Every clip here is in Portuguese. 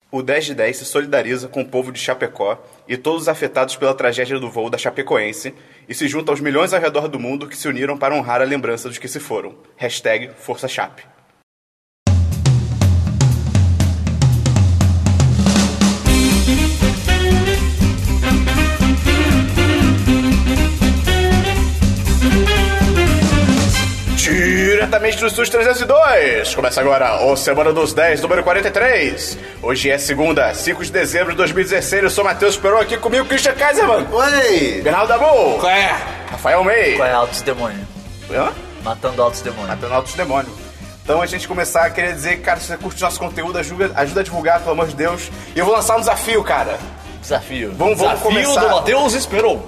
O 10 de 10 se solidariza com o povo de Chapecó e todos os afetados pela tragédia do voo da Chapecoense e se junta aos milhões ao redor do mundo que se uniram para honrar a lembrança dos que se foram. Hashtag Força Chape. Diretamente do SUS 302, começa agora o Semana dos 10, número 43. Hoje é segunda, 5 de dezembro de 2016, eu sou Matheus Peron, aqui comigo Christian Kaiserman. Oi! Bernardo Dabu. Qual é? Rafael May. Qual é Altos Demônio? Hã? Matando Altos Demônio. Matando Altos Demônio. Então, a gente começar, queria dizer que, cara, se você curte nosso conteúdo, ajuda a divulgar, pelo amor de Deus. E eu vou lançar um desafio, cara. Desafio. Vamos começar. Do Matheus Esperon.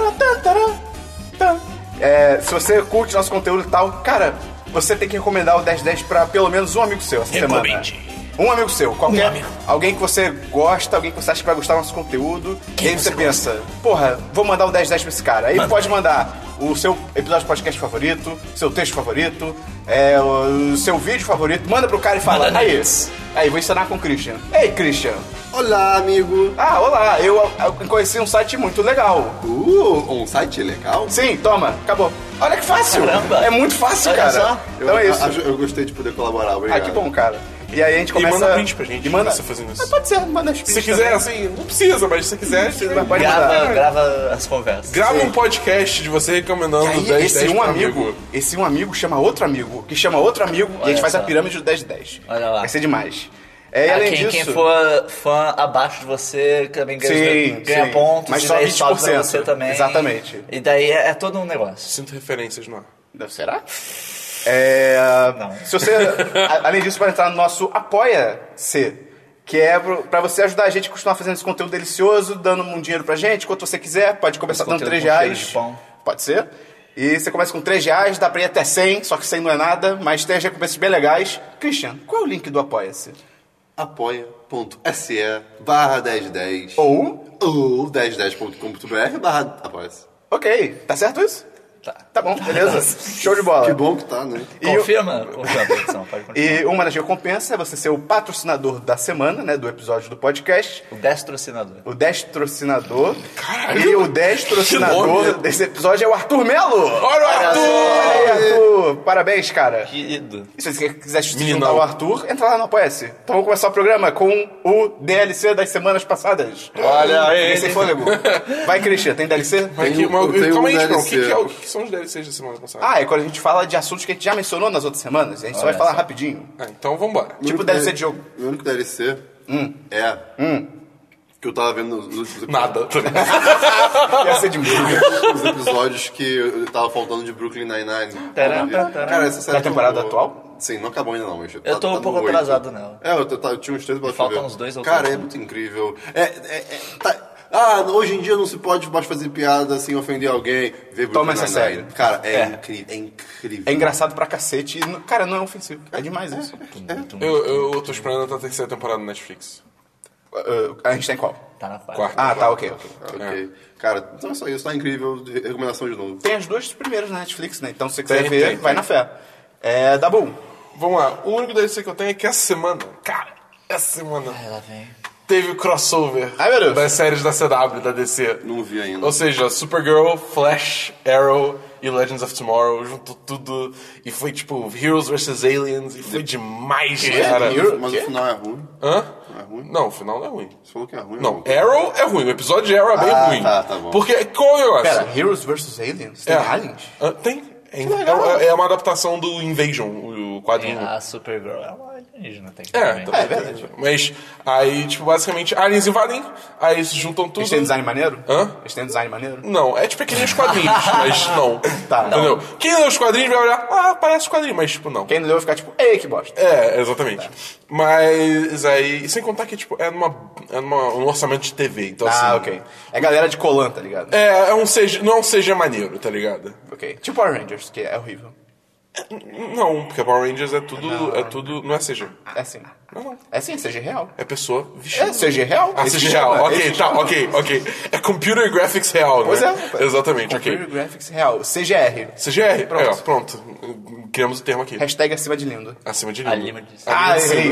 Se você curte nosso conteúdo e tal, cara, você tem que recomendar o 1010 pra pelo menos um amigo seu essa semana. Um amigo seu, qualquer. Um amigo. Alguém que você gosta, alguém que você acha que vai gostar do nosso conteúdo. E aí você pensa, porra, vou mandar o 1010 pra esse cara. Aí pode mandar o seu episódio de podcast favorito, seu texto favorito, o seu vídeo favorito. Manda pro cara e fala, aí, vou ensinar com o Christian. Ei, Christian. Olá, amigo! Ah, olá, eu conheci um site muito legal. Um site legal? Sim, toma, acabou. Olha que fácil. Caramba. É muito fácil, Olha cara. só. Então é isso. Eu gostei de poder colaborar, obrigado. Ah, que bom, cara. E aí a gente começa... E manda print pra gente, E manda... você fazendo isso. Mas pode ser, manda as Se prints quiser, também. assim, não precisa, mas se quiser, Precisa, mas pode mandar. Grava as conversas. grava um podcast de você recomendando E o aí, 10 esse 10 um pro amigo, esse um amigo chama outro amigo, que chama outro amigo, e a gente Olha faz a só. pirâmide do 10-10. Olha lá. Vai ser demais. E além disso... Quem for fã abaixo de você também ganha sim. pontos. Mas e só daí 20%. sobe pra você também. Exatamente. E daí é todo um negócio. Sinto referências no ar. Será? Não. Se você, além disso, pode entrar no nosso Apoia-se, que é pra você ajudar a gente a continuar fazendo esse conteúdo delicioso, dando um dinheiro pra gente, quanto você quiser. Pode começar Esse dando conteúdo R$3. com cheiro de pão. Pode ser. E você começa com R$3, dá pra ir até 100, só que 100 não é nada, mas tem as recompensas bem legais. Christian, qual é o link do Apoia-se? apoia.se/1010 Ou 1010.com.br/apoia-se. Ok, tá certo isso? Tá bom, beleza. Show de bola. Que bom que tá, né? Confirma? Confirma, produção. Pode continuar. E uma das recompensas é você ser o patrocinador da semana, né, do episódio do podcast. O destrocinador. O destrocinador. Caralho! E o Que destrocinador nome! desse episódio é o Arthur Melo. Olha o Arthur! Olha aí, Arthur. Parabéns, cara. Querido. E se você quiser se Meninão. juntar ao Arthur, entra lá no Apoia-se. Então vamos começar o programa com o DLC das semanas passadas. Olha aí. Fiquei sem fôlego. Vai, Christian, tem DLC? Mas Tenho um calma aí, Esperon. DLC. O que são os DLCs da semana passada? Ah, é quando a gente fala de assuntos que a gente já mencionou nas outras semanas. A gente só vai falar rapidinho. Então vambora. Tipo DLC de jogo. O único DLC é que eu tava vendo nos Nada. Ia ser de os episódios que eu tava faltando de Brooklyn Nine-Nine. Taran. Cara, essa série Da temporada eu- atual? Sim, não acabou ainda não. Mas Eu tô tá um pouco no 8. atrasado nela. Eu tinha uns 3 episódios pra Faltam ver. uns 2 ou Cara, 3. é muito incrível. Hoje em dia não se pode mais fazer piada sem ofender alguém. Ver Toma Brooklyn essa Nine-Nine. série. Cara, é É. incrível. É incrível. É engraçado pra cacete. E, cara, não é ofensivo. É demais isso. Eu tô esperando a terceira temporada no Netflix. A gente tem qual? Tá na quarta. Quarta. Ah, tá, ok. Ok. Cara, então é só isso. Tá incrível. Recomendação de novo. Tem as duas primeiras na Netflix, né? Então se você quiser Tem, ver, tem, vai tem. na fé. Dá bom. Vamos lá. O único DLC que eu tenho é que essa semana, cara, essa semana Ela vem. teve o crossover Ai, meu Deus. das séries da CW, da DC. Não vi ainda. Ou seja, Supergirl, Flash, Arrow e Legends of Tomorrow, juntou tudo e foi tipo Heroes vs Aliens e foi demais, cara. Mas o final é ruim. Hã? Não é ruim? Não, o final não é ruim. Você falou que é ruim. Não, Arrow é ruim, o episódio de Arrow é bem ruim. tá bom. Porque, qual é o negócio? Pera, Heroes vs Aliens? Tem aliens? Tem. É uma adaptação do Invasion, o quadrinho. A Supergirl é uma alienígena, tem É, também. também. É verdade. Mas aí, tipo, basicamente, aliens invadem, aí se juntam tudo. Eles têm design maneiro? Hã? Eles têm design maneiro? Não, é tipo que nem os quadrinhos, mas não. Tá. Entendeu? Quem lê os quadrinhos vai olhar, parece os quadrinhos, mas tipo, não. Quem não leu vai ficar tipo, ei, que bosta. É, exatamente. Mas aí, e sem contar que, tipo, um orçamento de TV, então assim... Ok. É galera de Colan, tá ligado? Não é um CG maneiro, tá ligado? Ok. Tipo Power Rangers, que é horrível. Não, porque Power Rangers é tudo... Não é CG. É sim. Não. É sim, CG real. É pessoa vestida. É CG real. Ah, Esse CG chama, real. esse Ok, tá, chama. ok. É Computer Graphics real, Pois né? é. Exatamente, Computer ok. Graphics real. CGR. CGR, Pronto. pronto. Criamos o termo aqui. Hashtag acima de lindo. Acima de A lindo. Lima disse. Ah, errei.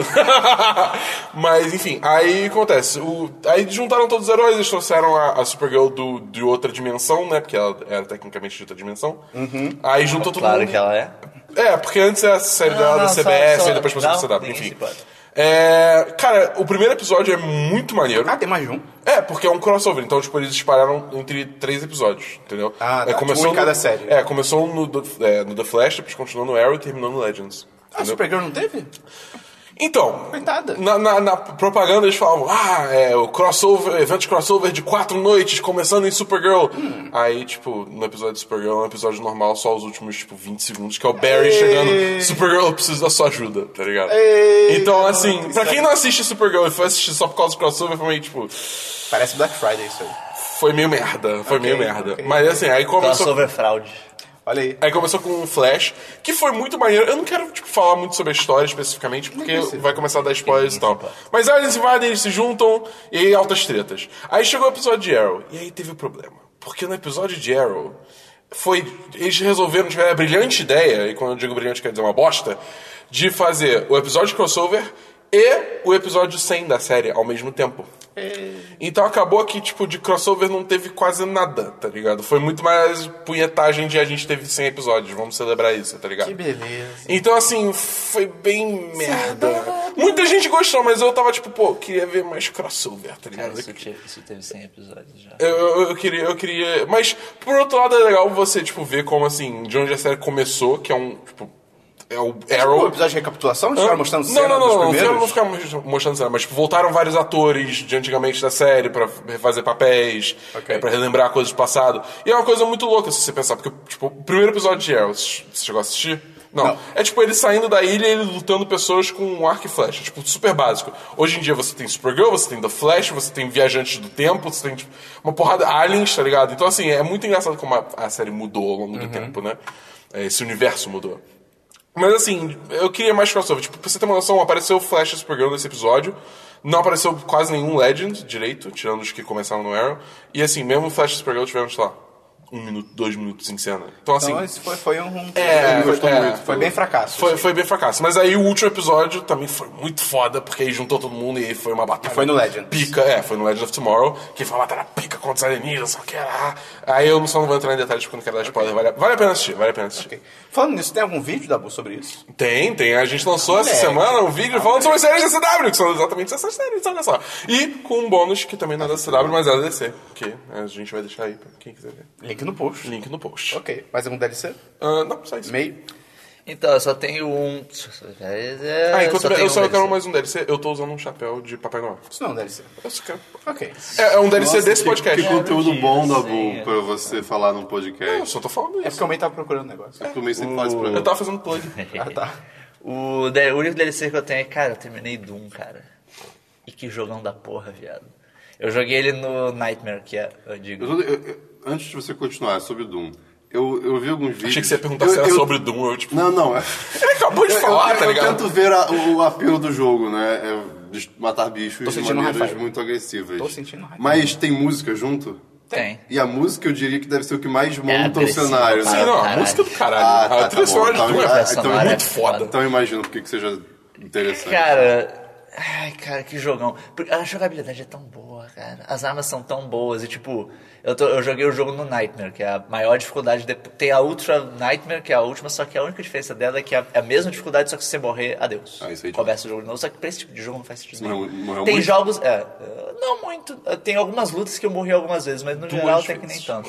Mas, enfim, aí acontece. Aí juntaram todos os heróis, eles trouxeram a Supergirl de outra dimensão, né? Porque ela era tecnicamente de outra dimensão. Aí juntou todo Claro mundo. que ela é. É, porque antes era a série dela da CBS, e depois passou não, pra CW, nem enfim. se pode. Cara, o primeiro episódio é muito maneiro. Ah, tem mais de um? É, porque é um crossover, então, tipo, eles dispararam entre 3 episódios, entendeu? Ah, tá. Tipo, em cada série. Começou no The Flash, depois continuou no Arrow e terminou no Legends. Ah, a Supergirl não teve? Então, Coitada. na propaganda eles falavam, o crossover, evento de crossover de 4 noites, começando em Supergirl. Aí, tipo, no episódio de Supergirl é um episódio normal, só os últimos, tipo, 20 segundos, que é o Barry chegando, Supergirl, eu preciso da sua ajuda, tá ligado? Então, assim, pra quem não assiste Supergirl e foi assistir só por causa do crossover, foi meio, tipo... Parece Black Friday isso aí. Foi meio merda, ok. Mas, assim, aí começou... Crossover fraude. Olha aí. Aí começou com um Flash, que foi muito maneiro. Eu não quero, tipo, falar muito sobre a história especificamente, porque vai começar a dar spoilers e tal. Mas aí eles invadem, eles se juntam, e aí altas tretas. Aí chegou o episódio de Arrow, e aí teve o problema. Porque no episódio de Arrow, eles resolveram, tiveram a brilhante ideia, e quando eu digo brilhante quer dizer uma bosta, de fazer o episódio de crossover e o episódio 100 da série ao mesmo tempo. Então acabou que, tipo, de crossover não teve quase nada, tá ligado? Foi muito mais punhetagem de a gente teve 100 episódios, vamos celebrar isso, tá ligado? Que beleza. Então, assim, foi bem merda. Muita gente gostou, mas eu tava tipo, queria ver mais crossover, tá ligado? Cara, isso teve 100 episódios já. Eu queria... Mas, por outro lado, é legal você, tipo, ver como, assim, de onde a série começou, que é um, tipo... É o Arrow. O episódio de recapitulação? Eles ficaram mostrando cena Não, dos não primeiros? ficaram mostrando cena, mas tipo, voltaram vários atores de antigamente da série pra refazer papéis, Ok. pra relembrar coisas do passado. E é uma coisa muito louca se você pensar, porque tipo, o primeiro episódio de Arrow, você chegou a assistir? Não. É tipo ele saindo da ilha e ele lutando pessoas com um arco e flecha. Tipo, super básico. Hoje em dia você tem Supergirl, você tem The Flash, você tem Viajantes do Tempo, você tem tipo, uma porrada aliens, tá ligado? Então assim, é muito engraçado como a série mudou ao longo do tempo, né? Esse universo mudou. Mas assim, eu queria mais crossover. Tipo, pra você ter uma noção, apareceu o Flash e Supergirl nesse episódio. Não apareceu quase nenhum Legend direito, tirando os que começaram no Arrow. E assim, mesmo o Flash e Supergirl tiveram, sei lá, 1 minuto, 2 minutos em cena. Então assim... Então esse foi um... Foi bem fracasso. Foi bem fracasso. Mas aí o último episódio também foi muito foda, porque aí juntou todo mundo e aí foi uma batalha. Foi no Legend. Pica, foi no Legend of Tomorrow, que foi uma batalha pica contra os alienígenas, só que era... Aí eu só não vou entrar em detalhes porque não quero dar spoiler. Vale a pena assistir. Ok. Falando nisso, tem algum vídeo, Dabu, sobre isso? Tem. A gente lançou essa semana um vídeo falando sobre séries da CW, que são exatamente essas séries, olha só. E com um bônus que também não é da CW, mas é da DC. Que a gente vai deixar aí pra quem quiser ver. Link no post. Link no post. Ok. Mais algum DLC? Não, só isso. Meio? Então, eu só tenho um... Enquanto eu só tenho quero mais um DLC, eu tô usando um chapéu de Papai Noel. Isso não é um DLC. Eu só quero... Ok. É um DLC Nossa, desse podcast. Que conteúdo bom, Dabu, sim. pra você falar num Eu podcast. só tô falando É isso. porque eu também tava procurando um negócio. Tu também sempre faz isso pra mim. Eu tava fazendo plug. Ah, tá. O único DLC que eu tenho é, cara, eu terminei Doom, cara. E que jogão da porra, viado. Eu joguei ele no Nightmare, que é, eu digo... Antes de você continuar, sobre o Doom, eu vi alguns vídeos... Achei que você ia perguntar se era sobre Doom. Eu, tipo, Não. ele acabou de falar, tá ligado? Eu tento ver o apelo do jogo, né? De matar bichos de sentindo maneiras high five. muito agressivas. Tô sentindo high five. Mas tem música junto? Tem. E a música eu diria que deve ser o que mais monta o agressivo, cenário, cara. né? Sim, não, a Caralho. música do caralho. Ah, A trilha tá sonora bom. de Doom Então, é então muito foda. Então eu imagino por que seja interessante. Cara... Ai, cara, que jogão. A jogabilidade é tão boa, cara. As armas são tão boas. E, tipo, eu joguei o jogo no Nightmare, que é a maior dificuldade. Tem a Ultra Nightmare, que é a última, só que a única diferença dela é que é a mesma dificuldade, só que se você morrer, adeus. Isso aí. Começa o jogo de novo. Só que pra esse tipo de jogo não faz sentido nenhum. Morreu Tem muito? jogos... não muito. Tem algumas lutas que eu morri algumas vezes, mas no geral tem que nem tanto.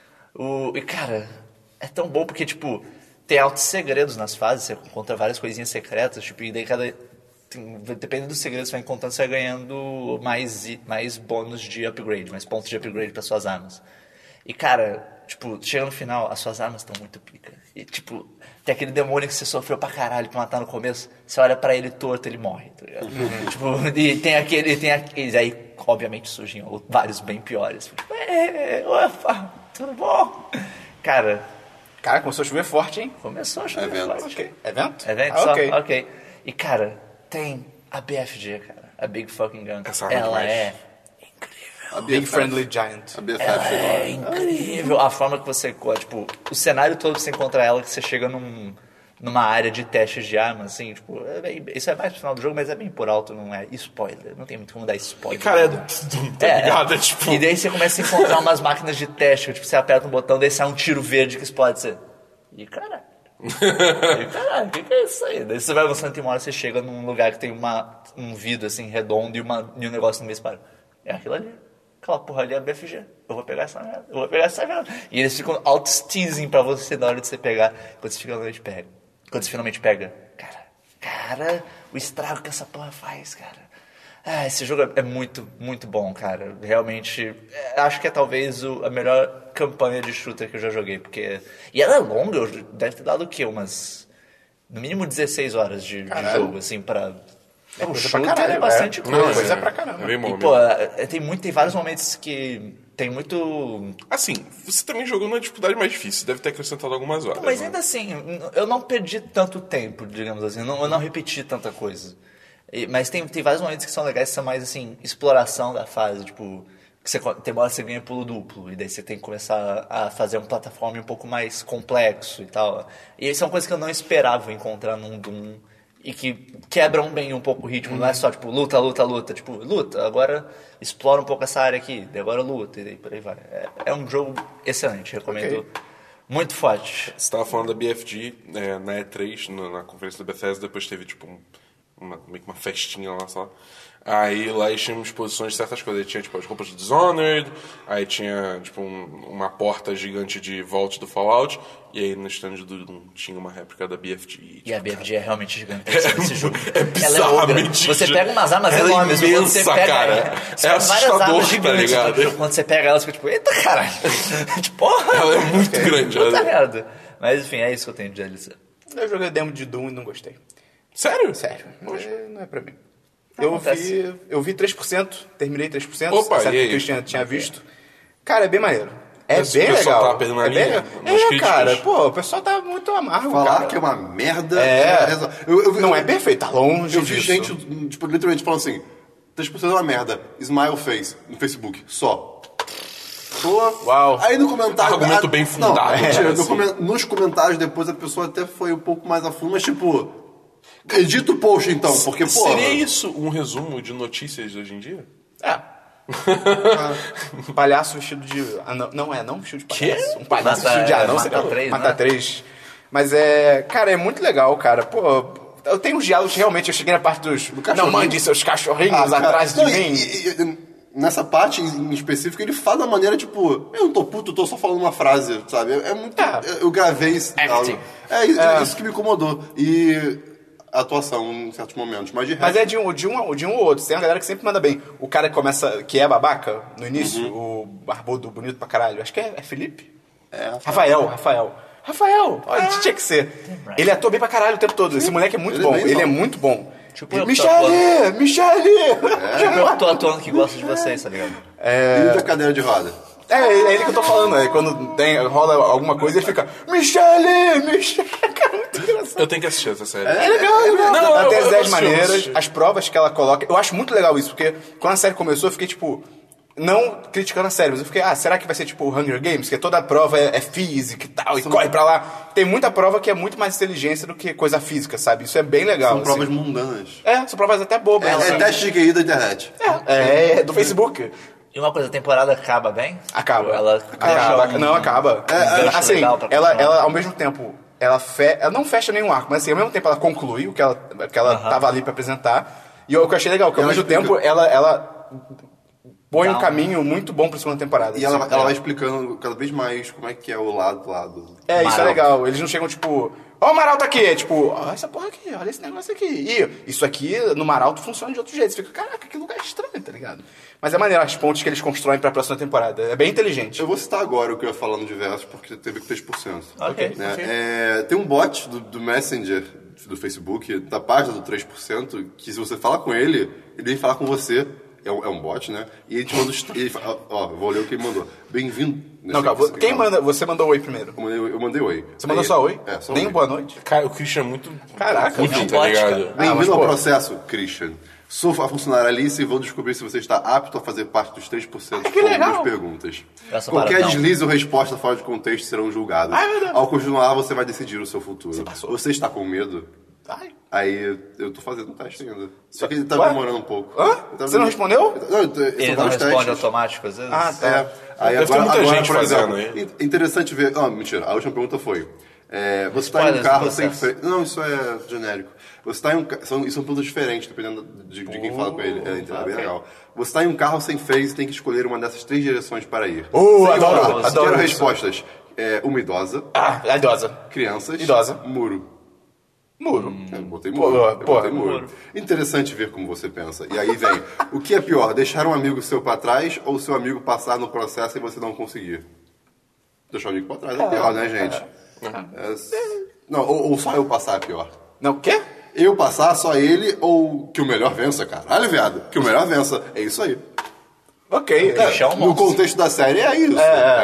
E, cara, é tão bom porque, tipo, tem altos segredos nas fases. Você encontra várias coisinhas secretas, tipo, e daí dependendo do segredo que você vai encontrando, você vai ganhando mais bônus de upgrade, mais pontos de upgrade para suas armas. E, cara, tipo, chega no final, as suas armas estão muito pica. E, tipo, tem aquele demônio que você sofreu pra caralho pra matar no começo, você olha pra ele torto, ele morre, tá ligado? Tipo, e tem aqueles aí, obviamente, surgiam vários bem piores. Tipo, opa, tudo bom? Cara, Cara, começou a chover forte, hein? Começou a chover Evento. forte. Ok. Evento? Evento Ah, só? ok. Ok. E, cara, tem a BFG, cara. A Big Fucking Gun. Essa arma Ela demais. é A Big BFF. Friendly Giant. A BFF Ela chegou. é incrível. A forma que você... Tipo, o cenário todo que você encontra ela, que você chega numa área de testes de arma, assim, tipo... isso é mais pro final do jogo, mas é bem por alto, não é spoiler. Não tem muito como dar spoiler. Cara, tá ligado? É tipo... E daí você começa a encontrar umas máquinas de teste, que, tipo, você aperta um botão, daí sai um tiro verde que explode. Você... E caralho. O que é isso aí? Daí você vai avançando e uma hora você chega num lugar que tem um vidro assim redondo e um negócio no meio para. É aquilo ali. Aquela porra ali é a BFG. Eu vou pegar essa merda. E eles ficam auto-teasing pra você na hora de você pegar. Quando você finalmente pega. Cara, o estrago que essa porra faz, cara. Esse jogo é muito, muito bom, cara. Realmente, acho que é talvez a melhor campanha de shooter que eu já joguei. E ela é longa, deve ter dado o quê? No mínimo 16 horas de jogo, assim, pra... É coisa shooter pra caralho, é bastante Não, coisa. coisa pra caramba. É bem bom E, mesmo. pô, tem vários momentos que tem muito... Assim, você também jogou na dificuldade mais difícil. Deve ter acrescentado algumas horas. Mas né? ainda assim, eu não perdi tanto tempo, digamos assim. Eu não repeti tanta coisa. Mas tem vários momentos que são legais, que são mais, assim, exploração da fase. Tipo, tem uma hora que você ganha pulo duplo. E daí você tem que começar a fazer um plataforma um pouco mais complexo e tal. E são coisas que eu não esperava encontrar num Doom. E que quebram bem um pouco o ritmo. Não é só, tipo, luta. Tipo, luta, agora explora um pouco essa área aqui. Daí agora luta, e daí por aí vai. É um jogo excelente, recomendo. Ok. Muito forte. Você tava falando da BFG na E3, na conferência da Bethesda, depois teve tipo meio que uma festinha lá só. Aí lá eles tinham exposições de certas coisas. Aí tinha tipo as roupas do Dishonored, aí tinha tipo uma porta gigante de Vault do Fallout, e aí no stand do Doom tinha uma réplica da BFG. E a BFG é realmente gigantesca nesse jogo. É bizarramente Você pega umas armas ela enormes, é quando você imensa, pega, cara. você É pega várias assustador, armas tá gigantes, ligado? tipo, quando você pega elas, fica tipo, eita caralho. Tipo, porra. Ela é muito grande. Puta ela- merda. Mas enfim, é isso que eu tenho de dizer. Eu joguei demo de Doom e não gostei. Sério? Sério. Não é pra mim. Acontece. Eu vi 3%, terminei 3%. Opa, sabe e aí? que o Christian tinha visto. Cara, é bem maneiro. É Mas bem o pessoal legal. tá perdendo a é linha bem... nas É, críticas. cara, pô, o pessoal tá muito amargo, Falar cara. que é uma merda. Não é perfeito, tá longe Eu vi disso. gente, tipo, literalmente falando assim: 3% é uma merda. Smile face no Facebook. Só. Uau. Aí no comentário. Argumento bem fundado, Não, mentira, assim. nos comentários depois a pessoa até foi um pouco mais a fundo, mas tipo. Edita o post então, porque, pô. Seria isso um resumo de notícias hoje em dia? É. Palhaço vestido de anão. Não vestido de palhaço. Um palhaço Mata- vestido de anão. Mata seria- três, Mata né? 3. Mas cara, é muito legal, cara. Pô, eu tenho uns diálogos realmente. Eu cheguei na parte dos. Não cachorrinho. mande seus cachorrinhos Ah, cara, atrás de não, mim. nessa parte em específico, ele fala da maneira tipo: eu não tô puto, eu tô só falando uma frase, sabe? É muito. Eu gravei isso. Acting. Isso que me incomodou. E a atuação em certos momentos. Mas de resto. Mas é de um ou outro. Tem uma galera que sempre manda bem. O cara que começa, que é babaca no início, o barbudo, bonito pra caralho. Acho que é Felipe? Rafael, olha, tinha que ser. Ele atua bem pra caralho o tempo todo. Esse moleque é muito Ele é bom. bem Ele é bom. muito bom. Tipo, eu Michele! Eu tô atuando que gosta de vocês, tá ligado? E da cadeira de roda. É ele que eu tô falando. É quando rola alguma coisa, ele fica Michele! Cara, muito engraçado. Eu tenho que assistir essa série. É legal. Não, Até as eu 10 assisti, maneiras, eu assisti. as provas que ela coloca. Eu acho muito legal isso, porque quando a série começou, eu fiquei tipo. Não criticando a série, mas eu fiquei, será que vai ser tipo o Hunger Games? Que toda a prova é física e tal, e corre pra lá. Tem muita prova que é muito mais inteligência do que coisa física, sabe? Isso é bem legal. São provas assim. mundanas. São provas até bobas. É assim. teste de QI da internet. Do Facebook. E uma coisa, a temporada acaba bem? Acaba. Ela Acaba. Não, acaba. gancho Assim, legal pra ela continuar. ao mesmo tempo, ela não fecha nenhum arco, mas assim, ao mesmo tempo ela conclui o que ela tava ali pra apresentar. E o que eu achei legal, que ao Ela mesmo explica. tempo ela põe um Dá um- caminho muito bom pra segunda temporada. E ela assim. vai explicando cada vez mais como é que é o lado. Isso é Maralto. legal. Eles não chegam tipo, ó o Maralto aqui, é tipo, ó essa porra aqui, olha esse negócio aqui. E isso aqui no Maralto funciona de outro jeito. Você fica, caraca, que lugar estranho, tá ligado? Mas é maneiro as pontes que eles constroem pra próxima temporada. É bem inteligente. Eu vou citar agora o que eu ia falar no diversos, porque teve 3%. Ok. Né? Tem um bot do Messenger do Facebook, da página do 3%, que se você fala com ele vem falar com você é um bot, né? E a gente manda ele fala, vou ler o que ele mandou. Bem-vindo. Não, calma, quem manda? Você mandou oi primeiro. Eu mandei oi. Você mandou só oi? Só Nem oi. boa noite? Cara, o Christian é muito... Caraca, útil, é um tá bot, ligado? cara. Bem-vindo ao processo, Christian. Sou a funcionária Alice e vou descobrir se você está apto a fazer parte dos 3% que legal. das perguntas. Essa Qualquer parada, não. deslize ou resposta fora de contexto serão julgados. Ao continuar, você vai decidir o seu futuro. Você está com medo? Ai. Aí eu tô fazendo um teste ainda. Só que ele tá Ué? demorando um pouco. Você não respondeu? Ele não responde automático, às vezes. Ah, tá. Aí Deve ter muita agora, gente por fazendo exemplo, interessante ver... mentira. A última pergunta foi... você tá em Spoilers um carro do sem processo. freio... Não, isso é genérico. Você tá em um carro... São perguntas diferentes, dependendo de quem fala com ele. É bem legal. Você tá em um carro sem freios e tem que escolher uma dessas 3 direções para ir. Adoro Quero isso. respostas. Uma idosa, A idosa. crianças... Idosa. Muro. Muro. Eu botei muro. Eu Porra, botei muro. Interessante ver como você pensa. E aí vem, o que é pior, deixar um amigo seu pra trás ou seu amigo passar no processo e você não conseguir? Deixar o amigo pra trás é pior, né, gente? Não, ou só eu passar é pior. Não, o quê? Eu passar, só ele, ou que o melhor vença, caralho, viado. Que o melhor vença. É isso aí. Ok. Christian é um No monstro. contexto da série é isso.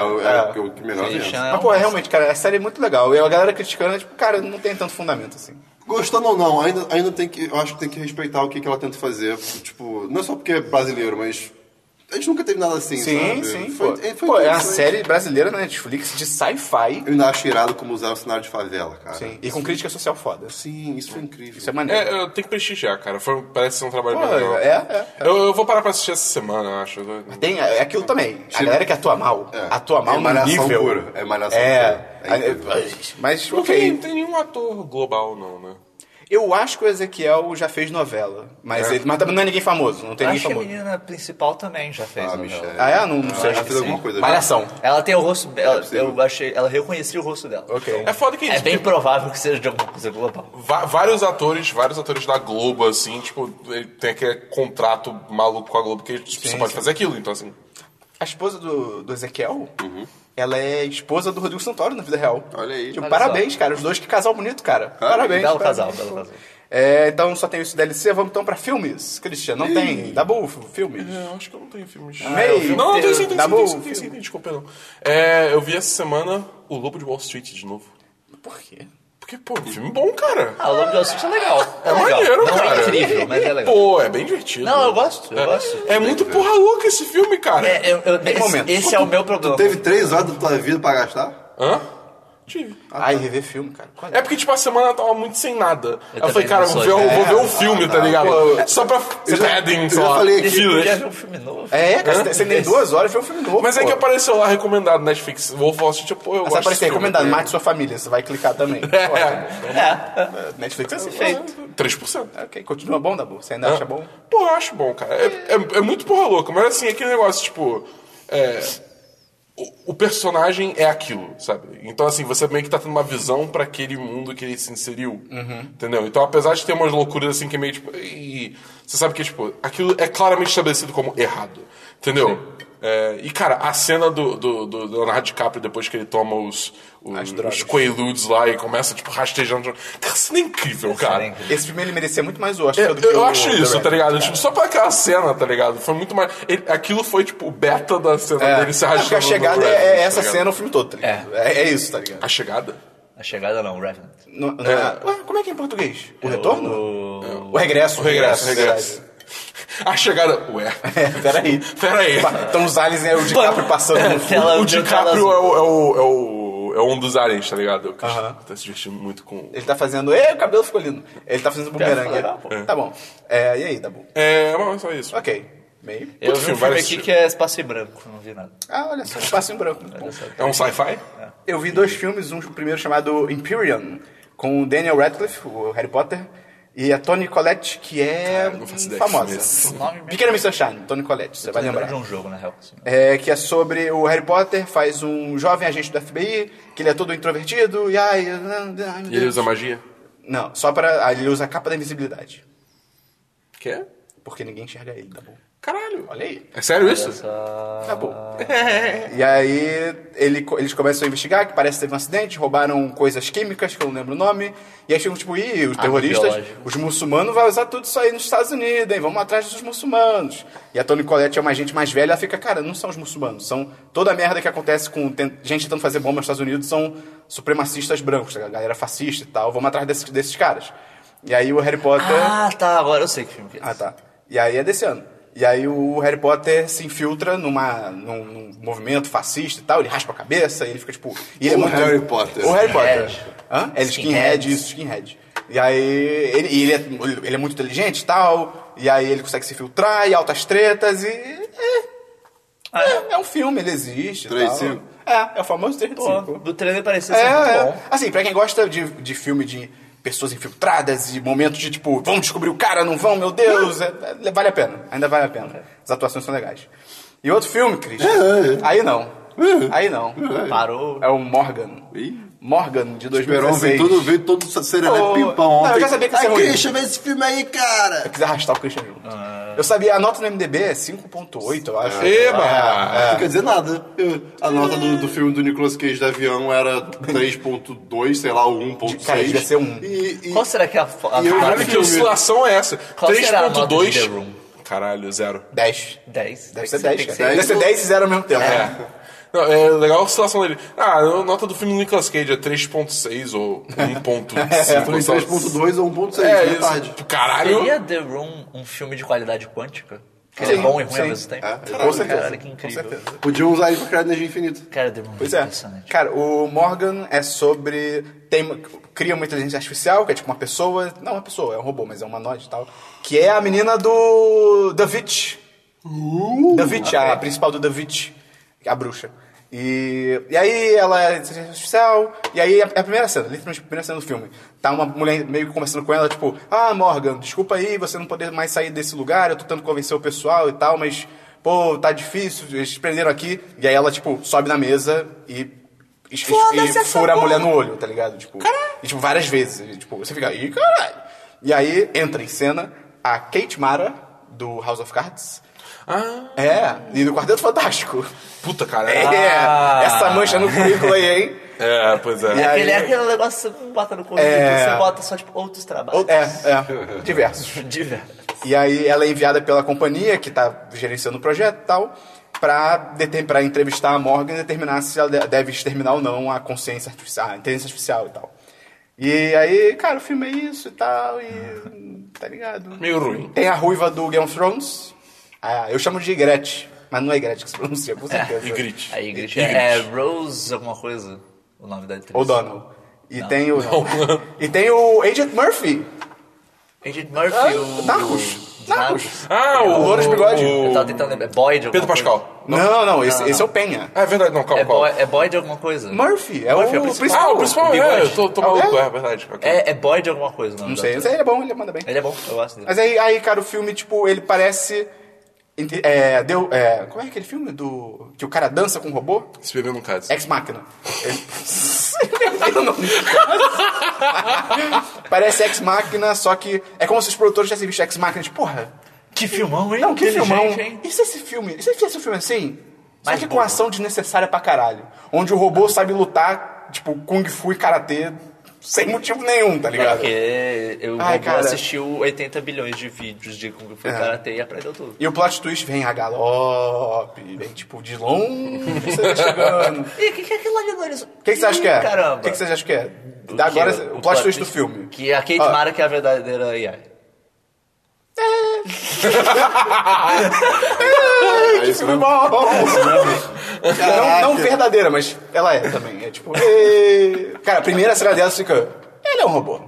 O que melhor Christian vença. é Mas, um pô, realmente, cara, a série é muito legal. E a galera criticando, tipo, cara, não tem tanto fundamento assim. Gostando ou não, ainda tem que. Eu acho que tem que respeitar o que ela tenta fazer. Tipo, não é só porque é brasileiro, mas. A gente nunca teve nada assim, Sim, sabe? sim. Foi Pô, é uma interessante. série brasileira na Netflix de sci-fi. Eu ainda acho irado como usar o cenário de favela, cara. Sim. E com crítica social foda. Sim, isso foi incrível. Isso é maneiro. Eu tenho que prestigiar, cara. Parece ser um trabalho Pô, bem legal. é. Eu vou parar pra assistir essa semana, eu acho. Tem aquilo também. A galera que atua mal. Atua mal É no malhação nível. pura. É malhação pura. É incrível. Mas, Não ok. tem nenhum ator global, não, né? Eu acho que o Ezequiel já fez novela. Mas também não é ninguém famoso. Não tem ninguém Acho que a famoso. menina principal também já fez. novela. Michelle. Ah, é? Não sei. Já fez alguma coisa. Malhação. Ela tem o rosto. possível. Eu achei. Ela reconhecia o rosto dela. Ok. É foda que É isso. bem porque provável que seja de alguma coisa global. vários atores da Globo, assim, tipo, ele tem aquele contrato maluco com a Globo que tipo, você pode fazer aquilo, então assim. A esposa do Ezequiel, ela é esposa do Rodrigo Santoro na vida real. Olha aí. Tipo, Olha parabéns, cara. Os dois, que casal bonito, cara. Parabéns. Belo parabéns. casal, belo casal. Então só tem isso DLC. Vamos então pra filmes. Christian, não tem. Dabu, filmes. Eu acho que eu não tenho filmes. Meio. Não, tem sim, Dabu, desculpa, não. Eu vi essa semana O Lobo de Wall Street de novo. Por quê? Porque, pô, filme bom, cara. O Lobo de Wall Street é legal. É legal. maneiro, Não cara. é incrível, mas é legal. Pô, é bem divertido. Não, eu gosto. Eu gosto. É muito porra louca esse filme, cara. Esse é o meu problema. Teve 3 horas da tua vida pra gastar? Hã? Tive. Ai, rever filme, cara. Qual É porque, tipo, a semana tava muito sem nada. Eu falei, também cara, não vou sou, ver um filme, tá ligado? Só pra ser padding, eu sei já lá. falei aqui. Filler. Quer ver um filme novo? Cara, você tem 2 horas e vê um filme novo. Mas é pô. que apareceu lá recomendado na Netflix. Vou falar assim, tipo, pô, eu Você gosto aparecer desse filme. recomendado, mate sua família. Você vai clicar também. Netflix é assim. Feito. 3%. Ok, continua bom, Dabu? Você ainda acha bom? Pô, eu acho bom, cara. É muito porra louca, mas assim, aquele negócio, tipo. O personagem é aquilo, sabe? Então, assim, você meio que tá tendo uma visão pra aquele mundo que ele se inseriu. Entendeu? Então, apesar de ter umas loucuras assim que é meio tipo. E você sabe que, tipo, aquilo é claramente estabelecido como errado. Entendeu? E, cara, a cena do Leonardo DiCaprio depois que ele toma os Quaaludes lá e começa, tipo, rastejando. Cara, isso é incrível, cara. Esse filme ele merecia muito mais Oscar do que Eu o acho The isso, tá Revenant, ligado? cara. Tipo, só pra aquela cena, tá ligado? Foi muito mais. Aquilo foi, tipo, o beta da cena dele se Porque rastejando. a chegada no é Revenant, essa tá ligado? cena o filme todo, tá ligado? É isso, tá ligado? A chegada? A chegada não, o Revenant. Ué, como é que é em português? O retorno? O regresso. O regresso. A chegada. Ué. Peraí. Peraí. Então os aliens é o DiCaprio passando no fundo. Tela- O tela DiCaprio azul. é um dos aliens, tá ligado? Tá se divertindo muito com. Ele tá fazendo... o cabelo ficou lindo. Ele tá fazendo bumerangue. legal, pô. Tá bom. E aí, Dabu? Mas só isso. Ok. Meio. Eu vi um filme, filme vários aqui filmes. que é Espaço em Branco, não vi nada. Olha só, espaço em branco. Bom. É um sci-fi? Eu vi 2 filmes, um primeiro chamado Imperium, com o Daniel Radcliffe, o Harry Potter, e a Toni Collette, que é não faço ideia que famosa. filme é esse. Nome mesmo. Pequena Miss Sunshine, Toni Collette, você vai lembrar. de um jogo, na real. Assim. Que é sobre o Harry Potter, faz um jovem agente do FBI, que ele é todo introvertido, e E ele usa magia? Não, só pra... ele usa a capa da invisibilidade, Quê? porque ninguém enxerga ele, tá bom? Caralho. Olha aí. É sério isso? Acabou. E aí eles começam a investigar, que parece que teve um acidente, roubaram coisas químicas, que eu não lembro o nome. E aí chegam, tipo, os terroristas, os muçulmanos vão usar tudo isso aí nos Estados Unidos, hein? Vamos atrás dos muçulmanos. E a Toni Collette é uma gente mais velha, ela fica, cara, não são os muçulmanos, são toda a merda que acontece com gente tentando fazer bomba nos Estados Unidos, são supremacistas brancos, a galera fascista e tal, vamos atrás desses caras. E aí o Harry Potter... Ah, tá, agora eu sei que filme que é esse. Ah, tá. E aí é desse ano. E aí o Harry Potter se infiltra num movimento fascista e tal, ele raspa a cabeça, e ele fica tipo... E ele Harry Potter. O Harry Potter. Skinhead. Hã? Ele skinhead, isso, skinhead. E aí ele é muito inteligente e tal, e aí ele consegue se filtrar, e altas tretas, e... É um filme, ele existe 3 e tal. de 5. É o famoso 3 de 5. Do trailer parecia ser muito bom. Assim, pra quem gosta de filme de pessoas infiltradas e momentos de tipo, vão descobrir o cara, não vão, meu Deus, vale a pena, ainda vale a pena. As atuações são legais. E outro filme, Cris, aí não. Parou. É o Morgan. Morgan, de 2016. Veio todo serelepe pimpão ontem. Não, eu já sabia que ia ser ruim. Christian, vê esse filme aí, cara. Eu quis arrastar o Christian junto. Eu sabia, a nota no MDB é 5.8, eu acho. Eba! Não quer dizer nada. A nota do filme do Nicolas Cage de avião era 3.2, sei lá, ou 1.6. Cara, devia ser 1. Qual será que é a Caralho, que oscilação é essa? Qual será a nota de The 3.2. Room? Caralho, 0. 10. 10? Deve ser 10, cara. ser 10. Deve ser 10 e 0 ao mesmo tempo. Não, é legal a oscilação dele. A nota do filme do Nicolas Cage é 3.6 ou 1.5. Foi 3.2 ou 1.6, metade. Isso. Caralho. Seria The Room um filme de qualidade quântica? Que Sim, ele é bom e ruim sim. ao mesmo tempo? Com certeza. Caralho, que incrível. Com certeza. Podiam usar ele pra criar energia infinita. Cara, The Room Pois é é. impressionante. Cara, o Morgan é sobre... Cria uma inteligência artificial, que é tipo uma pessoa... Não uma pessoa, é um robô, mas é um humanoide e tal. Que é a menina do The Witch. The Witch, a principal do The Witch. A bruxa. E aí ela é inteligência artificial, e aí é a primeira cena, literalmente a primeira cena do filme. Tá uma mulher meio que conversando com ela, tipo, Morgan, desculpa aí você não poder mais sair desse lugar, eu tô tentando convencer o pessoal e tal, mas, pô, tá difícil, eles te prenderam aqui. E aí ela, tipo, sobe na mesa e fura a mulher no olho, tá ligado? Tipo, e, tipo, várias vezes. E, tipo, você fica, ih, caralho. E aí entra em cena a Kate Mara, do House of Cards. E do Quarteto Fantástico. Puta, cara. Essa mancha no currículo aí, hein? Pois é. E aí- É aquele negócio que você não bota no currículo, você bota só, tipo, outros trabalhos. Diversos. Diversos. E aí ela é enviada pela companhia que tá gerenciando o projeto e tal, pra entrevistar a Morgan e determinar se ela deve exterminar ou não a consciência artificial, a inteligência artificial e tal. E aí, cara, o filme é isso e tal, e... tá ligado? Meio ruim. Tem a ruiva do Game of Thrones. Eu chamo de Ygritte, mas não é Ygritte que se pronuncia, com certeza. Ygritte. A Ygritte é Rose alguma coisa, o nome da atriz. Ou Donald. E tem o Agent Murphy. Agent Murphy, o... Narcos. O Louro de bigode. Eu tava tentando lembrar. É Boyd alguma Pedro coisa? Pascal. Não, esse é o Penha. É verdade, não, calma. É Boyd alguma coisa? Murphy, é Murphy é o o principal. O principal, Bigode. eu tô maluco, é verdade. Ok. É Boyd alguma coisa, o nome Não do sei, ator. mas ele é bom, ele manda bem. Ele é bom, eu gosto dele. Mas aí, cara, o filme, tipo, ele parece... como é aquele filme que o cara dança com um robô? Se beber no caso. Ex Machina. Parece Ex Machina, só que é como se os produtores tivessem visto Ex Machina, tipo, porra, Que filmão, hein? não, que filmão. Hein? E se esse filme, e se ele fizesse um filme assim? Só Mais que com bobo. ação desnecessária pra caralho. Onde o robô sabe lutar, tipo, Kung Fu e Karatê, sem motivo nenhum, tá ligado? Porque eu cara. assistiu 80 bilhões de vídeos de Kung Fu Karate e aprendeu tudo. E o plot twist vem a galope, vem tipo de longe, você vai chegando. E o que é aquilo ali, Doris? O que você acha que é? Caramba. O que você acha que é? Agora, o plot twist do filme. Que a Kate Mara que é a verdadeira AI. Que filme bom! Não verdadeira, mas ela é também. É tipo... Cara, a primeira cena dela fica... Ele é um robô.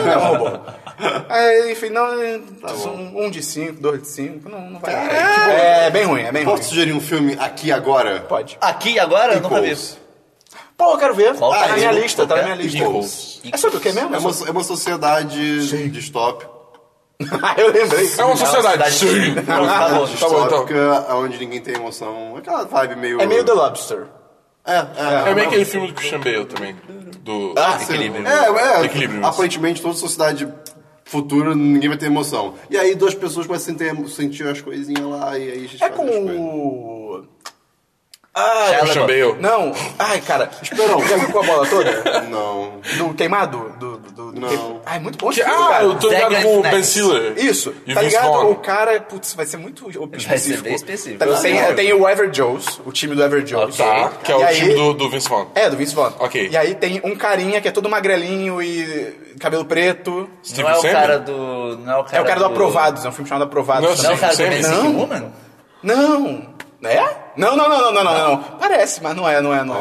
Aí, enfim, não... 1 de 5, 2 de 5, não vai... É bem ruim, Posso sugerir um filme aqui agora? Pode. Aqui, agora? Eu nunca vi. Equals. Pô, eu quero ver. Qual Tá que na é? minha lista, tá na minha Equals. lista. É sobre o que mesmo? É uma sociedade distópica. Eu lembrei. É uma sociedade. Sim. Pronto, tá bom. Tá bom, então. Distópica, onde ninguém tem emoção. Aquela vibe meio... É meio The Lobster. É meio aquele filme do Christian Bale também. Do sim. Equilíbrio. É, Equilíbrio. aparentemente toda sociedade futuro ninguém vai ter emoção. E aí 2 pessoas podem sentir as coisinhas lá e aí a gente É faz com as coisas. o... Christian Bale. Não. Ai, cara. Esperou. Já viu com a bola toda? Não. Do queimado? Não. Ai, muito bom esse filme, cara. Eu tô ligado Zack com o Snyder. Ben Stiller. Isso, E tá Vince ligado? Vaughn. O cara, putz, vai ser muito específico. Vai ser bem específico. Tem o Ever Jones, o time do Ever Jones. Tá, que é E o aí- time do Vince Vaughn. É, do Vince Vaughn. Ok. E aí tem um carinha que é todo magrelinho e cabelo preto. Steve Não é o Buscemi? cara do... Não é o cara, É o cara do Aprovados, é um filme chamado Aprovados. Não, Não é o cara do Steve Menacing Buscemi. Woman? Não. É? Não. Parece, mas não é.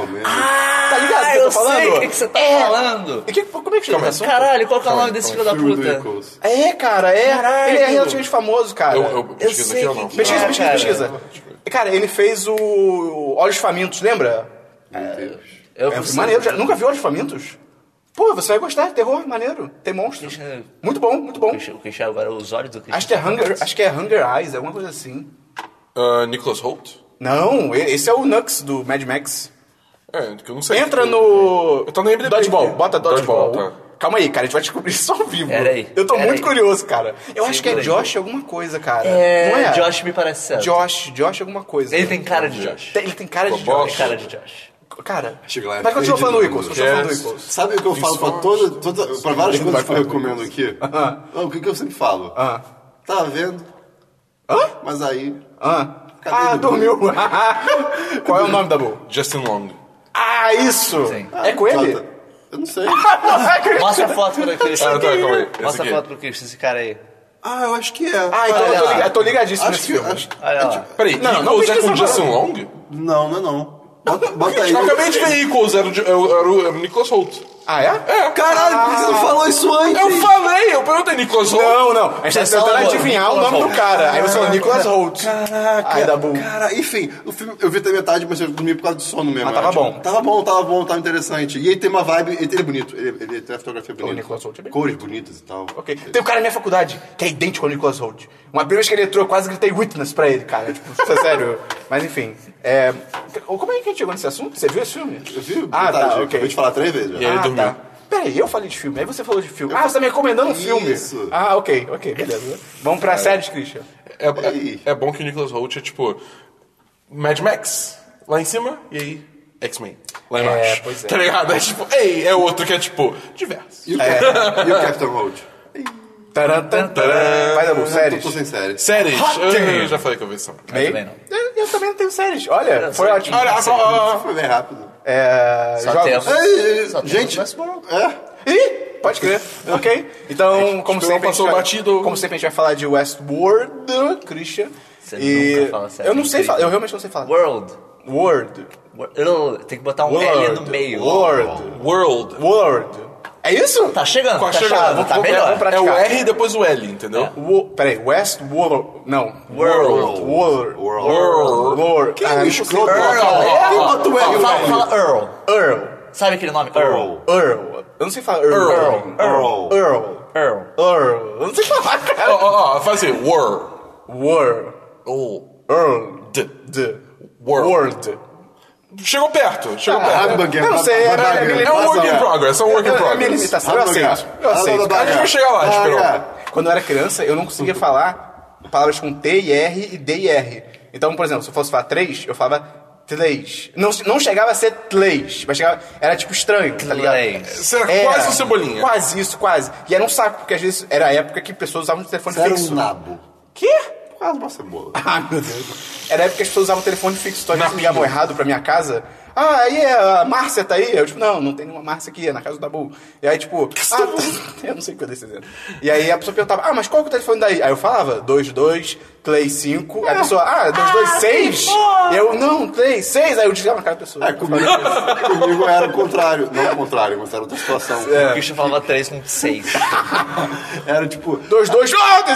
Tá ligado o que eu tô falando? sei o que você tá falando. Como é que chama esse assunto? Caralho, qual que é o nome desse filho da Phil puta? Nichols. É, cara, é. Caralho. Ele é relativamente famoso, cara. Eu pesquiso sei aqui ou quem não? que Pesquisa. cara. Cara, ele fez o Olhos Famintos, lembra? Meu Deus. Eu É um filme maneiro. Nunca viu Olhos Famintos? Pô, você vai gostar. Terror, maneiro. Tem monstros. Muito bom. O Christian agora, os olhos do Christian. Acho que é Hunger Eyes, alguma coisa assim. Nicholas Hoult? Não, esse é o Nux do Mad Max. É, que eu não sei. Entra no... Eu tô no IMDb Dodgeball. aqui. Bota Dodgeball. Dodgeball, tá. Calma aí, cara. A gente vai descobrir isso ao vivo. Pera aí, Eu tô pera muito aí. curioso, cara. Eu acho que é Segura aí. Josh alguma coisa, cara. Não é? Josh me parece certo. Josh alguma coisa. Ele tem cara de Josh. Ele tem cara de Bob. Josh. Tem cara de Josh. Cara, Chega lá, mas continua falando do Equals. Yes. Continua falando do Equals. Sabe o que eu falo pra pra várias Ele vai coisas que eu falar recomendo aqui? Não, o que eu sempre falo? Tá vendo? Hã? Mas aí... Ah, dormiu. Qual é o nome da boa? Justin Long. Ah, isso! Sim. É com ele? Jota, eu não sei. Mostra a foto pro Christian. Ah, tá, calma aí. Esse Mostra a aqui. foto pro Christian, esse cara aí. Ah, eu acho que é. Ah, então Olha lá. eu tô ligadíssimo Acho nesse que... filme. Acho, Olha lá. Peraí, Não, Equals é pesquisa com Justin agora. Long? não. Bota aí. Eu acabei de ver Equals, era o Nicholas Hoult. Ah, é? Caralho, por que você não falou isso antes? Eu falei, eu perguntei Nicholas Hoult. Não. A gente tá Você tentando falou adivinhar o Nicholas nome do Hoult. cara. Aí você falou Nicholas Hoult. Caraca. Ai, da boa. Cara, enfim, o filme eu vi até metade, mas eu dormi por causa do sono mesmo. Mas tava bom. Tava bom, tava interessante. E ele tem uma vibe, ele é bonito, ele tem a fotografia bonita. Nicholas Hoult é bem Cores bonitas e tal. Ok. Tem um cara na minha faculdade que é idêntico ao Nicholas Hoult. Uma primeira vez que ele entrou, eu quase gritei witness pra ele, cara. Tipo, isso é sério. Mas enfim. Como é que a gente chegou nesse assunto? Você viu esse filme? Eu vi, Ah, metade, tá, ok. acabei de falar 3 vezes. E aí ele dormiu. Tá. Peraí, eu falei de filme, aí você falou de filme. Você tá me recomendando um filme. Isso. Ah, ok, beleza. Vamos pra séries, Christian. É bom que o Nicholas Hoult é tipo Mad Max lá em cima e aí X-Men lá embaixo. Pois é. Tá ligado? É tipo, é outro que é tipo diverso. E o Captain Holt? Taran. Vai dar bom, séries. Tô sem série. Séries, Hot eu já falei que eu vi isso. Meio? também não. Eu também não tenho séries. Olha, foi ótimo. Olha só. Foi bem rápido. Só Jogos. temos. Só temos Gente, Westworld. Ih, pode crer. Ok. Então, como Esperou, sempre, passou batido. como sempre, a gente vai falar de Westworld, Christian. Você E nunca fala sério, eu não sei incrível. falar, eu realmente não sei falar. World. Word. Tem que botar um L no meio. World. Word. É isso? Tá chegando, Tá chegando. tá Vou melhor. praticar. É o R e depois o L, entendeu? Peraí, Westworld. Não. World. World. Quem Ah, me não escroto? consigo. Quem bota o L? Fala Earl. Earl. Sabe aquele nome? Earl. Eu não sei falar Earl. Earl. Eu não sei falar, cara. Ó, faz assim, World. World. Chegou perto. Eu não sei, era a minha É um work in progress, é um work in É a minha progress. limitação, eu aceito. Eu aceito. A gente vai chegar lá, esperou. Quando eu era criança, eu não conseguia falar palavras com T e R e D e R. Então, por exemplo, se eu fosse falar 3, eu falava 3. Não chegava a ser 3, mas chegava, era tipo estranho, tá ligado? Você era quase um Cebolinha. Quase isso, quase. E era um saco, porque às vezes era a época que pessoas usavam telefone Você era fixo. um nabo. Quê? Por causa de uma cebola. Ah, meu Deus. Era a época que as pessoas usavam telefone fixo, então às vezes ligavam errado pra minha casa. Ah, aí a Márcia tá aí? Eu, tipo, não tem nenhuma Márcia aqui, é na casa do Dabu. E aí, tipo, eu não sei o que eu dei dizendo. E aí a pessoa perguntava, mas qual que é o telefone daí? Aí eu falava, 2235. Aí a pessoa, 226? E eu, não, 36. Aí eu desligava na cara da pessoa. Comigo era o contrário. Não o contrário, mas era outra situação. O Christian falava 3 com 6. Era tipo... 22,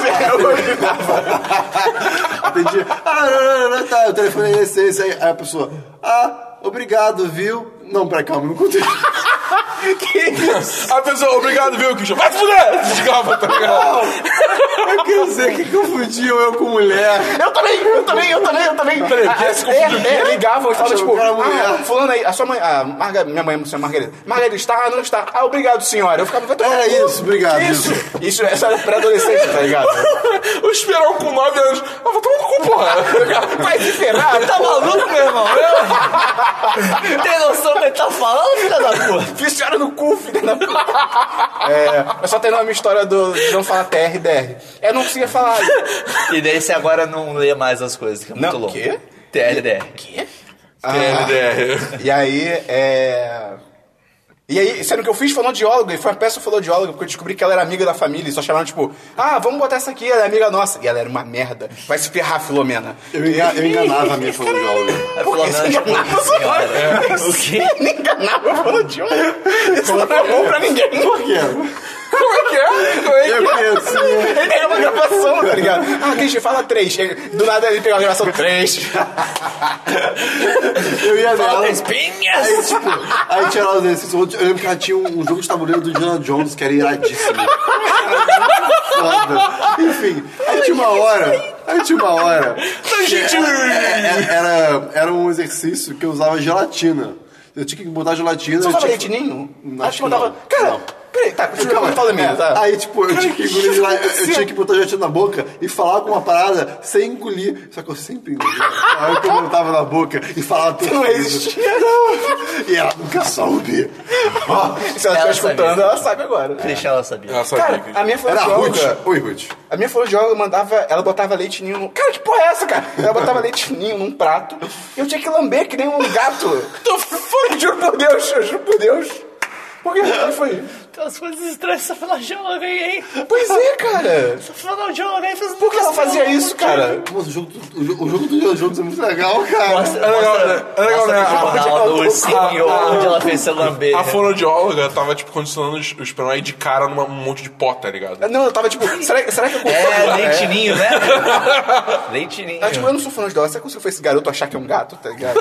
Entendi. Tá, o telefone é esse. Aí a pessoa, obrigado, viu? Não, peraí, calma, não contei. Que isso? A pessoa, obrigado, viu, Christian? Vai se fuder! Desculpa, tá ligado? Eu quero dizer que confundiam eu com mulher. Eu também. Peraí, quem se confundiu com quem? Ligava e falava, Achava tipo, que era mulher. fulano aí, a sua mãe, minha mãe se chama Margarida. Margarida está? Não está. Obrigado, senhora. Eu ficava, vai tomar Era no cu. isso, obrigado. Isso era pré-adolescente, tá ligado? O Esperão com 9 anos. Ah, vai tomar no cu, porra. Vai se ferrar, Tá maluco, meu irmão? Tem noção do que ele tá falando, filha da puta? Fiz senhora no cu, filha da puta. Mas só tem a minha história de não falar TR e DR. Eu não conseguia falar. E daí você agora não lê mais as coisas, que é muito Não, louco. quê? TLDR. TLDR. E aí, E aí, sendo que eu fiz fonoaudiólogo, e foi uma peça fonoaudióloga, porque eu descobri que ela era amiga da família, e só chamaram, tipo, vamos botar essa aqui, ela é amiga nossa. E ela era uma merda. Vai se ferrar, Filomena. Eu enganava a minha fonoaudióloga. Por que você enganava a senhora? O quê? Ele enganava a fonoaudióloga. Isso não é bom pra ninguém. Por quê? Como é que é? Eu conheci. Ele pegava a gravação, tá ligado? Christian, fala 3. Do nada ele pegava a gravação 3. Eu ia Fala nela. espinhas! Aí, tipo, aí tinha lá os exercícios. Eu lembro que ela tinha um jogo de tabuleiro do Indiana Jones que era iradíssimo. Foda. Enfim, aí tinha uma hora. Era um exercício que eu usava gelatina. Eu tinha que botar gelatina. Você eu usava tinha leite ninho? Acho que não. Cara, Não. peraí, tá, continua falando mesmo, tá? Aí, tipo, eu tinha que engolir eu tinha que botar gelatina na boca e falar com uma parada sem engolir. Só que eu sempre engolia. Aí eu botava na boca e falava tudo. Não existia. E ela nunca soube. Se ela estiver escutando, ela sabe agora. Christian, ela sabia. Ela sabia Cara, que... a minha Era a Ruth. fonoaudióloga... Oi, Ruth. A minha fonoaudióloga ela botava leite ninho no... Cara, que porra é essa, cara? Ela botava leite ninho num prato e eu tinha que lamber que nem um gato. The fuck? Juro por Deus. Por que foi? Tem umas coisas estranhas essa fonoaudióloga aí, hein? Pois é, cara. Essa fonoaudióloga aí fez... Por que ela fazia isso, cara? Nossa, o jogo do Indiana Jones é muito legal, cara. Mostra, É legal, né? jornal do ursinho, onde ela fez seu lamber. A fonoaudióloga tava, tipo, condicionando os Esperão aí de cara num monte de pó, tá ligado? Não, eu tava tipo... Será que eu consigo... Leitinho, né? Leitinho. Tipo, eu não sou fonoaudióloga. Será que eu consigo fazer esse garoto achar que é um gato, tá ligado?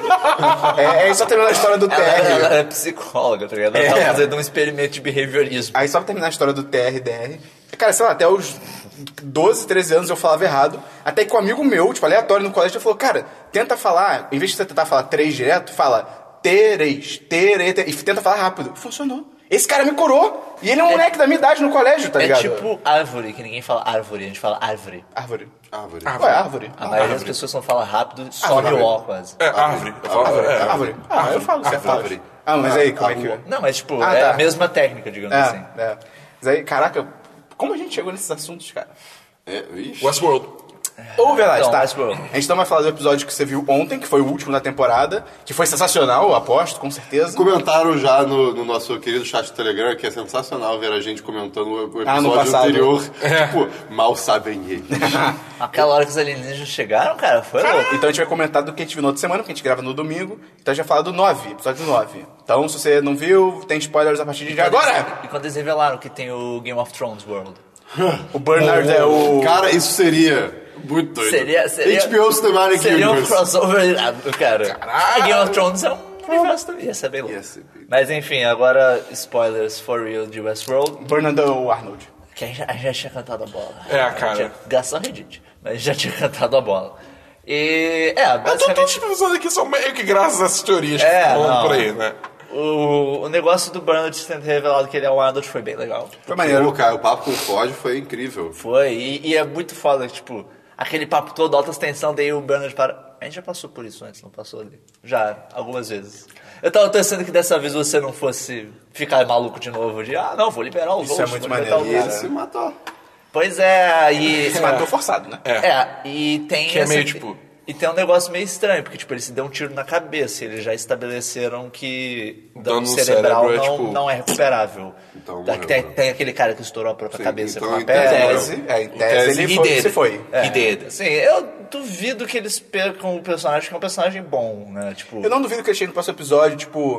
É só terminar a história do TR. Ela é psicóloga, tá ligado? Ela tava fazendo um experimento de behaviorismo. Aí só pra terminar a história do TR-DR. Cara, sei lá, até os 12, 13 anos eu falava errado. Até que um amigo meu, tipo, aleatório no colégio, ele falou, cara, tenta falar, em vez de você tentar falar 3 direto, fala tereis, e tenta falar rápido. Funcionou. Esse cara me curou. E ele é um moleque da minha idade no colégio, tá ligado? É tipo árvore, que ninguém fala árvore, a gente fala árvore. Árvore. Árvore. Ué, árvore. A maioria das pessoas não fala rápido, sobe o ó quase. É, árvore. Eu falo, Árvore. Eu falo certo. Árvore. Mas aí, como é que... Não, mas tipo, Ah, é tá. a mesma técnica, digamos assim. Mas aí, caraca, como a gente chegou nesses assuntos, cara? Ixi. Westworld. Verdade, Então, tá. Westworld. A gente não vai falar do episódio que você viu ontem, que foi o último da temporada, que foi sensacional, eu aposto, com certeza. Comentaram já no nosso querido chat do Telegram que é sensacional ver a gente comentando o no episódio passado. anterior. Tipo, mal sabem eles. Aquela hora que os alienígenas chegaram, cara, foi louco. Então a gente vai comentar do que a gente viu na outra semana, porque a gente grava no domingo. Então a gente vai falar do 9, episódio 9. Então se você não viu, tem spoilers a partir de agora! E quando eles revelaram que tem o Game of Thrones World. O Bernard é o... Cara, isso seria muito doido. Seria HBO Cinematic seria um Universe. crossover irado, cara. A Game of Thrones é um universo também, ia ser bem louco. Ia ser bem- Mas enfim, agora spoilers for real de Westworld. Bernard é o Arnold. Que a gente já tinha cantado a bola. É, cara. Gastão Reddit, mas a gente já tinha cantado a bola. E, Todos basicamente... os episódios aqui são meio que graças a essas teorias que É, falam não. por aí, né? O negócio do Bernard ter revelado que ele é o Arnold foi bem legal. Foi maneiro. Pô, cara, o papo com o Ford foi incrível. Foi, e é muito foda, tipo, aquele papo todo, alta tensão, daí o Bernard para... A gente já passou por isso antes, não passou ali? Já, algumas vezes. Eu tava torcendo que dessa vez você não fosse ficar maluco de novo, de, não, vou liberar os Isso é outros, muito vou libertar maneiro. os E ele outros. se matou. Pois é, e... Se matou forçado, né? E tem Que é meio, tipo- E tem um negócio meio estranho, porque, tipo, eles se deu um tiro na cabeça, eles já estabeleceram que dano no cerebral cérebro é, tipo- não é recuperável. Então, tem aquele cara que estourou a própria Sim, cabeça então, com uma em pedra. Em tese ele foi, se foi. He did. Sim, eu duvido que eles percam o personagem, que é um personagem bom, né? Tipo, Eu não duvido que ele chegue no próximo episódio, tipo...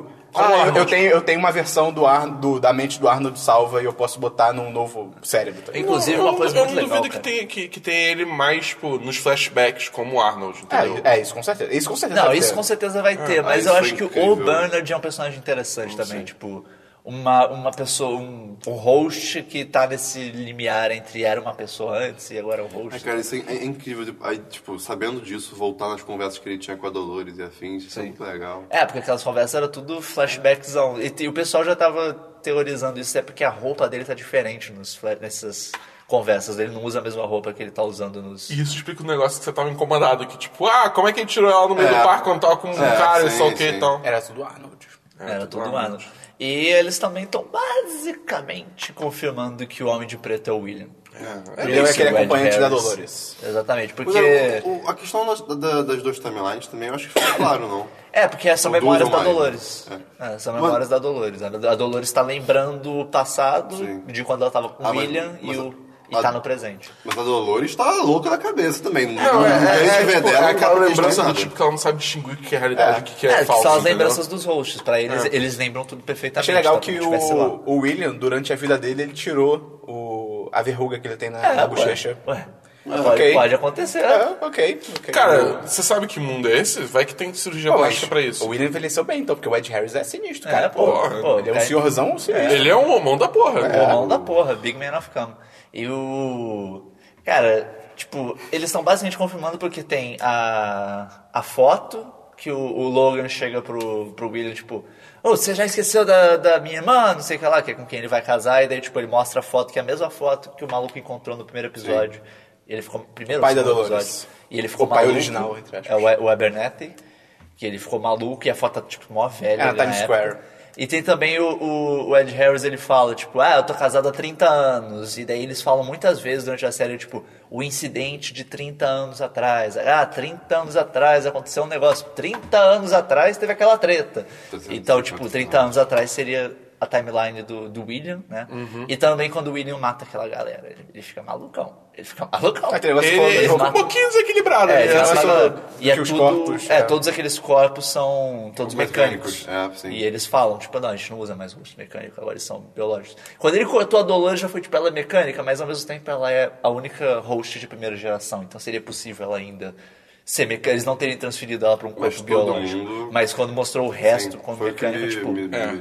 eu tenho uma versão da mente do Arnold salva e eu posso botar num novo cérebro. Tá? inclusive, uma coisa eu muito não legal, duvido cara. que tenha ele mais, tipo, nos flashbacks, como o Arnold, entendeu? Isso com certeza. Isso com certeza. Não, vai isso ter. com certeza vai ter, mas isso eu foi acho que incrível. o Bernard é um personagem interessante também, tipo... uma pessoa, um host que tá nesse limiar entre era uma pessoa antes e agora é um host. Cara, isso é incrível. Aí, tipo, sabendo disso, voltar nas conversas que ele tinha com a Dolores e afins, isso é muito legal. Porque aquelas conversas eram tudo flashbackzão. E o pessoal já tava teorizando isso, porque a roupa dele tá diferente nessas conversas. Ele não usa a mesma roupa que ele tá usando nos... E isso explica um negócio que você tava incomodado, que tipo, como é que ele tirou ela no meio do parque quando tava com um cara e só o que e tal. Era tudo Arnold. Era tudo Arnold. E eles também estão basicamente confirmando que o Homem de Preto é o William. Ele é aquele acompanhante da Dolores. Exatamente, porque... A questão das duas timelines também, eu acho que ficou claro, não? Porque são memórias da mais, Dolores. São memórias da Dolores. A Dolores está lembrando o passado de quando ela estava com o William e tá no presente. Mas a Dolores tá louca da cabeça também. Não é aquela lembrança do tipo que ela não sabe distinguir o que é realidade e o que é falso. São as lembranças dos hosts. Pra eles, eles lembram tudo perfeitamente. Achei legal que o William, durante a vida dele, ele tirou a verruga que ele tem na bochecha. Pode acontecer. Ok. Cara, você sabe que mundo é esse? Vai que tem cirurgia plástica pra isso. O William envelheceu bem, então, porque o Ed Harris é sinistro, cara. Ele é um senhorzão sinistro. Ele é um homão da porra. Homão da porra, Big Man of Come. E cara, tipo, eles estão basicamente confirmando porque tem a foto que o Logan chega pro William, tipo, você já esqueceu da minha irmã, não sei o que lá, que é com quem ele vai casar, e daí, tipo, ele mostra a foto, que é a mesma foto que o maluco encontrou no primeiro episódio. E ele ficou o pai da Dolores. E ele ficou o pai maluco, original, entre aspas. É o Abernathy, que ele ficou maluco, e a foto tá, tipo, mó velha. Times Square. E tem também o Ed Harris, ele fala, tipo, eu tô casado há 30 anos. E daí eles falam muitas vezes durante a série, tipo, o incidente de 30 anos atrás. 30 anos atrás aconteceu um negócio. 30 anos atrás teve aquela treta. Então, tipo, 30 anos atrás seria a timeline do William, né? E também quando o William mata aquela galera, ele fica malucão. Ele fica um pouquinho desequilibrado. E todos aqueles corpos são todos mecânicos. E eles falam, tipo, não, a gente não usa mais rosto mecânico, agora eles são biológicos. Quando ele cortou a Dolores, já foi, tipo, ela é mecânica, mas ao mesmo tempo ela é a única host de primeira geração, então seria possível ela ainda ser mecânica. Eles não terem transferido ela para um corpo biológico. Mas quando mostrou o resto como mecânica, tipo...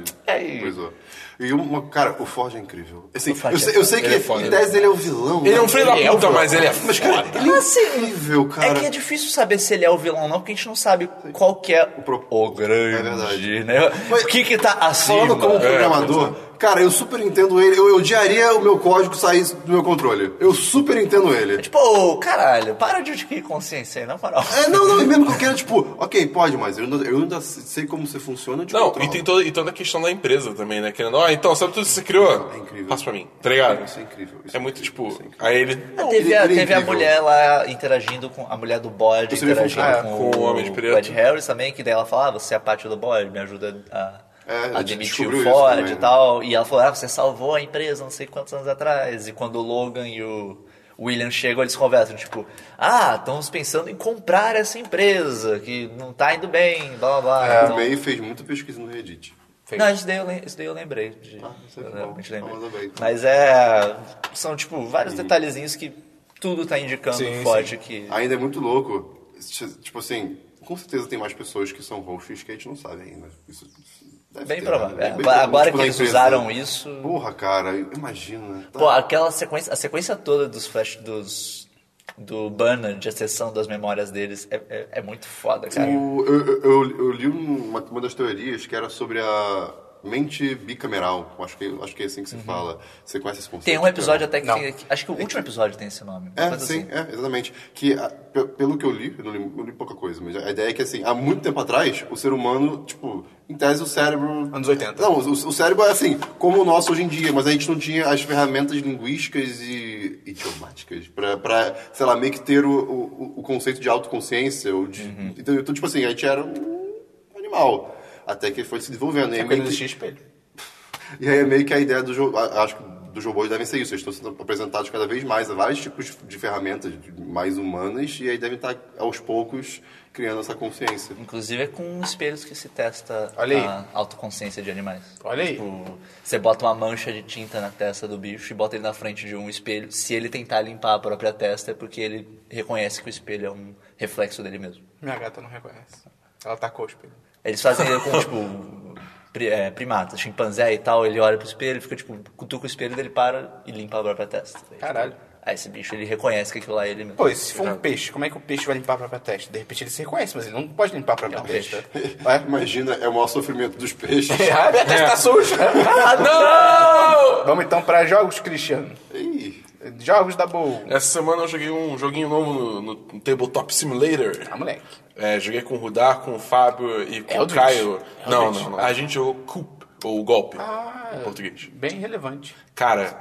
E cara, o Ford é incrível. Assim, eu sei que em tese ele é o vilão. Ele é um filho da puta, mas ele é Mas, cara, ele é incrível, cara. É que é difícil saber se ele é o vilão ou não, porque a gente não sabe qual que é o grande, é verdade. Né? Mas, o que tá acima. Falando como programador, cara, eu super entendo ele. Eu odiaria o meu código sair do meu controle. Eu super entendo ele. Tipo, caralho, para de adquirir consciência aí, na moral. Não, e mesmo que eu queira, tipo, ok, pode, mas eu ainda sei como você funciona. E tem toda a questão da empresa também, né? Querendo, então, sabe tudo que você criou? É incrível. Passa pra mim, tá ligado? Isso é incrível. É muito, tipo, aí ele... Teve a mulher lá interagindo com a mulher do board, interagindo com o Homem de Preto. O Ed Harris também, que daí ela fala, você é a parte do board, me ajuda a demitir o Ford e tal. E ela falou, você salvou a empresa não sei quantos anos atrás. E quando o Logan e o William chegam, eles conversam, tipo, estamos pensando em comprar essa empresa, que não tá indo bem, blá blá blá. Então... O May fez muita pesquisa no Reddit. Não, isso daí eu lembrei. Eu realmente lembrei. Mas são, tipo, vários detalhezinhos que tudo tá indicando forte que... Ainda é muito louco. Tipo assim, com certeza tem mais pessoas que são hosts que a gente não sabe ainda. Isso bem provável. Agora tipo, que eles usaram isso... Porra, cara, imagina. Tá? Pô, aquela sequência... A sequência toda do banner de acessão das memórias deles é muito foda, cara. Eu li uma das teorias que era sobre a mente bicameral. Acho que é assim que se fala. Você conhece esse conceito? Tem um episódio até que tem... Acho que o último episódio tem esse nome. Exatamente. Que, pelo que eu li li pouca coisa, mas a ideia é que, assim, há muito tempo atrás, o ser humano, tipo, em tese o cérebro... Anos 80. Não, o cérebro é assim, como o nosso hoje em dia, mas a gente não tinha as ferramentas linguísticas e idiomáticas pra sei lá, meio que ter o conceito de autoconsciência. Ou de, então, tipo assim, a gente era um animal. Até que ele foi se desenvolvendo. É quando existia espelho. E aí é meio que a ideia do jogo... Acho que dos robôs devem ser isso. Eles estão sendo apresentados cada vez mais a vários tipos de ferramentas mais humanas e aí devem estar, aos poucos, criando essa consciência. Inclusive é com espelhos que se testa a autoconsciência de animais. Olha aí. Tipo, você bota uma mancha de tinta na testa do bicho e bota ele na frente de um espelho. Se ele tentar limpar a própria testa é porque ele reconhece que o espelho é um reflexo dele mesmo. Minha gata não reconhece. Ela tacou o espelho. Eles fazem com, tipo, primatas, chimpanzé e tal, ele olha pro espelho, fica tipo, cutuca o espelho, ele para e limpa a própria testa. Caralho. Aí esse bicho, ele reconhece que aquilo lá é ele mesmo. Pô, e se for um peixe, como é que o peixe vai limpar a própria testa? De repente ele se reconhece, mas ele não pode limpar a própria testa. Imagina, é o maior sofrimento dos peixes. Ah, minha testa tá suja. Não! Vamos então pra jogos, Cristiano. Ih, Jogos da boa. Essa semana eu joguei um joguinho novo no Tabletop Simulator. Ah, moleque. Joguei com o Rudar, com o Fábio e com o Eldritch. Caio. Não. Eldritch. A gente jogou Coup, ou Golpe, em português. Bem relevante. Cara,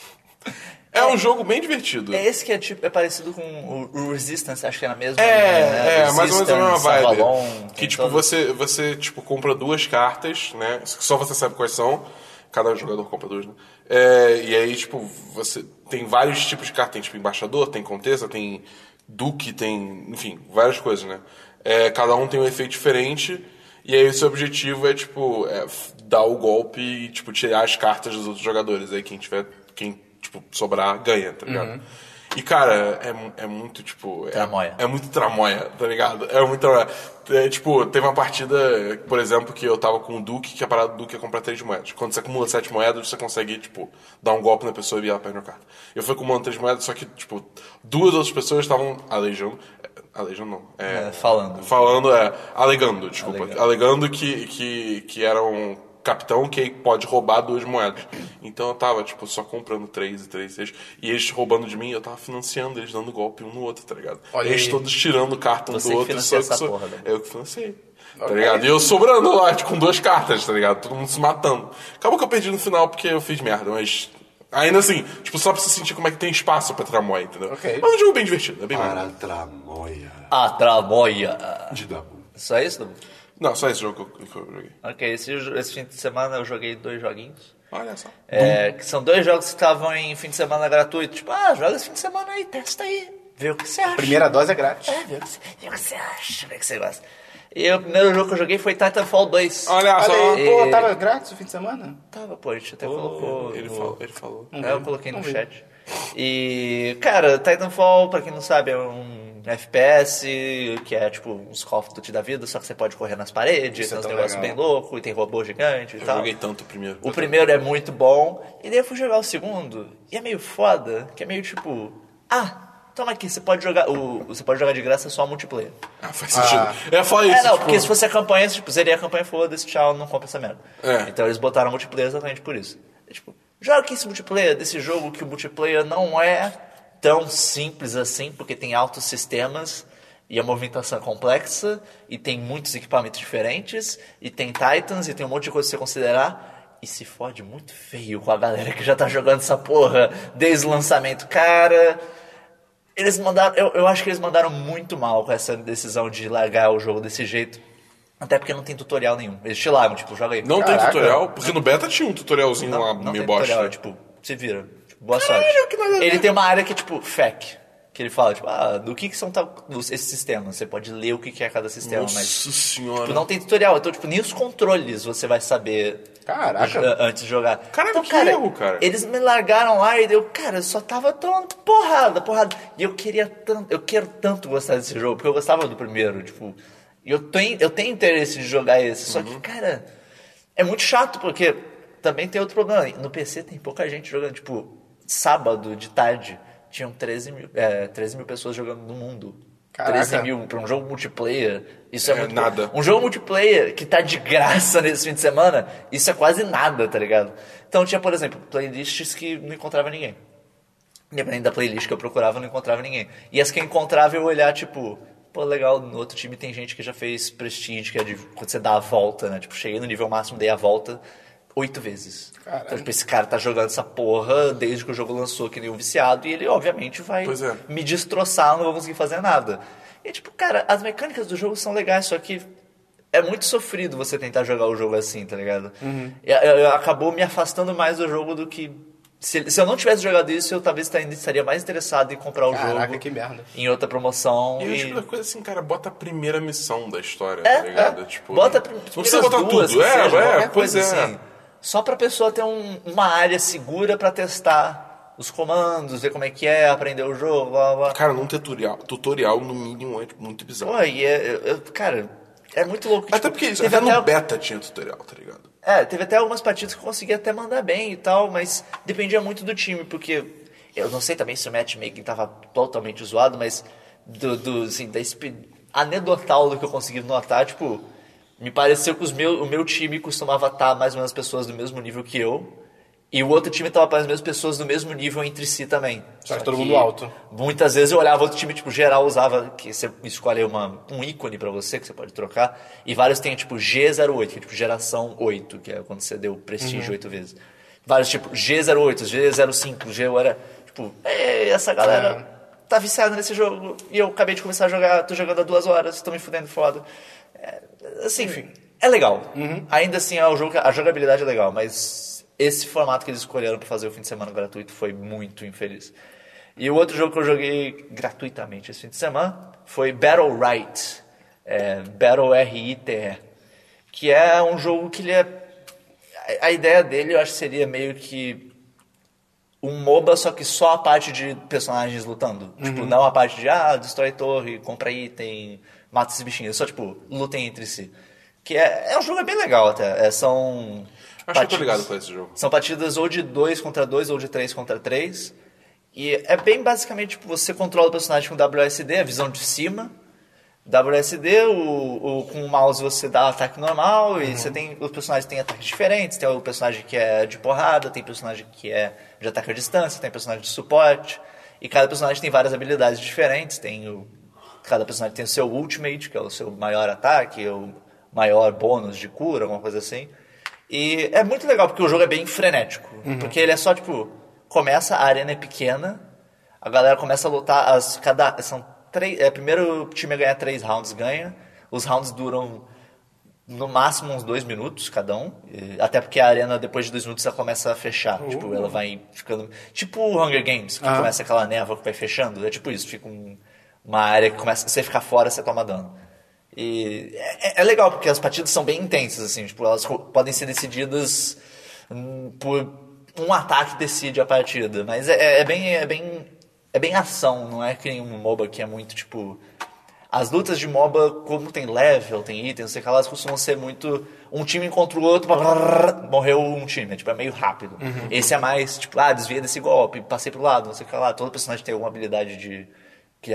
é um jogo bem divertido. É esse que é parecido com o Resistance, acho que é na mesma. Mais ou menos a mesma vibe. Avalon, Que tipo, todo- você tipo, compra 2 cartas, né? Só você sabe quais são. Cada jogador compra 2, né? E aí, tipo, você tem vários tipos de carta. Tem tipo embaixador, tem contesa, tem duque, tem, enfim, várias coisas, né? Cada um tem um efeito diferente. E aí o seu objetivo é, tipo, dar o golpe e, tipo, tirar as cartas dos outros jogadores. Aí quem tipo, sobrar, ganha, tá ligado? E, cara, é muito, tipo... Tramóia. É muito tramóia, tá ligado? É muito tramóia. Tipo, teve uma partida, por exemplo, que eu tava com o Duque, que a parada do Duque é comprar 3 moedas. Quando você acumula 7 moedas, você consegue, tipo, dar um golpe na pessoa e ela perde a carta. Eu fui acumulando 3 moedas, só que, tipo, 2 outras pessoas estavam alejando não. Alegando, desculpa. Alegando que era um capitão que pode roubar 2 moedas. Então eu tava, tipo, só comprando 3 e 3, 6. E eles roubando de mim, eu tava financiando eles, dando golpe um no outro, tá ligado? Olha eles aí. todos tirando carta um Você do que outro. financia essa porra, né? Eu que financiei. Tá ligado? E eu sobrando lá, tipo, com 2 cartas, tá ligado? Todo mundo se matando. Acabou que eu perdi no final porque eu fiz merda, mas... Ainda assim, tipo, só pra você sentir como é que tem espaço pra tramóia, entendeu? Ok. Mas é um jogo bem divertido, é bem para maneiro. a tramóia A tramóia. de Dabu. Só isso, Dabu? Não, só esse jogo que eu joguei. Ok, esse fim de semana eu joguei 2 joguinhos. Olha só. Que são 2 jogos que estavam em fim de semana gratuito. Tipo, joga esse fim de semana aí, testa aí. Vê o que você acha. Primeira dose é grátis. Vê o que você acha, vê o que você gosta. E o primeiro jogo que eu joguei foi Titanfall 2. Olha só. Olha aí, pô, tava grátis o fim de semana? Tava, pô, a gente até colocou. Ele falou. Eu coloquei no chat. E, cara, Titanfall, pra quem não sabe, é um FPS que é tipo uns Call of Duty da vida, só que você pode correr nas paredes, Isso é tem uns tão negócios legal. bem loucos, e tem robô gigante e Eu tal. joguei tanto o primeiro. O primeiro é muito bom, e daí eu fui jogar o segundo, e é meio foda, que é meio tipo... toma aqui, você pode jogar de graça só multiplayer. Faz sentido. Eu ia falar isso, Não, tipo... porque se fosse a campanha, tipo, zerei a campanha, foda-se, tchau, não compra essa merda. É. Então eles botaram multiplayer exatamente por isso. Tipo, joga aqui esse multiplayer desse jogo, que o multiplayer não é tão simples assim, porque tem altos sistemas, e a movimentação é complexa, e tem muitos equipamentos diferentes, e tem Titans, e tem um monte de coisa pra você considerar, e se fode muito feio com a galera que já tá jogando essa porra desde o lançamento. Cara... Eles mandaram, eu acho que eles mandaram muito mal com essa decisão de largar o jogo desse jeito. Até porque não tem tutorial nenhum. Eles te largam, tipo, joga aí. Não Caraca. tem tutorial? Porque no beta tinha um tutorialzinho lá, não meio tem tutorial, bosta. é, tipo, se vira. Tipo, boa sorte. que nada a ver. Ele tem uma área que é tipo, FAQ. Que ele fala, tipo, do que são esses sistemas? Você pode ler o que é cada sistema, Nossa mas... senhora. Tipo, não tem tutorial. Então, tipo, nem os controles você vai saber Caraca. antes de jogar. Caraca, Então, que erro, cara. Eles me largaram lá e eu, cara, eu só tava tomando porrada. E eu quero tanto gostar desse jogo, porque eu gostava do primeiro, tipo... E eu tenho interesse de jogar esse, só que, cara, é muito chato, porque também tem outro problema. No PC tem pouca gente jogando, tipo, sábado de tarde, tinham 13 mil pessoas jogando no mundo. Caraca. 13 mil pra um jogo multiplayer, isso é muito nada. Um jogo multiplayer que tá de graça nesse fim de semana, isso é quase nada, tá ligado? Então tinha, por exemplo, playlists que não encontrava ninguém. Dependendo da playlist que eu procurava, eu não encontrava ninguém. E as que eu encontrava, eu olhar, tipo... Pô, legal, no outro time tem gente que já fez Prestige, que é de quando você dá a volta, né? Tipo, cheguei no nível máximo, dei a volta 8 vezes. Caralho. Então, tipo, esse cara tá jogando essa porra desde que o jogo lançou, que nem um viciado, e ele, obviamente, vai Pois é. me destroçar, não vou conseguir fazer nada. E, tipo, cara, as mecânicas do jogo são legais, só que é muito sofrido você tentar jogar o jogo assim, tá ligado? Acabou me afastando mais do jogo do que... Se eu não tivesse jogado isso, eu talvez estaria mais interessado em comprar o Caraca, jogo que merda. em outra promoção. E tipo da coisa assim, cara, bota a primeira missão da história, tá ligado? Tipo, Bota não precisa botar duas, tudo. que seja, qualquer Pois coisa é. assim. Só pra pessoa ter uma área segura pra testar os comandos, ver como é que é, aprender o jogo, blá blá. Cara, num tutorial no mínimo é tipo, muito bizarro. Pô, e cara, É muito louco. Até porque até no beta tinha tutorial, tá ligado? Teve até algumas partidas que eu consegui até mandar bem e tal, mas dependia muito do time, porque eu não sei também se o matchmaking tava totalmente zoado, mas anedotal do que eu consegui notar, tipo, me pareceu que o meu time costumava estar mais ou menos pessoas do mesmo nível que eu, e o outro time tava mais ou menos pessoas do mesmo nível entre si também. Só que todo mundo alto. Muitas vezes eu olhava outro time, tipo, geral usava, que você escolhe um ícone pra você, que você pode trocar, e vários tem, tipo, G08, que é tipo geração 8, que é quando você deu prestígio 8 vezes. Vários, tipo, G08, G05, G... Era, tipo, essa galera tá viciada nesse jogo, e eu acabei de começar a jogar, tô jogando há 2 horas, tô me fudendo foda. Assim, enfim, é legal. Ainda assim, a jogabilidade é legal, mas... Esse formato que eles escolheram para fazer o fim de semana gratuito foi muito infeliz. E o outro jogo que eu joguei gratuitamente esse fim de semana foi Battle Right. Battle R-I-T-E. Que é um jogo que ele é... A ideia dele eu acho que seria meio que um MOBA, só que só a parte de personagens lutando. Tipo, não a parte de, destrói torre, compra item, mata esses bichinhos. Só, tipo, lutem entre si. Que é um jogo bem legal até. Acho que eu tô ligado com esse jogo. São partidas ou de 2 contra 2 ou de 3 contra 3. E é bem basicamente, tipo, você controla o personagem com WSD, a visão de cima. WSD, com o mouse você dá ataque normal, e os personagens têm ataques diferentes. Tem o personagem que é de porrada, tem personagem que é de ataque à distância, tem personagem de suporte. E cada personagem tem várias habilidades diferentes. Cada personagem tem o seu ultimate, que é o seu maior ataque, o maior bônus de cura, alguma coisa assim. E é muito legal, porque o jogo é bem frenético. Porque ele é só, tipo, começa, a arena é pequena, a galera começa a lutar, são 3, primeiro time a ganhar 3 rounds ganha, os rounds duram no máximo uns 2 minutos cada um, até porque a arena depois de 2 minutos ela começa a fechar, tipo, ela vai ficando, tipo o Hunger Games, que começa aquela névoa que vai fechando, é tipo isso, fica uma área que começa, você ficar fora, você toma dano. E é legal, porque as partidas são bem intensas, assim, tipo, elas podem ser decididas por um ataque decide a partida, mas é bem ação, não é que nem um MOBA que é muito, tipo... As lutas de MOBA, como tem level, tem item, não sei o que, elas costumam ser muito... Um time contra o outro, morreu um time, tipo, é meio rápido. Esse é mais, tipo, desvia desse golpe, passei pro lado, não sei o que lá. Todo personagem tem alguma habilidade que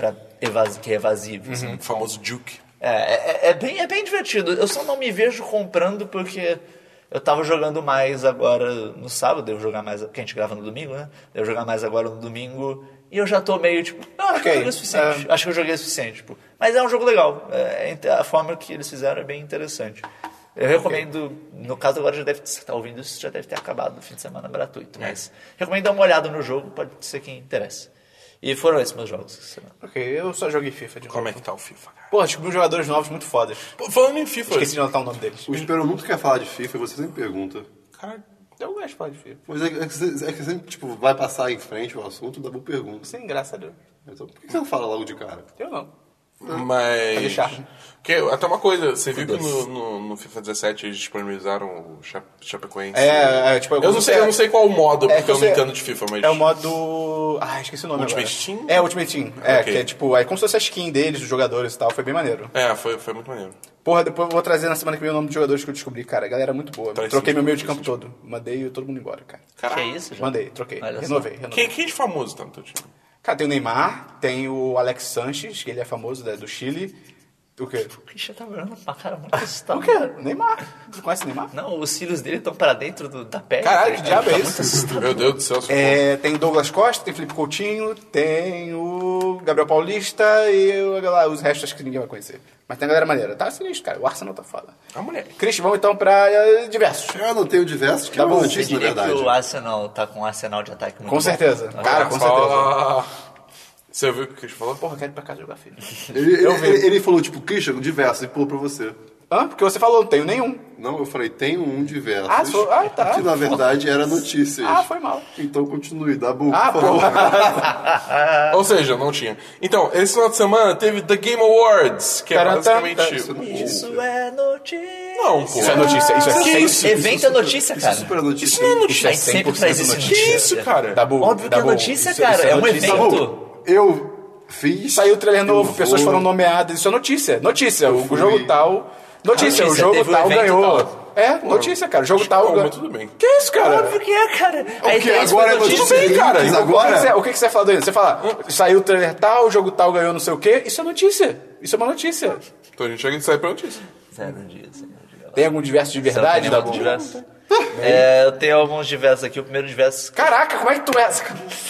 é evasivo. Assim. O famoso juke. É bem divertido. Eu só não me vejo comprando porque eu tava jogando mais agora no sábado, devo jogar mais, porque a gente grava no domingo, né? Devo jogar mais agora no domingo e eu já tô meio tipo, acho que eu joguei o suficiente. Acho que eu joguei o suficiente, tipo. Mas é um jogo legal. A forma que eles fizeram é bem interessante. Eu recomendo, no caso agora você tá ouvindo isso, já deve ter acabado no fim de semana gratuito, mas recomendo dar uma olhada no jogo, pode ser que interesse. E foram esses meus jogos. Ok, eu só joguei FIFA de novo. Como é que tá o FIFA, cara? Pô, descobri uns jogadores novos muito fodas. Pô, falando em FIFA... Esqueci de anotar o nome deles. O Esperon nunca quer falar de FIFA e você sempre pergunta. Cara, eu gosto de falar de FIFA. Mas é que sempre, tipo, vai passar em frente o assunto, dá boa pergunta. Sim, graças a Deus. Então, por que você não fala logo de cara? Eu não. Mas... Pra deixar. Porque, até uma coisa, você viu que no FIFA 17 eles disponibilizaram o Chapecoense? Tipo... Eu não sei qual o modo, porque eu não entendo de FIFA, mas... É o modo... esqueci o nome Ultimate agora. Team? Ultimate Team. Okay. Que é tipo... É como se fosse a skin deles, dos jogadores e tal. Foi bem maneiro. Foi muito maneiro. Porra, depois eu vou trazer na semana que vem o nome dos jogadores que eu descobri, cara. A galera é muito boa. Troquei meu meio de campo todo. Mandei todo mundo embora, cara. Caraca. Que é isso, já? Mandei, troquei. Olha Renovei. Quem de famoso tá no teu time? Cara, tem o Neymar, tem o Alex Sanches, que ele é famoso, do Chile. O quê? O Christian tá olhando pra cara muito assustado. O quê? Neymar. Você conhece o Neymar? Não, os cílios dele estão pra dentro da pele. Caralho, que diabo é muito isso? Meu Deus do céu. Tem o Douglas Costa, tem o Felipe Coutinho, tem o Gabriel Paulista e os restos que ninguém vai conhecer. Mas tem a galera maneira. Tá sinistro, cara. O Arsenal tá foda. A mulher. Christian, vamos então pra diversos. Eu não tenho diversos, que é uma notícia, na verdade. Que o Arsenal tá com um arsenal de ataque muito Com certeza. bom. Cara, com certeza. Você ouviu o que o Christian falou? Porra, eu quero ir pra casa jogar FIFA. Ele falou, tipo, Christian, diversos, e pulou pra você. Porque você falou, não tenho nenhum. Não, eu falei, tem um diversos. Tá. Que na verdade era notícias. Foi mal. Então continue, dá bom, por favor. porra. Ou seja, não tinha. Então, esse final de semana teve The Game Awards, que é basicamente... Isso é notícia. Não, pô. Isso é notícia. Isso é Que isso? Evento é notícia, cara. Isso é super notícia. Isso não é notícia. A gente sempre traz isso Que isso, cara? Dabu, Óbvio que é Dabu, notícia, isso cara. é É um notícia. evento. Eu Fiz. Saiu o trailer novo, Eu pessoas vou. foram nomeadas. Isso é notícia. Notícia. O fui. jogo tal. Notícia, o jogo teve um tal evento ganhou. tal. Notícia, cara. O jogo tal Bom, ganhou. mas tudo bem. Que isso, cara? Óbvio que é, cara. Aí quê? tem Agora é notícia. notícia? Tudo bem, cara. Mas O agora- que você vai falar do Você fala, saiu o trailer tal, o jogo tal ganhou não sei o quê. Isso é notícia. Isso é uma notícia. Então a gente chega e sai pra notícia. 0 dias. Tem algum diverso de verdade? Algum diverso? Eu tenho alguns diversos aqui. O primeiro diverso... Caraca, como é que tu é?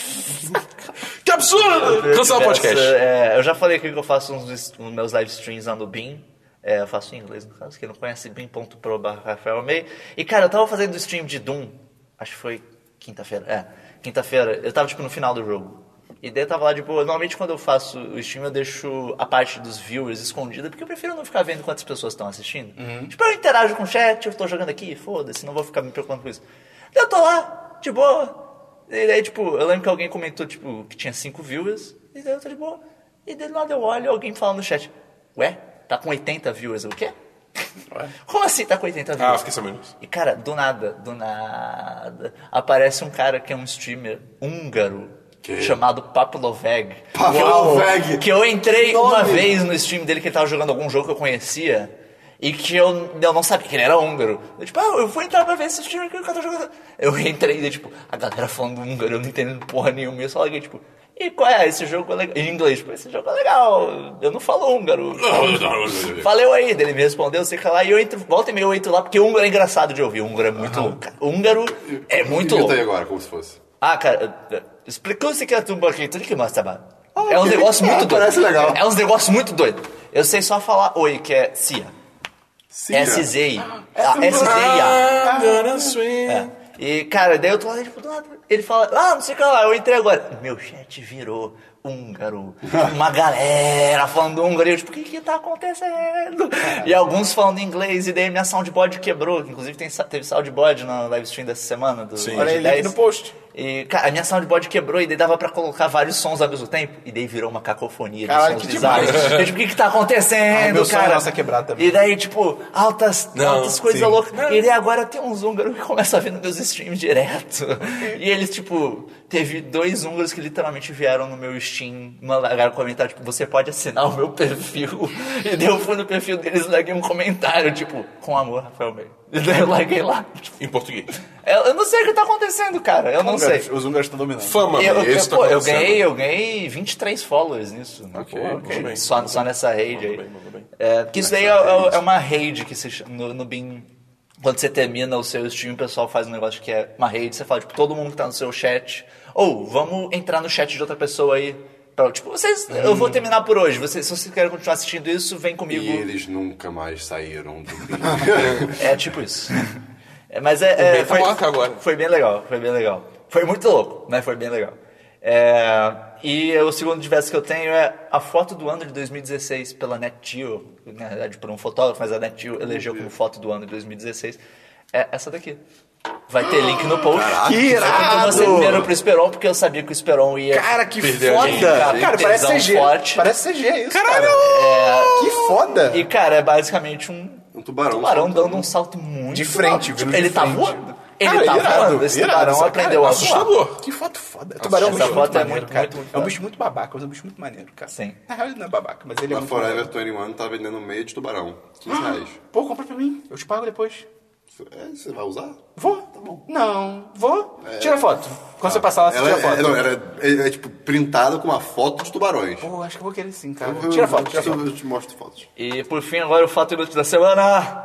Que absurdo! Cancela o podcast. Eu já falei aqui que eu faço uns meus live streams lá no Beam. Eu faço em inglês, no caso. Quem não conhece, beam.pro/RafaelMei. E, cara, eu tava fazendo stream de Doom. Acho que foi quinta-feira. Quinta-feira. Eu tava, tipo, no final do jogo. E daí eu tava lá de boa. Normalmente, quando eu faço o stream, eu deixo a parte dos viewers escondida, porque eu prefiro não ficar vendo quantas pessoas estão assistindo. Tipo, eu interajo com o chat, eu tô jogando aqui, foda-se, não vou ficar me preocupando com isso. Daí eu tô lá, de boa. E daí, tipo, eu lembro que alguém comentou, tipo, que tinha 5 viewers. E daí eu tô de boa. E daí do lado eu olho alguém fala no chat: ué, tá com 80 viewers, o quê? Como assim tá com 80 viewers? Fiquei sabendo disso. E, cara, do nada, aparece um cara que é um streamer húngaro chamado Pavloveg. Pavloveg. Que eu entrei uma vez no stream dele que ele tava jogando algum jogo que eu conhecia e que eu não sabia que ele era húngaro. Eu, tipo, eu vou entrar pra ver esse stream que o cara tá jogando. Eu entrei e, tipo, a galera falando húngaro, eu não entendendo porra nenhuma. E eu só larguei, tipo, e qual é? Esse jogo é legal. Em inglês, tipo, esse jogo é legal. Eu não falo húngaro. Valeu aí. Ele me respondeu, sei que lá. E eu entro, volta e meia eu entro lá, porque húngaro é engraçado de ouvir. Húngaro é muito louco, cara. Húngaro é muito louco. Aí agora, como se fosse. Cara, explicou-se que é um pouquinho, tudo que mostra, mano. É um negócio muito doido. Parece legal. É uns negócios muito doido. Eu sei só falar oi, que é Cia. Cia. S-Z-I. S-Z-I-A. I'm gonna swim. E, cara, daí eu tô lá, tipo, do lado, ele fala, não sei o que lá, eu entrei agora. Meu chat virou húngaro. Uma galera falando húngaro. E eu, tipo, o que tá acontecendo? E alguns falando inglês, e daí minha soundboard quebrou. Inclusive teve soundboard na live stream dessa semana. Do Sim. Olha ele aqui no post. E, cara, a minha soundboard quebrou e daí dava pra colocar vários sons ao mesmo tempo. E daí virou uma cacofonia de Caralho, sons que bizarros. Eu, tipo, o que tá acontecendo, meu sonho é cara? nossa quebrada também. E daí, tipo, altas coisas sim. loucas. E daí agora tem uns húngaros que começam a vir nos meus streams direto. E eles, tipo, teve 2 húngaros que literalmente vieram no meu Steam, mandaram um comentário, tipo, você pode assinar o meu perfil. E daí eu fui no perfil deles e larguei um comentário, tipo, com amor, Rafael Meio. E daí eu larguei lá. Em português. Eu não sei o que tá acontecendo, cara. Eu não sei. Os húngaros estão dominando. Fama, Eu, é isso que pô, tá eu acontecendo. ganhei 23 followers nisso. Né? Ok, Pô, tudo bem. Só nessa raid aí. Tudo bem. Porque isso daí é uma raid que se chama, no Beam. Quando você termina o seu stream, o pessoal faz um negócio que é uma raid. Você fala, tipo, todo mundo que tá no seu chat. Vamos entrar no chat de outra pessoa aí. Tipo, eu vou terminar por hoje. Se vocês querem continuar assistindo isso, vem comigo. E eles nunca mais saíram do Beam. É tipo isso. Mas Bem tá bom agora. foi bem legal, foi bem legal. Foi muito louco, mas foi bem legal. E o segundo diverso que eu tenho é a foto do ano de 2016 pela NetGeo, na verdade por um fotógrafo, mas a NetGeo elegeu como foto do ano de 2016. É essa daqui. Vai ter link no post. Caraca, que irado! Eu você primeiro pro Esperon, porque eu sabia que o Esperon ia... Cara, que Perdeu a gente, foda! cara. Cara, parece Tesão CG. forte. Parece CG isso, Caralho! cara. Que foda! E, cara, é basicamente um tubarão dando um salto muito De frente, alto. Tipo, vindo de ele tá frente. voando. Ele Cara, tá irado, voando. Esse irado, tubarão essa aprendeu cara, a voar. Assustador. Que foto foda. Tubarão é um Essa bicho foto muito é maneiro, muito, cara. muito, muito É um foda. bicho muito babaca, mas é um bicho muito maneiro, cara. Sim. Na real, ele não é babaca, mas ele é A muito Forever maneiro. 21 tá vendendo meia de tubarão. R$15. Pô, compra pra mim. Eu te pago depois. Você vai usar? Vou. Tá bom. Não. Vou. Tira a foto. Quando você passar lá, você tira a foto. É tipo printada com uma foto de tubarões. Pô, acho que eu vou querer sim, cara. Tira a foto, tira a foto. Eu te mostro fotos. E por fim, agora o fato inútil da semana.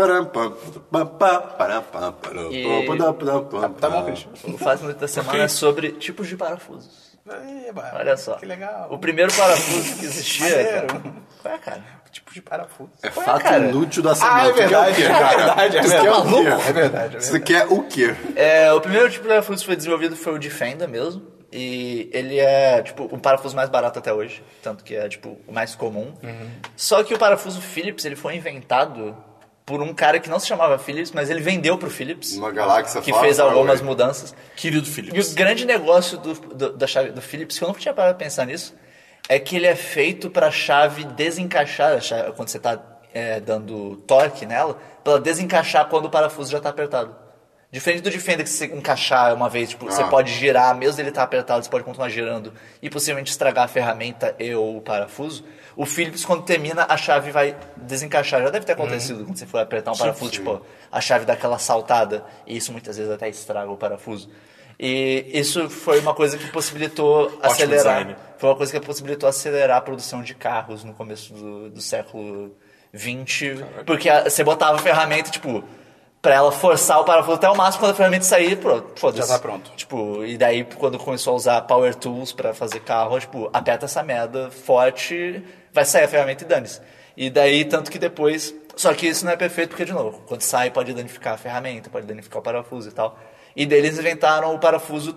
Tá bom, Christian. O fato inútil da semana é sobre tipos de parafusos. Eba, Olha só. Que legal. O primeiro parafuso que existia. Maneiro. Cara, qual é, cara? Tipo de parafuso. É Ué, fato cara. inútil da semana. Ah, é verdade. Tu quer o quê, É cara? verdade, é Tu verdade. quer o quê? É verdade. Você quer o quê? O primeiro tipo de parafuso que foi desenvolvido foi o de fenda mesmo. E ele é, tipo, o parafuso mais barato até hoje. Tanto que é, tipo, o mais comum. Só que o parafuso Phillips, ele foi inventado por um cara que não se chamava Phillips, mas ele vendeu pro Phillips. Uma galáxia que fora, fez algumas ué. mudanças. Querido E Phillips. o grande negócio da chave do Phillips, que eu nunca tinha parado pra pensar nisso, é que ele é feito pra chave desencaixar, quando você tá dando torque nela, pra ela desencaixar quando o parafuso já tá apertado. Diferente do Defender, que se você encaixar uma vez, tipo, você pode girar, mesmo ele estar apertado, você pode continuar girando e possivelmente estragar a ferramenta e ou o parafuso. O Phillips, quando termina, a chave vai desencaixar. Já deve ter acontecido quando você for apertar um parafuso, tipo, a chave dá aquela saltada, e isso muitas vezes até estraga o parafuso. E isso foi uma coisa que possibilitou acelerar. Design. Foi uma coisa que possibilitou acelerar a produção de carros no começo do século XX. Porque você botava a ferramenta, tipo, pra ela forçar o parafuso até o máximo, quando a ferramenta sair, pronto, foda-se. Já tá pronto. Tipo, e daí quando começou a usar Power Tools pra fazer carro, tipo, aperta essa merda forte, vai sair a ferramenta e dane-se. E daí, tanto que depois... Só que isso não é perfeito porque, de novo, quando sai pode danificar a ferramenta, pode danificar o parafuso e tal. E daí eles inventaram o parafuso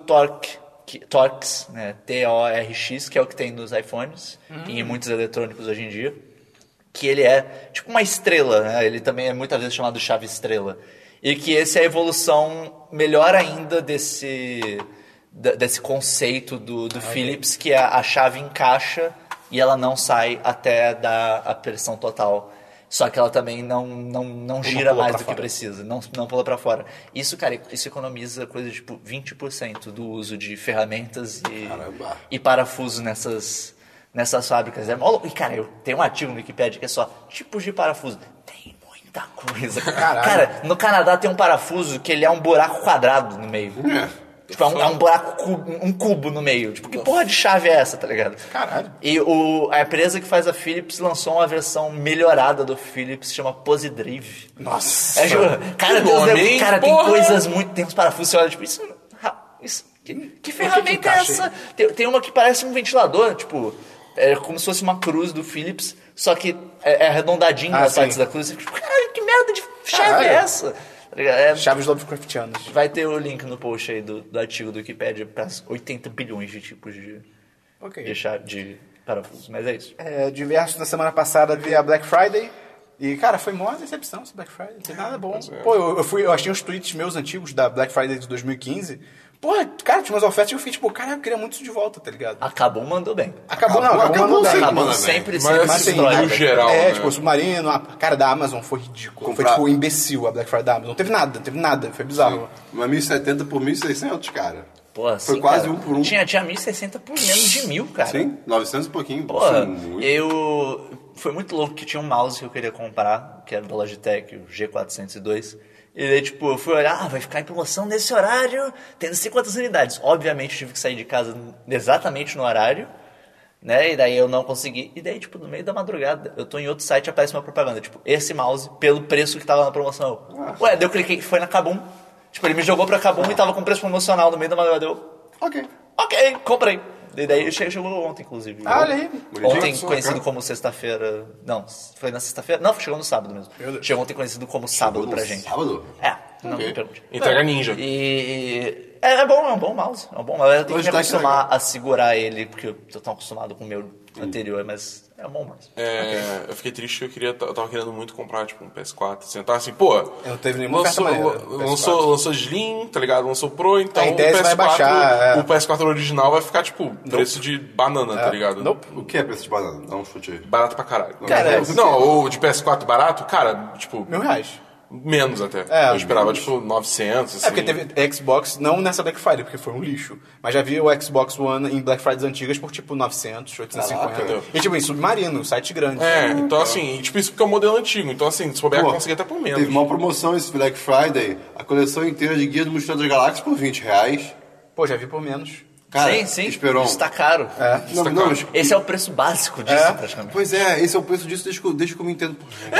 Torx, né, T-O-R-X, que é o que tem nos iPhones e em muitos eletrônicos hoje em dia. Que ele é tipo uma estrela, né? Ele também é muitas vezes chamado chave estrela. E que esse é a evolução melhor ainda desse conceito do Phillips, que a chave encaixa e ela não sai até dar a pressão total. Só que ela também não gira mais do que precisa, não pula pra fora. Isso, cara, isso economiza coisa de tipo 20% do uso de ferramentas e parafuso nessas fábricas. E, cara, tem um artigo no Wikipedia que é só tipos de parafuso. Tem muita coisa. Caralho. Cara, no Canadá tem um parafuso que ele é um buraco quadrado no meio. Tipo, é um buraco, um cubo no meio. Tipo, que porra de chave é essa, tá ligado? Caralho. E a empresa que faz a Philips lançou uma versão melhorada do Philips, chama Posidrive. Nossa. Cara, tem coisas muito... Tem uns parafusos, você olha, tipo, que ferramenta é essa? Tem uma que parece um ventilador, tipo... É como se fosse uma cruz do Philips, só que é arredondadinho nas partes da cruz. Tipo, caralho, que merda de chave é essa? Chaves Lovecraftianas. Vai ter o link no post aí do artigo do Wikipedia para 80 bilhões de tipos de parafusos, mas é isso. Diversos da semana passada vi a Black Friday e, cara, foi maior decepção esse Black Friday, não tem nada bom. Pô, eu achei uns tweets meus antigos da Black Friday de 2015. Porra, cara, tinha umas ofertas que eu fiz, tipo, cara, eu queria muito isso de volta, tá ligado? Acabou, mandou bem. Acabou mandou bem. Acabou sempre destrói, né? no geral, É, né? tipo, o Submarino, a cara da Amazon foi ridículo. Foi, tipo, imbecil a Black Friday da Amazon. Não teve nada, foi bizarro. Uma 1.070 por 1.600, cara. Porra, foi sim, quase cara. 1 por 1. Tinha 1.060 por menos de 1.000, cara. Sim, 900 e pouquinho. Porra, muito. Foi muito louco que tinha um mouse que eu queria comprar, que era da Logitech, o G402. E daí, tipo, eu fui olhar, vai ficar em promoção nesse horário, tem não sei quantas unidades. Obviamente, eu tive que sair de casa exatamente no horário, né? E daí eu não consegui. E daí, tipo, no meio da madrugada, eu tô em outro site e aparece uma propaganda. Tipo, esse mouse, pelo preço que tava na promoção. Ué, daí eu cliquei, foi na Kabum. Tipo, ele me jogou pra Kabum e tava com preço promocional no meio da madrugada. Ok, comprei. E daí chegou ontem, inclusive. Olha aí. Ontem, conhecido como sexta-feira... Não, foi na sexta-feira? Não, chegou no sábado mesmo. Chegou ontem conhecido como sábado pra gente. Sábado? Não me pergunte. Entrega ninja. E... É um bom mouse. É um bom mouse. Eu tenho que me acostumar a segurar ele, porque eu tô tão acostumado com o meu anterior, mas é um bom mouse. Eu fiquei triste que eu tava querendo muito comprar, tipo, um PS4. Sentar assim, pô... Não teve nenhuma oferta maneira. Lançou Slim, tá ligado? Lançou Pro, então em o tese PS4, vai baixar, o PS4 original vai ficar, tipo, preço de banana, tá ligado? O que é preço de banana? Dá um chute aí. Barato pra caralho. Cara, Não, o de PS4 barato, cara, tipo... R$1.000. Menos até. Eu esperava, tipo, 900, assim. Porque teve Xbox, não nessa Black Friday, porque foi um lixo. Mas já vi o Xbox One em Black Fridays antigas por, tipo, 900, 850. E, tipo, em Submarino, site grande. Então, assim, tipo, isso porque é um modelo antigo. Então, assim, se souber, conseguir até por menos. Teve uma promoção esse Black Friday, a coleção inteira de Guia do Mochileiro das Galáxias por R$20. Pô, já vi por menos. Cara, sim. Esperou. Isso tá caro. Não, esse é o preço básico disso, praticamente. Pois é, esse é o preço disso desde que eu me entendo.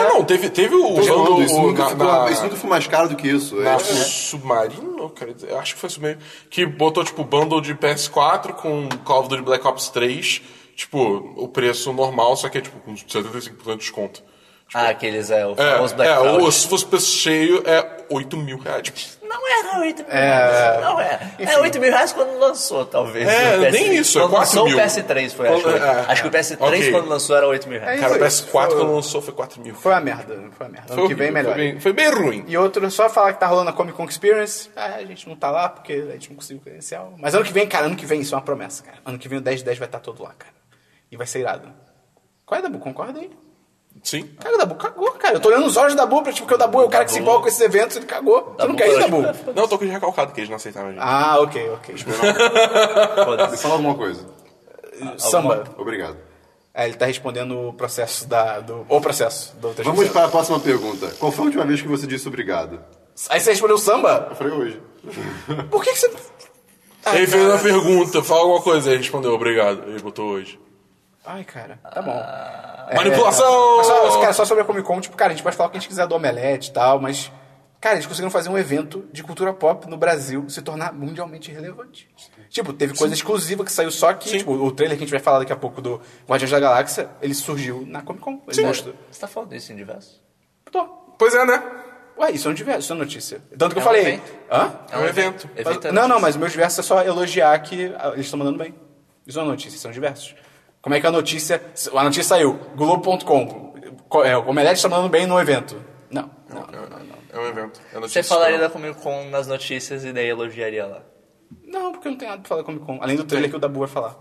Teve o... Isso nunca foi mais caro do que isso. Submarino, cara, acho que foi Submarino, que botou, tipo, bundle de PS4 com Call of Duty Black Ops 3, tipo, o preço normal, só que é, tipo, com 75% de desconto. Tipo, aqueles, o famoso Black Friday. Se fosse preço cheio, é R$8.000. Tipo, não era 8 mil reais. Não é. Enfim. É 8 mil reais quando lançou, talvez. Nem isso, quando é 4 mil. Quando lançou o PS3 foi, acho que o PS3 quando lançou era 8 mil reais. Cara, o PS4 quando lançou foi 4 mil. Foi uma merda. Ano que vem melhor. Foi bem ruim. E outro, só falar que tá rolando a Comic Con Experience. A gente não tá lá porque a gente não conseguiu credencial. Mas ano que vem, isso é uma promessa, cara. Ano que vem o 10/10 vai estar todo lá, cara. E vai ser irado. Qual é, Dabu? Concorda aí? Sim. Cara, o Dabu cagou, cara. Eu tô olhando os olhos do Dabu, porque o Dabu é o cara que se empolga com esses eventos, ele cagou. Tu não quer ir, Dabu? Não, eu tô com os recalcados, que eles não aceitaram a gente. Ah, ok. Me fala alguma coisa. Samba. Obrigado. Ele tá respondendo o processo o processo da outra Vamos para a próxima pergunta. Qual foi a última vez que você disse obrigado? Aí você respondeu samba? Eu falei hoje. Por que você... Ele fez uma pergunta, fala alguma coisa, ele respondeu obrigado. Ele botou hoje. Ai, cara, tá bom. Manipulação! Mas só sobre a Comic Con, tipo, cara, a gente pode falar o que a gente quiser do Omelete e tal, mas, cara, eles conseguiram fazer um evento de cultura pop no Brasil se tornar mundialmente relevante. Tipo, teve coisa exclusiva que saiu só que, tipo, o trailer que a gente vai falar daqui a pouco do Guardiões da Galáxia, ele surgiu na Comic Con. Ele mostrou. Você tá falando isso em diversos? Tô. Pois é, né? Ué, isso é um diverso, isso é notícia. Tanto que eu um falei. evento. Hã? É um evento. Não, mas o meu diverso é só elogiar que eles estão mandando bem. Isso não é notícia, são diversos. Como é que a notícia saiu, Globo.com, o Omelete está mandando bem no evento. Não. É um evento. É Você falaria da Comic Con nas notícias e daí elogiaria lá? Não, porque eu não tenho nada pra falar da Comic Con, além do trailer que o Dabu vai falar.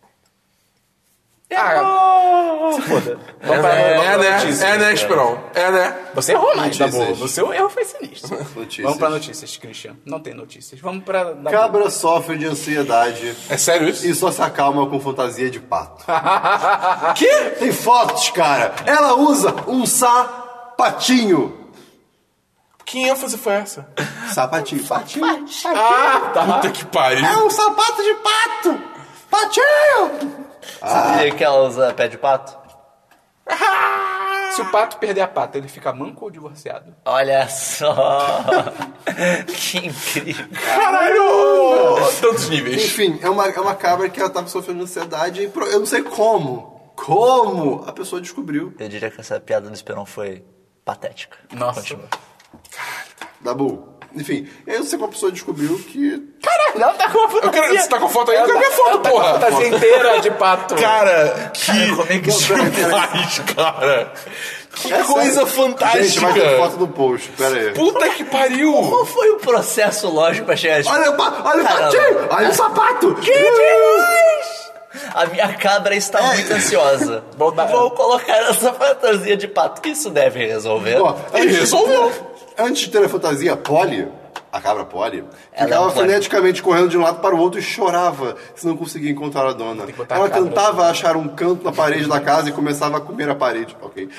Se foda. Vamos pra notícias. É, né, Esperão? É, né? Você errou mais, Notícias. Dabu. O seu erro foi sinistro. Notícias. Vamos pra notícias, Christian. Não tem notícias. Vamos pra... Dabu. Cabra sofre de ansiedade É sério isso? e só se acalma com fantasia de pato. Que? Tem fotos, cara. Ela usa um sapatinho. Que ênfase foi essa? Sapatinho. Patinho. Puta que pariu. É um sapato de pato. Patinho. Sabia que ela usa pé de pato? Se o pato perder a pata, ele fica manco ou divorciado? Olha só! Que incrível! Caralho! Tantos níveis. Enfim, é uma cabra que ela tava sofrendo ansiedade e eu não sei como a pessoa descobriu. Eu diria que essa piada do Esperão foi patética. Nossa. Continua. Dabu. Enfim, eu não sei como a pessoa descobriu que... Caralho, ela tá com a fantasia. Você tá com foto aí? Eu quero minha foto, Ela tá com a porra! fantasia inteira de pato. Cara, que como é que demais, cara! Que É coisa sério. fantástica! Gente, vai ter foto do post, pera aí. Puta que pariu! Qual foi o processo lógico pra chegar a Olha o patinho! Olha o sapato! Que demais! A minha cabra está muito ansiosa. Vou colocar essa fantasia de pato, que isso deve resolver. Ó, Ele resolveu! Antes de ter a fantasia Polly, a cabra Polly, Ela ficava é um Polly. freneticamente correndo de um lado para o outro e chorava se não conseguia encontrar a dona. botar Ela a cabra tentava achar um canto na parede da casa e começava a comer a parede. Ok.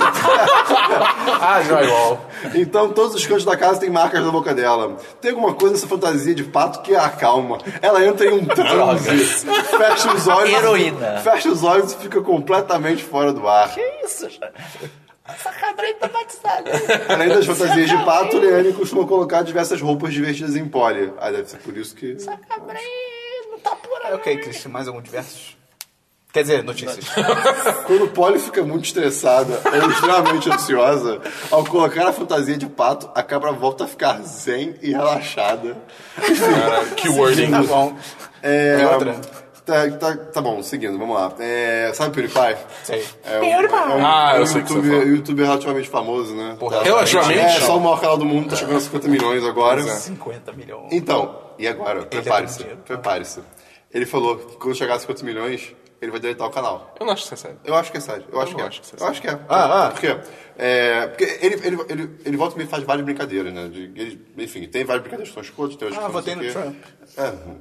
Drywall. Então todos os cantos da casa têm marcas na boca dela. Tem alguma coisa nessa fantasia de pato que a acalma. Ela entra em um transe, fecha os olhos. Heroína. Fecha os olhos e fica completamente fora do ar. Que isso, gente? Essa cabra tá batizada. Além das fantasias de pato, Leane costuma colocar diversas roupas divertidas em Polly. Ah, deve ser por isso que... Essa cabra não tá por aí. Ok, Christian, mais algum diversos? Quer dizer, notícias. Quando Polly fica muito estressada ou extremamente ansiosa, ao colocar a fantasia de pato, a cabra volta a ficar zen e relaxada. Cara, que wording. Tá bom. É, E outra? Tá bom, seguindo, vamos lá. Sabe o PewDiePie? Sei. Eu sei que você fala. YouTuber relativamente famoso, né? Porra, relativamente? É, só o maior canal do mundo, tá chegando a 50 milhões agora. 50 milhões. Então, e agora? Prepare-se. dinheiro. Prepare-se. Ele falou que quando chegar a 50 milhões, ele vai deletar o canal. Eu não acho que você sabe. Eu acho que é sério. Eu acho que é. acho que você Eu acho que é. Por quê? Porque ele volta e me faz várias brincadeiras, né? Enfim, tem várias brincadeiras que são escrotas, tem outras que votei não sei no o quê. Trump.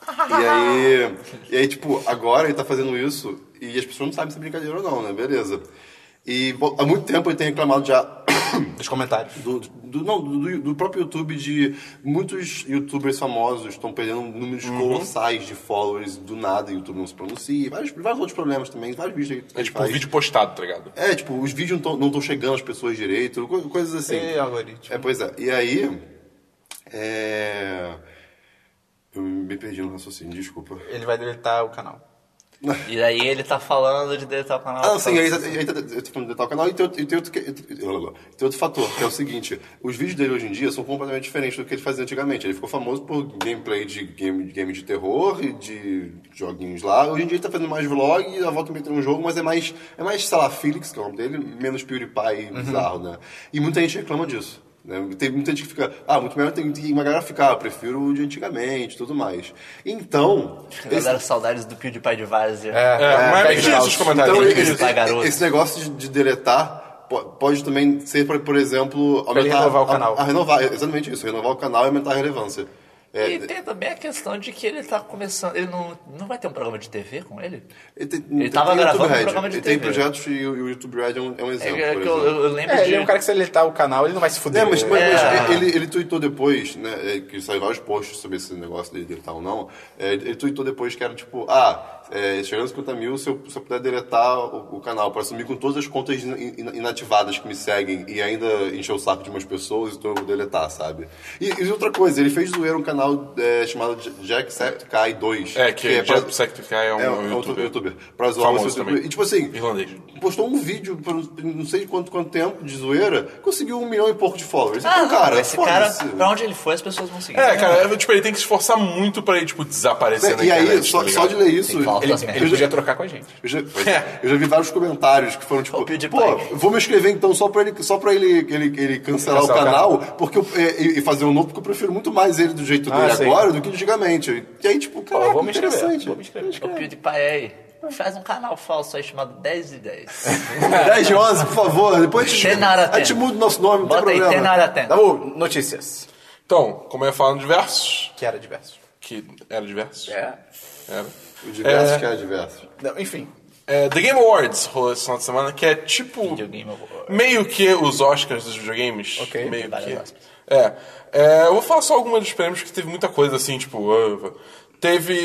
E aí, tipo, agora ele tá fazendo isso e as pessoas não sabem se é brincadeira ou não, né? Beleza. E há muito tempo ele tem reclamado já Dos comentários. do próprio YouTube, de muitos youtubers famosos estão perdendo números colossais de followers do nada, o YouTube não se pronuncia, vários outros problemas também, vários vídeos aí que É ele tipo faz. um vídeo postado, tá ligado? É, tipo, os vídeos não estão chegando às pessoas direito, coisas assim. E algoritmo. Pois é. E aí, eu me perdi no raciocínio, desculpa. Ele vai deletar o canal. E aí ele tá falando de deletar o canal. Ah, sim, aí eu tô falando de tal canal e tem outro fator, que é o seguinte: os vídeos dele hoje em dia são completamente diferentes do que ele fazia antigamente. Ele ficou famoso por gameplay de game de terror e de joguinhos lá. Hoje em dia ele tá fazendo mais vlog e a volta meio tem um jogo, mas é mais, sei lá, Felix, que é o nome dele, menos PewDiePie e bizarro, né? E muita gente reclama disso. Né? Tem muita gente que fica, muito melhor tem uma galera ficar, eu prefiro o de antigamente, tudo mais. Então... Galera, saudades do PewDiePie de Várzea. Mas é isso os comentários. Então, esse negócio de deletar pode também ser, por exemplo, aumentar... renovar o canal. Renovar, exatamente isso, renovar o canal e aumentar a relevância. E tem também a questão de que ele tá começando... Ele não vai ter um programa de TV com ele? Ele tava gravando um programa de ele TV. tem projetos e o YouTube Red é um exemplo. Eu lembro de... Ele é um cara que se ele deletar o canal, ele não vai se fuder. Mas ele tweetou depois, né, que saiu vários posts sobre esse negócio dele deletar ou não, ele tweetou depois que era tipo, chegando a 50 mil, se eu puder deletar o canal, para assumir com todas as contas inativadas que me seguem e ainda encher o saco de umas pessoas, então eu vou deletar, sabe? E outra coisa, ele fez zoeira um canal chamado Jacksepticeye 2. Jacksepticeye é um youtuber. Pra zoar famoso também. E tipo assim, irlandês. Postou um vídeo por não sei quanto tempo de zoeira, conseguiu 1 milhão e pouco de followers. Esse cara, pra onde ele foi, as pessoas vão seguir. Ele tem que se esforçar muito pra ele, desaparecer na internet. E aí, só de ler isso, ele podia trocar com a gente. Eu já vi vários comentários que foram tipo, vou me inscrever então só pra ele cancelar o canal e fazer um novo, porque eu prefiro muito mais ele do jeito dele agora do que antigamente. E aí, tipo, cara, vou me inscrever. O PewDiePie aí, faz um canal falso aí chamado 10 e 10. 10 e 11, por favor. Depois a gente muda o nosso nome, não tem problema. Bota aí, 10 10. Vamos, notícias. Então, como eu ia falando de diversos... Que era diversos. Que era diversos? Era. O diversos que era diversos. Não, enfim. The Game Awards rolou esse final de semana, que é tipo... meio que os Oscars dos videogames. Ok. Meio que... eu vou falar só algumas dos prêmios, que teve muita coisa assim, tipo... Teve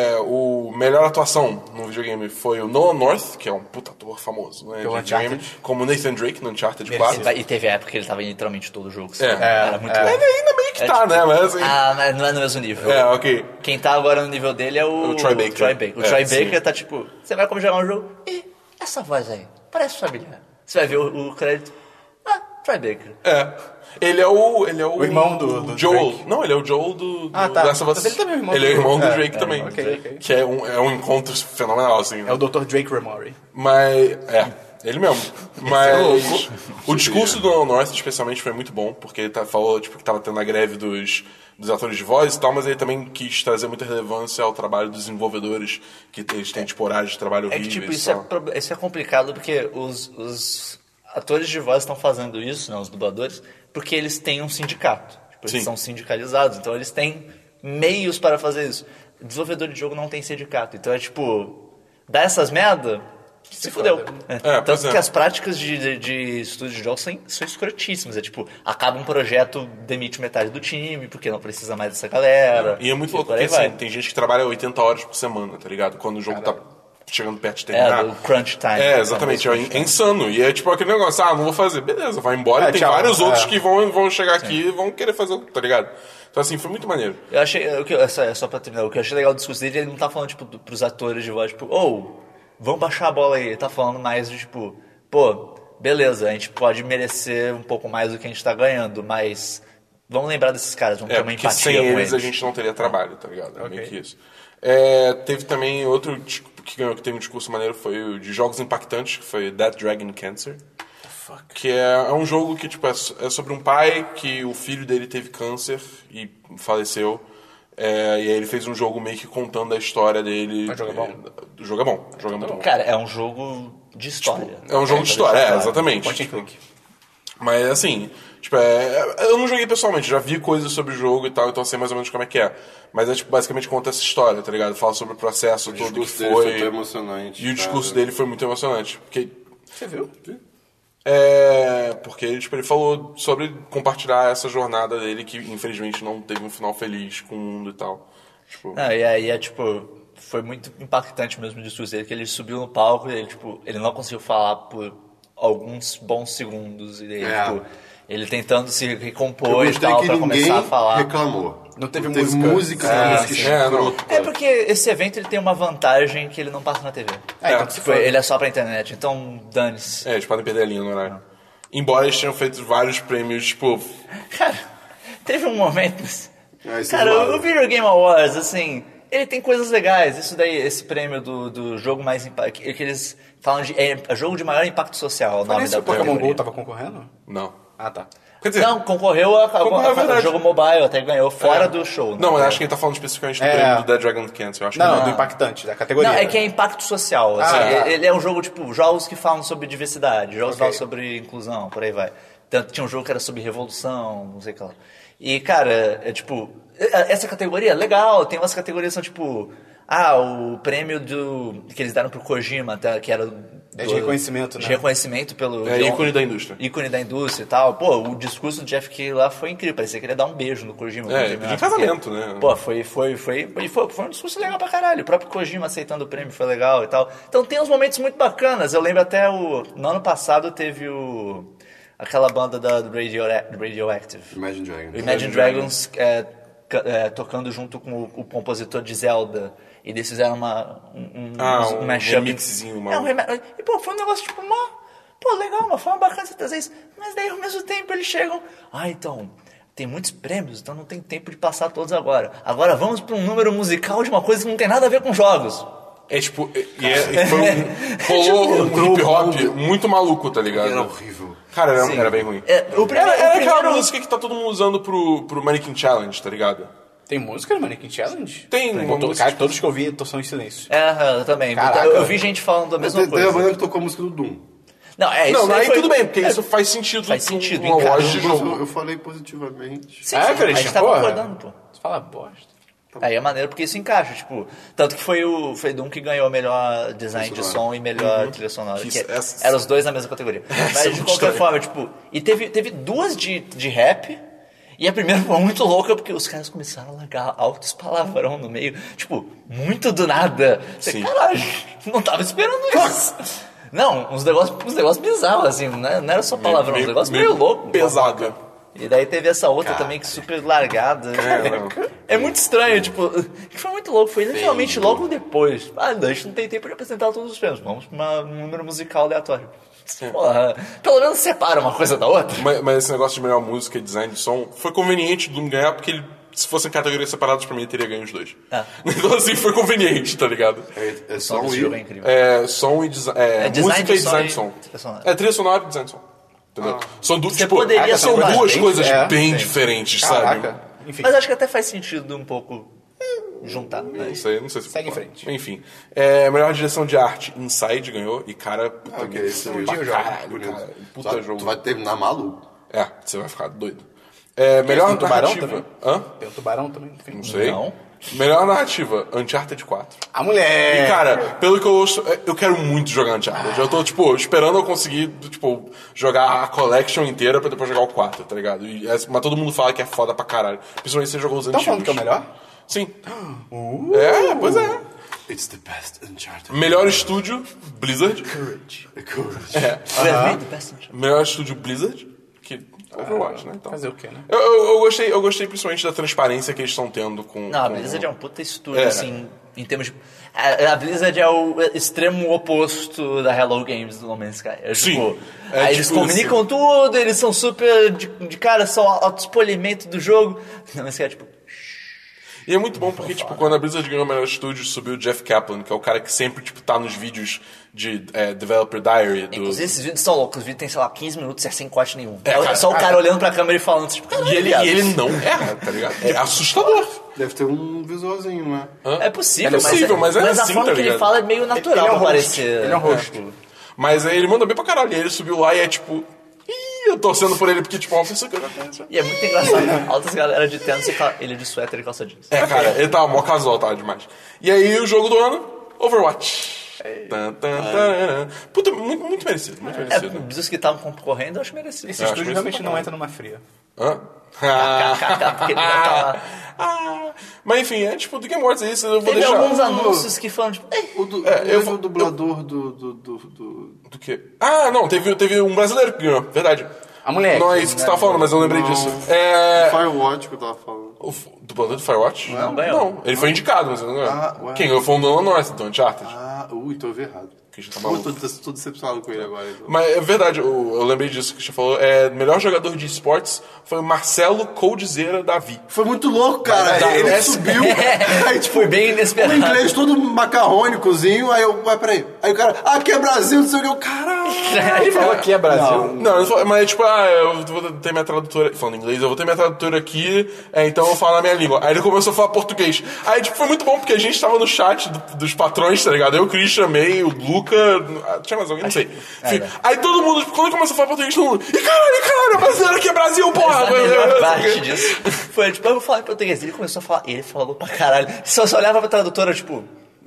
o melhor atuação no videogame foi o Nolan North, que é um puta ator famoso, né? Pelo de videogame, como Nathan Drake no Uncharted 4. E teve a época que ele tava em literalmente todo o jogo. Era muito bom. Ele ainda meio que tá, né? Mas, assim... mas não é no mesmo nível. Ok. Quem tá agora no nível dele é o Troy Baker. O Troy Baker tá tipo, você vai como jogar um jogo, e essa voz aí, parece familiar. Você vai ver o crédito, Troy Baker. Ele é o irmão do Joel. Drake. Não, ele é o Joel do tá. Last of Us. Mas ele também é o irmão Ele é o irmão do Drake É, também. ok. Que é um encontro fenomenal, assim. É o Dr. Drake Ramori. Mas... ele mesmo. Mas o discurso do Nolan North, especialmente, foi muito bom, porque ele falou que tava tendo a greve dos atores de voz e tal, mas ele também quis trazer muita relevância ao trabalho dos desenvolvedores, que eles têm horários de trabalho horríveis. Isso é complicado, porque os atores de voz estão fazendo isso, né, os dubladores, porque eles têm um sindicato. Eles são sindicalizados, então eles têm meios para fazer isso. O desenvolvedor de jogo não tem sindicato, então dá essas merda, se fudeu. Tanto que as práticas de estúdio de jogos são escrotíssimas. Acaba um projeto, demite metade do time, porque não precisa mais dessa galera. E é muito louco, porque assim, tem gente que trabalha 80 horas por semana, tá ligado? Quando o jogo tá chegando perto de terminar. O crunch time. Exatamente. É insano. E é tipo aquele negócio, não vou fazer. Beleza, vai embora. E tem vários outros que vão chegar aqui e vão querer fazer, tá ligado? Então, assim, foi muito maneiro. Eu achei, só pra terminar, o que eu achei legal do discurso dele, ele não tá falando, pros atores de voz, vamos baixar a bola aí. Ele tá falando mais de, beleza, a gente pode merecer um pouco mais do que a gente tá ganhando, mas vamos lembrar desses caras, vamos ter uma empatia sem com eles. A gente não teria trabalho, tá ligado? É meio que isso. Teve também outro que ganhou, que teve um discurso maneiro, foi o de jogos impactantes, que foi Dead Dragon Cancer. Que é um jogo que é sobre um pai que o filho dele teve câncer e faleceu. E aí ele fez um jogo meio que contando a história dele. Mas jogo é bom. O jogo é bom. O jogo é muito bom. Cara, é um jogo de história. É um jogo de história, exatamente. Point and click. Mas assim, eu não joguei pessoalmente, já vi coisas sobre o jogo e tal, então eu sei mais ou menos como é que é. Mas basicamente conta essa história, tá ligado? Fala sobre o processo todo que foi. Foi emocionante. E o discurso dele foi muito emocionante. Porque... Você viu? Porque ele falou sobre compartilhar essa jornada dele que infelizmente não teve um final feliz com o mundo e tal. E aí foi muito impactante mesmo o discurso dele, que ele subiu no palco e ele não conseguiu falar por alguns bons segundos. E aí, ele tentando se recompor e tal, pra começar a falar. Reclamou. Não teve música. Porque esse evento ele tem uma vantagem que ele não passa na TV. Ele é só pra internet, então dane-se. Eles podem perder a linha no horário. Embora eles tenham feito vários prêmios, Cara, teve um momento... Cara, o Video Game Awards, assim... Ele tem coisas legais, isso daí, esse prêmio do jogo mais impacto, que eles falam de jogo de maior impacto social, o nome da o Pokémon GO tava concorrendo? Não. Ah, tá. Quer dizer, Não, concorreu a verdade. jogo mobile, até ganhou fora do show. Não, mas acho que ele tá falando especificamente do prêmio do Dead Dragon Cancer. Eu acho que Não, do impactante, da categoria. Não, é que é impacto social. Assim, ele é um jogo, tipo, jogos que falam sobre diversidade, jogos que falam sobre inclusão, por aí vai. Tanto tinha um jogo que era sobre revolução, não sei o que lá. E, cara, essa categoria é legal, tem umas categorias que são, tipo... o prêmio que eles deram pro Kojima, que era... de reconhecimento, né? De reconhecimento pelo... ícone da indústria. Ícone da indústria e tal. Pô, o discurso do Jeff Keighley lá foi incrível. Parecia que ele ia dar um beijo no Kojima. De casamento, né? Pô, foi um discurso legal pra caralho. O próprio Kojima aceitando o prêmio foi legal e tal. Então tem uns momentos muito bacanas. Eu lembro até no ano passado teve aquela banda do Radioactive. Imagine Dragons tocando junto com o compositor de Zelda. E eles fizeram um mashup. Remixzinho, mano. E, pô, foi um negócio tipo, legal, uma forma bacana de trazer isso. Mas daí, ao mesmo tempo, eles chegam... então, tem muitos prêmios, então não tem tempo de passar todos agora. Agora vamos pra um número musical de uma coisa que não tem nada a ver com jogos. Rolou um hip hop muito maluco, tá ligado? Era horrível. Cara, era bem ruim. Era aquela música que tá todo mundo usando pro Mannequin Challenge, tá ligado? Tem música no Mannequin Challenge? Tem uma música. Cara, todos que eu vi são em silêncio. Eu também. Caraca. Eu vi gente falando a mesma coisa. Tem a banda que tocou a música do Doom. Não, isso Não, aí tudo bem, porque isso faz sentido. Faz sentido, uma loja de jogo. Eu falei positivamente. Sim, a gente tá concordando, pô. Você fala bosta. Aí é maneiro porque isso encaixa, tipo... Tanto que foi o Doom que ganhou o melhor design de som e melhor trilha sonora. Eram os dois na mesma categoria. Mas de qualquer forma, tipo... E teve duas de rap... E a primeira foi muito louca porque os caras começaram a largar altos palavrão no meio. Tipo, muito do nada. Você, caralho, não tava esperando isso. Não, uns negócios bizarros, assim. Não era só palavrão, uns negócios meio loucos. Pesado. E daí teve essa outra também que super largada. É muito estranho, tipo... Que foi muito louco. Foi literalmente logo depois. A gente não tem tempo de apresentar todos os prêmios. Vamos pra um número musical aleatório. Porra, pelo menos separa uma coisa da outra. Mas esse negócio de melhor música e design de som foi conveniente do Doom ganhar, porque ele, se fossem categorias separadas, pra mim, ele teria ganho os dois. Então, assim, foi conveniente, tá ligado? É som é incrível. Som e design. Música e design de som. Trilha sonora e design de som. Entendeu? São duas coisas bem diferentes, sabe? Enfim. Mas acho que até faz sentido um pouco juntar. Né? Não sei se segue em frente. Enfim. Melhor direção de arte, Inside ganhou. E, cara, puta jogo. Tu vai terminar maluco. Você vai ficar doido. Melhor narrativa. Tem o Tubarão também? Enfim. Não sei. Não. Melhor narrativa, Uncharted 4. A mulher! E, cara, pelo que eu ouço, eu quero muito jogar Uncharted. Eu tô, esperando eu conseguir, jogar a collection inteira pra depois jogar o 4, tá ligado? Mas todo mundo fala que é foda pra caralho. Principalmente se você jogou os antigos. Tá falando que é o melhor? Sim. Pois é. It's the best Uncharted. Melhor estúdio, Blizzard. Courage. Melhor estúdio, Blizzard. Que Overwatch, né? Então, fazer o quê, né? Eu gostei principalmente da transparência que eles estão tendo com... Não, a Blizzard é um puta estúdio, assim, em termos de... A Blizzard é o extremo oposto da Hello Games do No Man's Sky. Sim. Aí eles comunicam tudo, eles são super de cara, são auto-expolimento do jogo. No Man's Sky é E é muito bom porque, quando a Blizzard ganhou o melhor estúdio, subiu o Jeff Kaplan, que é o cara que sempre, tá nos vídeos de Developer Diary. Inclusive, esses vídeos são loucos. Os vídeos tem, sei lá, 15 minutos e é sem corte nenhum. Cara, só o cara olhando pra câmera e falando, e ele não erra, tá ligado? É assustador. Deve ter um visualzinho, né? É possível, mas é a assim, forma tá que ele ligado? fala é meio natural pra parecer. Ele é um host. Mas aí ele manda bem pra caralho. E aí ele subiu lá e eu torcendo por ele, porque, é uma pessoa que eu já conheço. E é muito engraçado. Altas galera de tênis e ele de suéter e calça jeans. Cara, ele tava mó casual, tava demais. E aí o jogo do ano, Overwatch. Puta, muito merecido, muito merecido. Dos que estavam concorrendo, eu acho merecido. Esse estúdio realmente não entra numa fria. Porque ele já tá lá. Mas enfim, do Game Awards é isso. Eu vou Teve deixar alguns anúncios que falam, O dublador Do quê? Não, teve um brasileiro que ganhou, verdade. A mulher. Não é isso que você tava falando, mas eu lembrei disso. Firewatch que eu tava falando. O dublador do Firewatch? Não ganhou. Não, ele foi indicado, mas ele não ganhou. Quem ganhou foi o Nolan North, do Uncharted. Então eu vi errado. Eu tô decepcionado com ele agora. Então. Mas é verdade, eu lembrei disso que o Christian falou. Melhor jogador de esportes foi o Marcelo Coldzera Davi. Foi muito louco, cara. Ele subiu. Aí, foi bem inesperado. O inglês todo macarrônicozinho. Aí peraí. Aí o cara, aqui é Brasil, não sei o que. Caralho. Ele falou que é Brasil. Não, ele falou, mas tipo, eu vou ter minha tradutora, falando inglês, eu vou ter minha tradutora aqui, então eu falo a minha língua. Aí ele começou a falar português. Aí, tipo, foi muito bom, porque a gente tava no chat dos patrões, tá ligado? Eu, o Christian, May, o Luca, tinha mais alguém? Não sei. Enfim, aí todo mundo, tipo, quando ele começou a falar português, todo mundo, e caralho, brasileiro aqui é Brasil, porra! A melhor parte disso foi, tipo, eu vou falar em português. Ele começou a falar, ele falou pra caralho. Só olhava pra tradutora, tipo...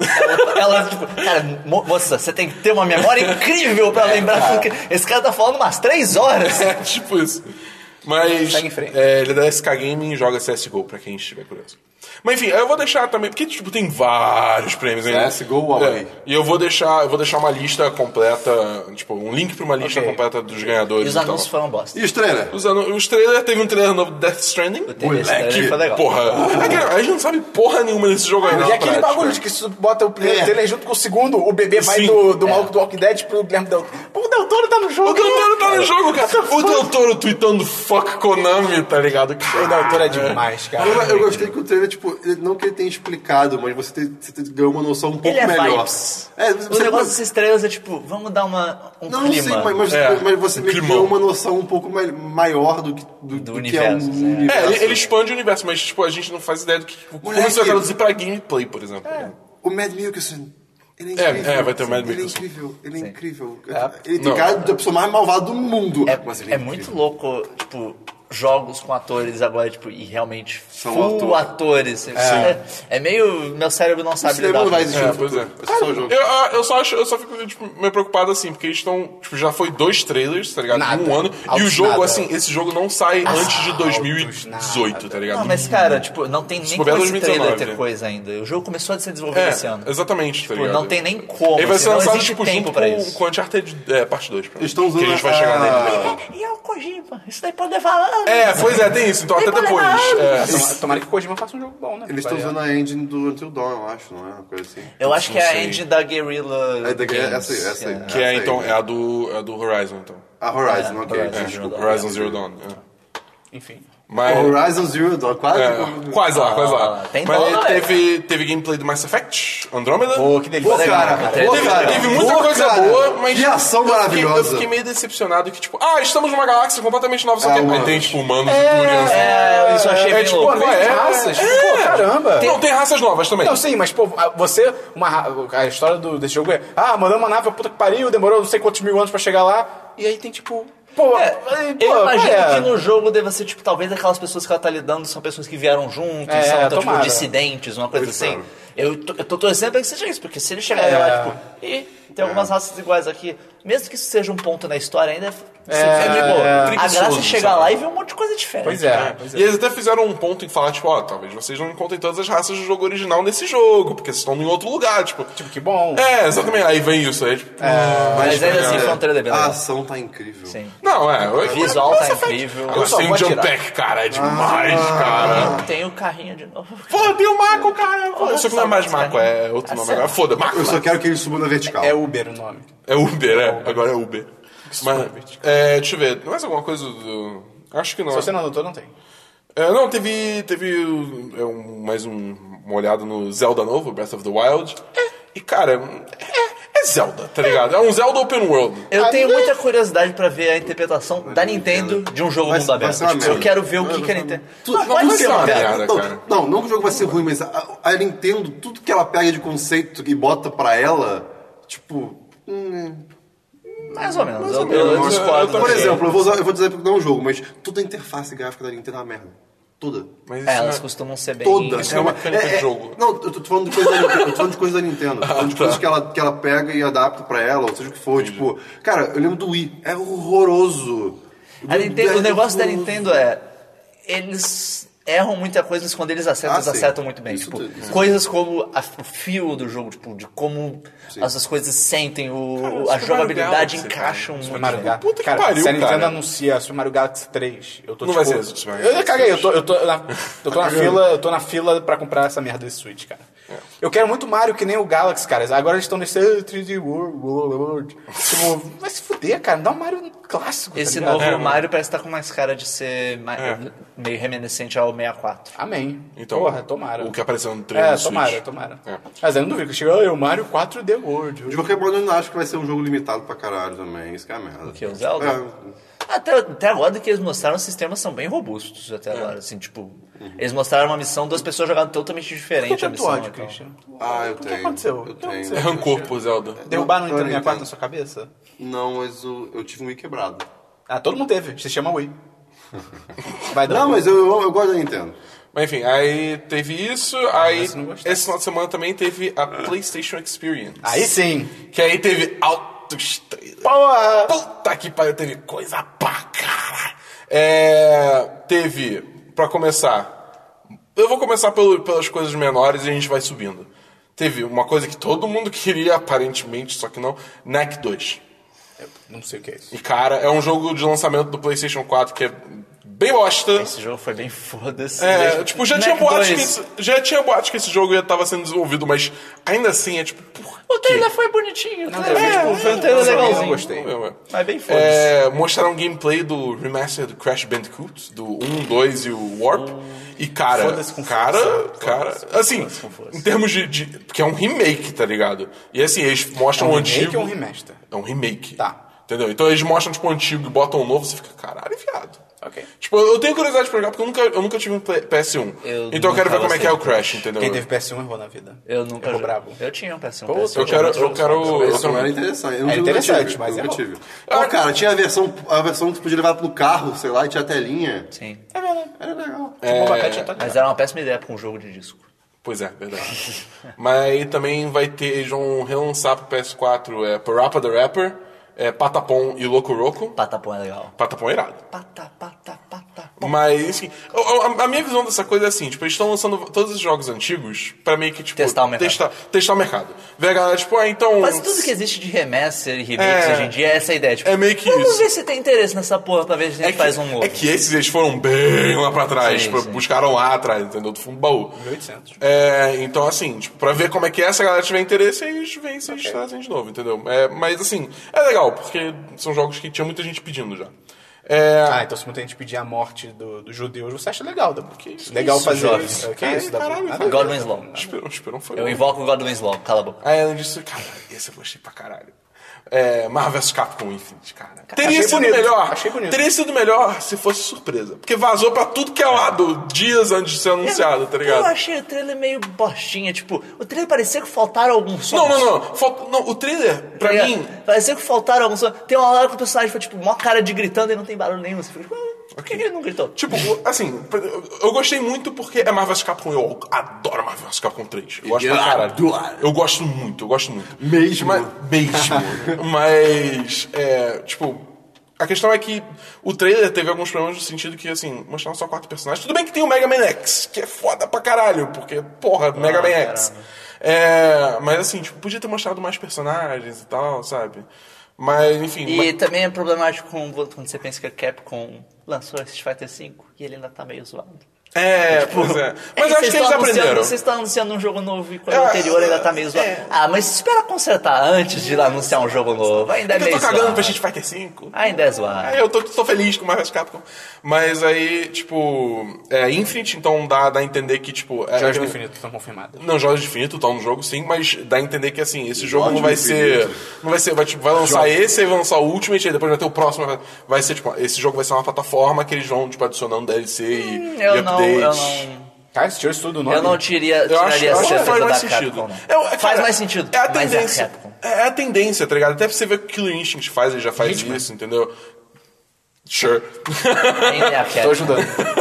Ela, tipo, cara, moça, você tem que ter uma memória incrível pra lembrar tudo que... Esse cara tá falando umas 3 horas. Tipo isso. Mas Segue em frente. ele é da SK Gaming e joga CSGO, pra quem estiver curioso. Mas enfim, eu vou deixar também, porque tipo, tem vários prêmios aí. CSGO Huawei. E eu vou deixar uma lista completa, tipo, um link pra uma lista completa dos ganhadores. E os anúncios foram bosta. E os trailers? Os trailers, teve um trailer novo do Death Stranding. Que foi legal. Porra, a gente não sabe porra nenhuma desse jogo aí, não. E aquele bagulho de que se tu bota o primeiro trailer junto com o segundo, o bebê vai do maluco do Walking Dead pro Guilherme Del Toro. Pô, o Del Toro tá no jogo. O Del Toro tá no jogo, cara. O Del Toro tweetando fuck Konami, tá ligado? O Del Toro é demais, cara. Eu gostei que o trailer, tipo, não que ele tenha explicado, mas você ganhou uma noção um pouco Ele é melhor. vibes. O O negócio desses trailers é tipo, vamos dar um não clima. sei, mas você meio que ganhou uma noção um pouco maior do que universo, é um universo. Ele expande o universo, mas tipo, a gente não faz ideia do que como Moleque. isso vai traduzir pra gameplay, por exemplo. O Mad Mikkelsen, ele é incrível. vai ter o Mad Ele é Mikkelsen. incrível, ele é incrível. Ele tem cara da pessoa mais malvada do mundo. Mas ele É muito louco, tipo, jogos com atores agora, tipo, e realmente São full atores. É meio... Meu cérebro não sabe lidar não vai com isso. existir. Pois é. É só o jogo. Eu só fico tipo, meio preocupado assim, porque eles estão. Tipo, já foi 2 trailers, tá ligado? Nada. Em um ano. E o Altos jogo, nada. assim, esse jogo não sai antes de 2018, tá ligado? Não, mas cara, tipo, não tem nem bobear como esse trailer 2019, ter coisa ainda. O jogo começou a ser desenvolvido esse ano. Exatamente, tá ligado? Não tem nem como. Ele vai ser não lançado, existe tipo, tempo junto pra isso. com Uncharted parte 2. Eles estão usando que a gente vai chegar nele. E é o Kojima. Isso daí pode levar anos. Pois é, tem isso. Então até depois. Tomara que o Kojima faça um jogo bom, né? Eles estão usando a engine do Until Dawn, eu acho, não é? Uma coisa assim. Eu acho que é a sei. engine da Guerrilla Games. Essa aí. Que é, então, é a do Horizon, então. A Horizon, ok. Horizon. Desculpa. Horizon Zero Dawn. Enfim. Mas... Horizon Zero Dawn, quase. Quase lá. tem Mas dó, teve gameplay do Mass Effect, Andromeda. Pô, que delícia. Pô, cara. Teve muita coisa cara. boa, mas... Que ação maravilhosa. Eu fiquei meio decepcionado que, tipo... estamos numa galáxia completamente nova, só que... Aí tem, tipo, humanos e turians. Isso eu achei bem tipo, louco. qual é? raças. Pô, caramba. Não, tem raças novas também. Não, sim, mas, pô, a história desse jogo é... mandamos uma nave, puta que pariu, demorou não sei quantos mil anos pra chegar lá, e aí tem, tipo... Pô, Eu imagino que no jogo deva ser, tipo, talvez aquelas pessoas que ela tá lidando são pessoas que vieram juntos, são então, tipo, tomara. dissidentes, uma coisa assim. Claro. Eu tô torcendo pra que seja isso, porque se ele chegar lá, tipo, tem algumas raças iguais aqui, mesmo que isso seja um ponto na história, ainda a graça é chegar lá e ver um monte de coisa diferente. Pois é. E eles até fizeram um ponto em falar, tipo, talvez vocês não encontrem todas as raças do jogo original nesse jogo, porque vocês estão em outro lugar, tipo... Que bom. Exatamente. Aí vem isso, aí, tipo... Mas ainda assim, foi um trailer bem A legal. ação tá incrível. Sim. Não, O visual tá incrível. Eu só sei vou um jump atirar. pack, cara, é demais, cara. Tem o carrinho de novo. Pô, tem o Mako, cara. Pô, isso aqui não é mais Mako, é outro nome. sério? Agora foda, Mako. Eu só quero que ele suba na vertical. É Uber o nome. É Uber, Agora é Uber. Mas, deixa eu ver. Mais alguma coisa do... Acho que não. Se você não anotou, não tem. Não, teve mais uma olhada no Zelda novo, Breath of the Wild. E, cara, é Zelda, tá ligado? É um Zelda open world. Eu tenho muita curiosidade pra ver a interpretação da Nintendo de um jogo mundo aberto. ser uma Tipo, eu merda. quero ver o que a Nintendo... vai ser uma merda, cara. Não que o jogo vai ser ruim, mas a Nintendo, tudo que ela pega de conceito e bota pra ela, tipo... Mais ou menos. Eu menos. discordo. Eu Por também. exemplo, eu vou dizer porque não é um jogo, mas toda a interface gráfica da Nintendo é uma merda. Toda. Mas isso Elas não é- costumam ser bem... Toda. Isso não é mecânica de jogo. Não, eu tô falando de coisa da Nintendo. Eu tô falando de coisa da Nintendo. Tô falando de coisas que ela pega e adapta pra ela, ou seja o que for. Tipo, cara, eu lembro do Wii. É horroroso. O negócio da Nintendo é... Eles erram muita coisa, mas quando eles acertam, eles sim. acertam muito bem. Isso Tipo, tudo, isso. coisas como o fio do jogo, tipo, de como essas coisas sentem, a jogabilidade Galaxy, encaixam Super muito Mario bem. Galaxy. Puta que Cara, pariu, se a Nintendo cara. anuncia Super Mario Galaxy 3, eu tô Não tipo... vai ser Super Mario Eu Galaxy caguei, eu tô na fila pra comprar essa merda desse Switch, cara. Eu quero muito Mario que nem o Galaxy, cara. Agora eles estão nesse 3D World. Tipo, vai se fuder, cara. Dá um Mario clássico. Esse tá ligado? novo Mario parece estar com mais cara de ser meio reminiscente ao 64. Amém. Então, Porra, tomara. O que apareceu no trailer do Switch. Tomara. Mas eu não duvido que chega o Mario 4D World. De qualquer modo, eu não acho que vai ser um jogo limitado pra caralho também. Isso que é a merda. O que? O Zelda? Até agora que eles mostraram, os sistemas são bem robustos até agora. Assim, tipo, eles mostraram uma missão, 2 pessoas jogando totalmente diferente a missão. ódio, então. Christian? Eu O que tenho. aconteceu? Eu tenho. É rancor pro Zelda. Derrubaram o Eu Nintendo 64 entendo. na sua cabeça? Não, mas eu tive um Wii quebrado. Ah, todo mundo teve. Se chama Wii. Vai dar. Não, mas eu gosto da Nintendo. Mas enfim, aí teve isso, aí esse não gostei. esse final de semana também teve a PlayStation Experience. Aí sim. Que aí teve altos trailers. Porra! Puta que pariu, teve coisa pra caralho. Teve, pra começar, eu vou começar pelas coisas menores e a gente vai subindo. Teve uma coisa que todo mundo queria, aparentemente, só que não, NEC 2. Eu não sei o que é isso. E cara, é um jogo de lançamento do PlayStation 4 que é bem bosta. Esse jogo foi bem foda-se. Tipo, já tinha boatos que esse jogo já estava sendo desenvolvido, mas ainda assim é tipo, por O trailer quê? foi bonitinho. Não, foi um trailer legalzinho. Eu gostei. Mas bem foda-se. Mostraram gameplay do remaster do Crash Bandicoot, do 1, 2 e o Warp. E cara, Foda-se com força. assim, Foda-se com força. em termos de. Porque é um remake, tá ligado? E assim, eles mostram o antigo. Remake ou um remaster? É um remake. Tá. Entendeu? Então eles mostram, tipo, o antigo e botam o novo, você fica, caralho, viado. Ok. Tipo, eu tenho curiosidade de jogar, porque eu nunca tive um PS1. Então eu quero ver como é que é o Crash, entendeu? Quem teve PS1 errou na vida. Eu nunca Errou joguei. brabo. Eu tinha um PS1. Pô, PS1. Eu quero. Isso não era interessante. Eu É nunca interessante, tive, mas nunca é bom. tive. Pô, cara, tinha a versão que tu podia levar pro carro, sei lá, e tinha a telinha. Sim. É verdade. Era legal. Tipo, o Bacate já tá Mas era uma péssima ideia pra um jogo de disco. Pois é, verdade. Mas aí também vai ter, eles vão relançar pro PS4 Parappa the Rapper, Patapon e Loco Roco. Patapom é legal. Patapon é irado. Patapom. Mas, assim, a minha visão dessa coisa é assim, tipo, eles estão lançando todos os jogos antigos pra meio que, tipo... Testar o mercado. Testar o mercado. Ver a galera, tipo, então... Quase tudo que existe de remaster e remakes hoje em dia é essa ideia. Tipo, É meio que vamos isso. ver se tem interesse nessa porra pra ver se a gente faz um novo. É que esses, eles foram bem lá pra trás, Sim, tipo, sim. buscaram lá atrás, entendeu? Do fundo do baú. 1800. Então, assim, tipo, pra ver como é que é, se a galera tiver interesse, aí eles vêm e eles trazem de novo, entendeu? Mas, assim, é legal, porque são jogos que tinha muita gente pedindo já. Então se muita gente pedir a morte dos judeus, você acha legal, porque legal isso, fazer jovem? isso. Que isso? Caralho, Nada a foi ver. Godwin's Law. Esperão foi Eu bom. invoco o Godwin's Law, cala a boca. Aí ela disse, caralho, esse eu gostei pra caralho. Marvel vs Capcom Infinite, cara. Teria Achei sido bonito, melhor. achei bonito. Teria sido melhor se fosse surpresa. Porque vazou pra tudo que é lado dias antes de ser anunciado, tá Eu ligado? achei o trailer meio bostinha, tipo, o trailer parecia que faltaram alguns sons. Não, o trailer, pra Tá mim. ligado? Parecia que faltaram alguns sons. Tem uma hora que o personagem foi, tipo, mó cara de gritando e não tem barulho nenhum. Você fica, tipo, por que ele não gritou? Tipo, assim, eu gostei muito porque é Marvel vs Capcom. Eu adoro Marvel vs Capcom 3. Eu gosto pra caralho. adoro. Eu gosto muito. Mesmo? Mas, tipo, a questão é que o trailer teve alguns problemas no sentido que, assim, mostraram só 4 personagens. Tudo bem que tem o Mega Man X, que é foda pra caralho, porque, porra, Mega Man X. Mas, assim, tipo, podia ter mostrado mais personagens e tal, sabe? Mas, enfim... E também é problemático quando você pensa que a Capcom lançou Street Fighter V e ele ainda tá meio zoado. Pois é. Mas eu acho que eles aprenderam. Vocês estão anunciando um jogo novo e quando o anterior ainda tá meio zoado. Mas espera consertar antes de anunciar um jogo novo. Ainda é Eu meio tô cagando zoado. pra Street Fighter 5. Ainda é zoado. Eu tô feliz com o Marvel vs Capcom. Mas aí, tipo... Infinite, então dá a entender que, tipo... Jogos do Infinito estão confirmados. Não, Jogos do Infinito estão no jogo, sim. Mas dá a entender que, assim, esse jogo não vai ser... Não vai ser... Vai lançar esse, aí vai lançar o Ultimate, aí depois vai ter o próximo. Vai ser, tipo... Esse jogo vai ser uma plataforma que eles vão, tipo, adicionando DLC e updates. Cara, você tirou isso tudo do nome? Eu não tiraria Eu acho a que certeza faz da mais Capcom, sentido. não. Faz mais sentido. É a mas tendência. a Capcom. É a tendência, tá ligado? Até pra você ver o que o Killer Instinct faz, ele já faz isso, entendeu? Sure. Ainda é a Capcom. Tô ajudando.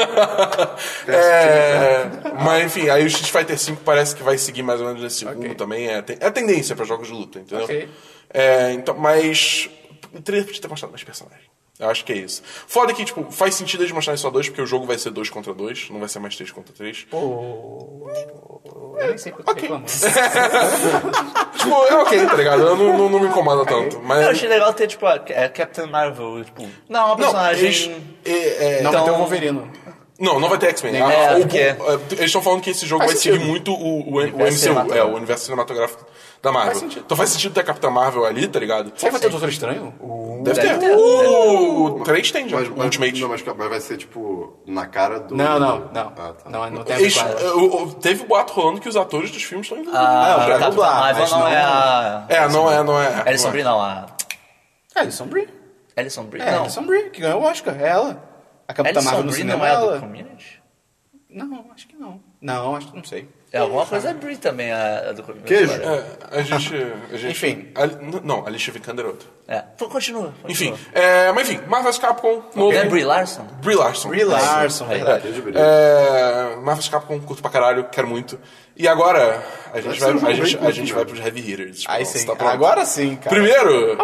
Mas enfim, aí o Street Fighter V parece que vai seguir mais ou menos nesse rumo também. É a tendência pra jogos de luta, entendeu? Ok. Então, mas o trailer podia ter mostrado mais personagens. Eu acho que é isso. Foda que, tipo, faz sentido eles mostrarem só 2, porque o jogo vai ser 2 contra 2, não vai ser mais 3 contra 3. Eu nem sei porque eu tô reclamando. Tipo, é ok, tá ligado? Eu não me incomoda tanto. Mas... Eu achei legal ter, tipo, a Captain Marvel, tipo... Não, uma personagem... Não vai ter o Wolverino. Não vai ter X-Men. Eles estão falando que esse jogo vai seguir muito o MCU, o universo cinematográfico da Marvel. Então faz sentido ter a Capitã Marvel ali, tá ligado? Será que vai ter o Doutor Estranho? Deve ter. O 3 tem já, o Ultimate. Não, mas vai ser, tipo, na cara do... Não. Tá. Não tem a ver com Teve boato rolando que os atores dos filmes estão envolvidos. pra Capitã dublar, Marvel mas não é a... Não é. Alison Brie não, a... Alison Brie. Alison Brie? Não. Não. Alison Brie, que ganhou o Oscar. É ela. A Capitã Marvel Alison no Brie cinema não é é a ela. do Community? Não, acho que não. Não, não sei. É alguma coisa Brie também, a do Community. Queijo. A gente... Enfim. Não, Alicia Vikander é outra. Continua. Enfim, mas enfim, Marvel's Capcom, novo. Não é Brie Larson? Brie Larson. Brie Larson, verdade. Marvel's Capcom, curto pra caralho, quero muito. E agora, a gente vai pros Heavy Hitters. Aí sim. Tá pronto. Agora sim, cara. Primeiro,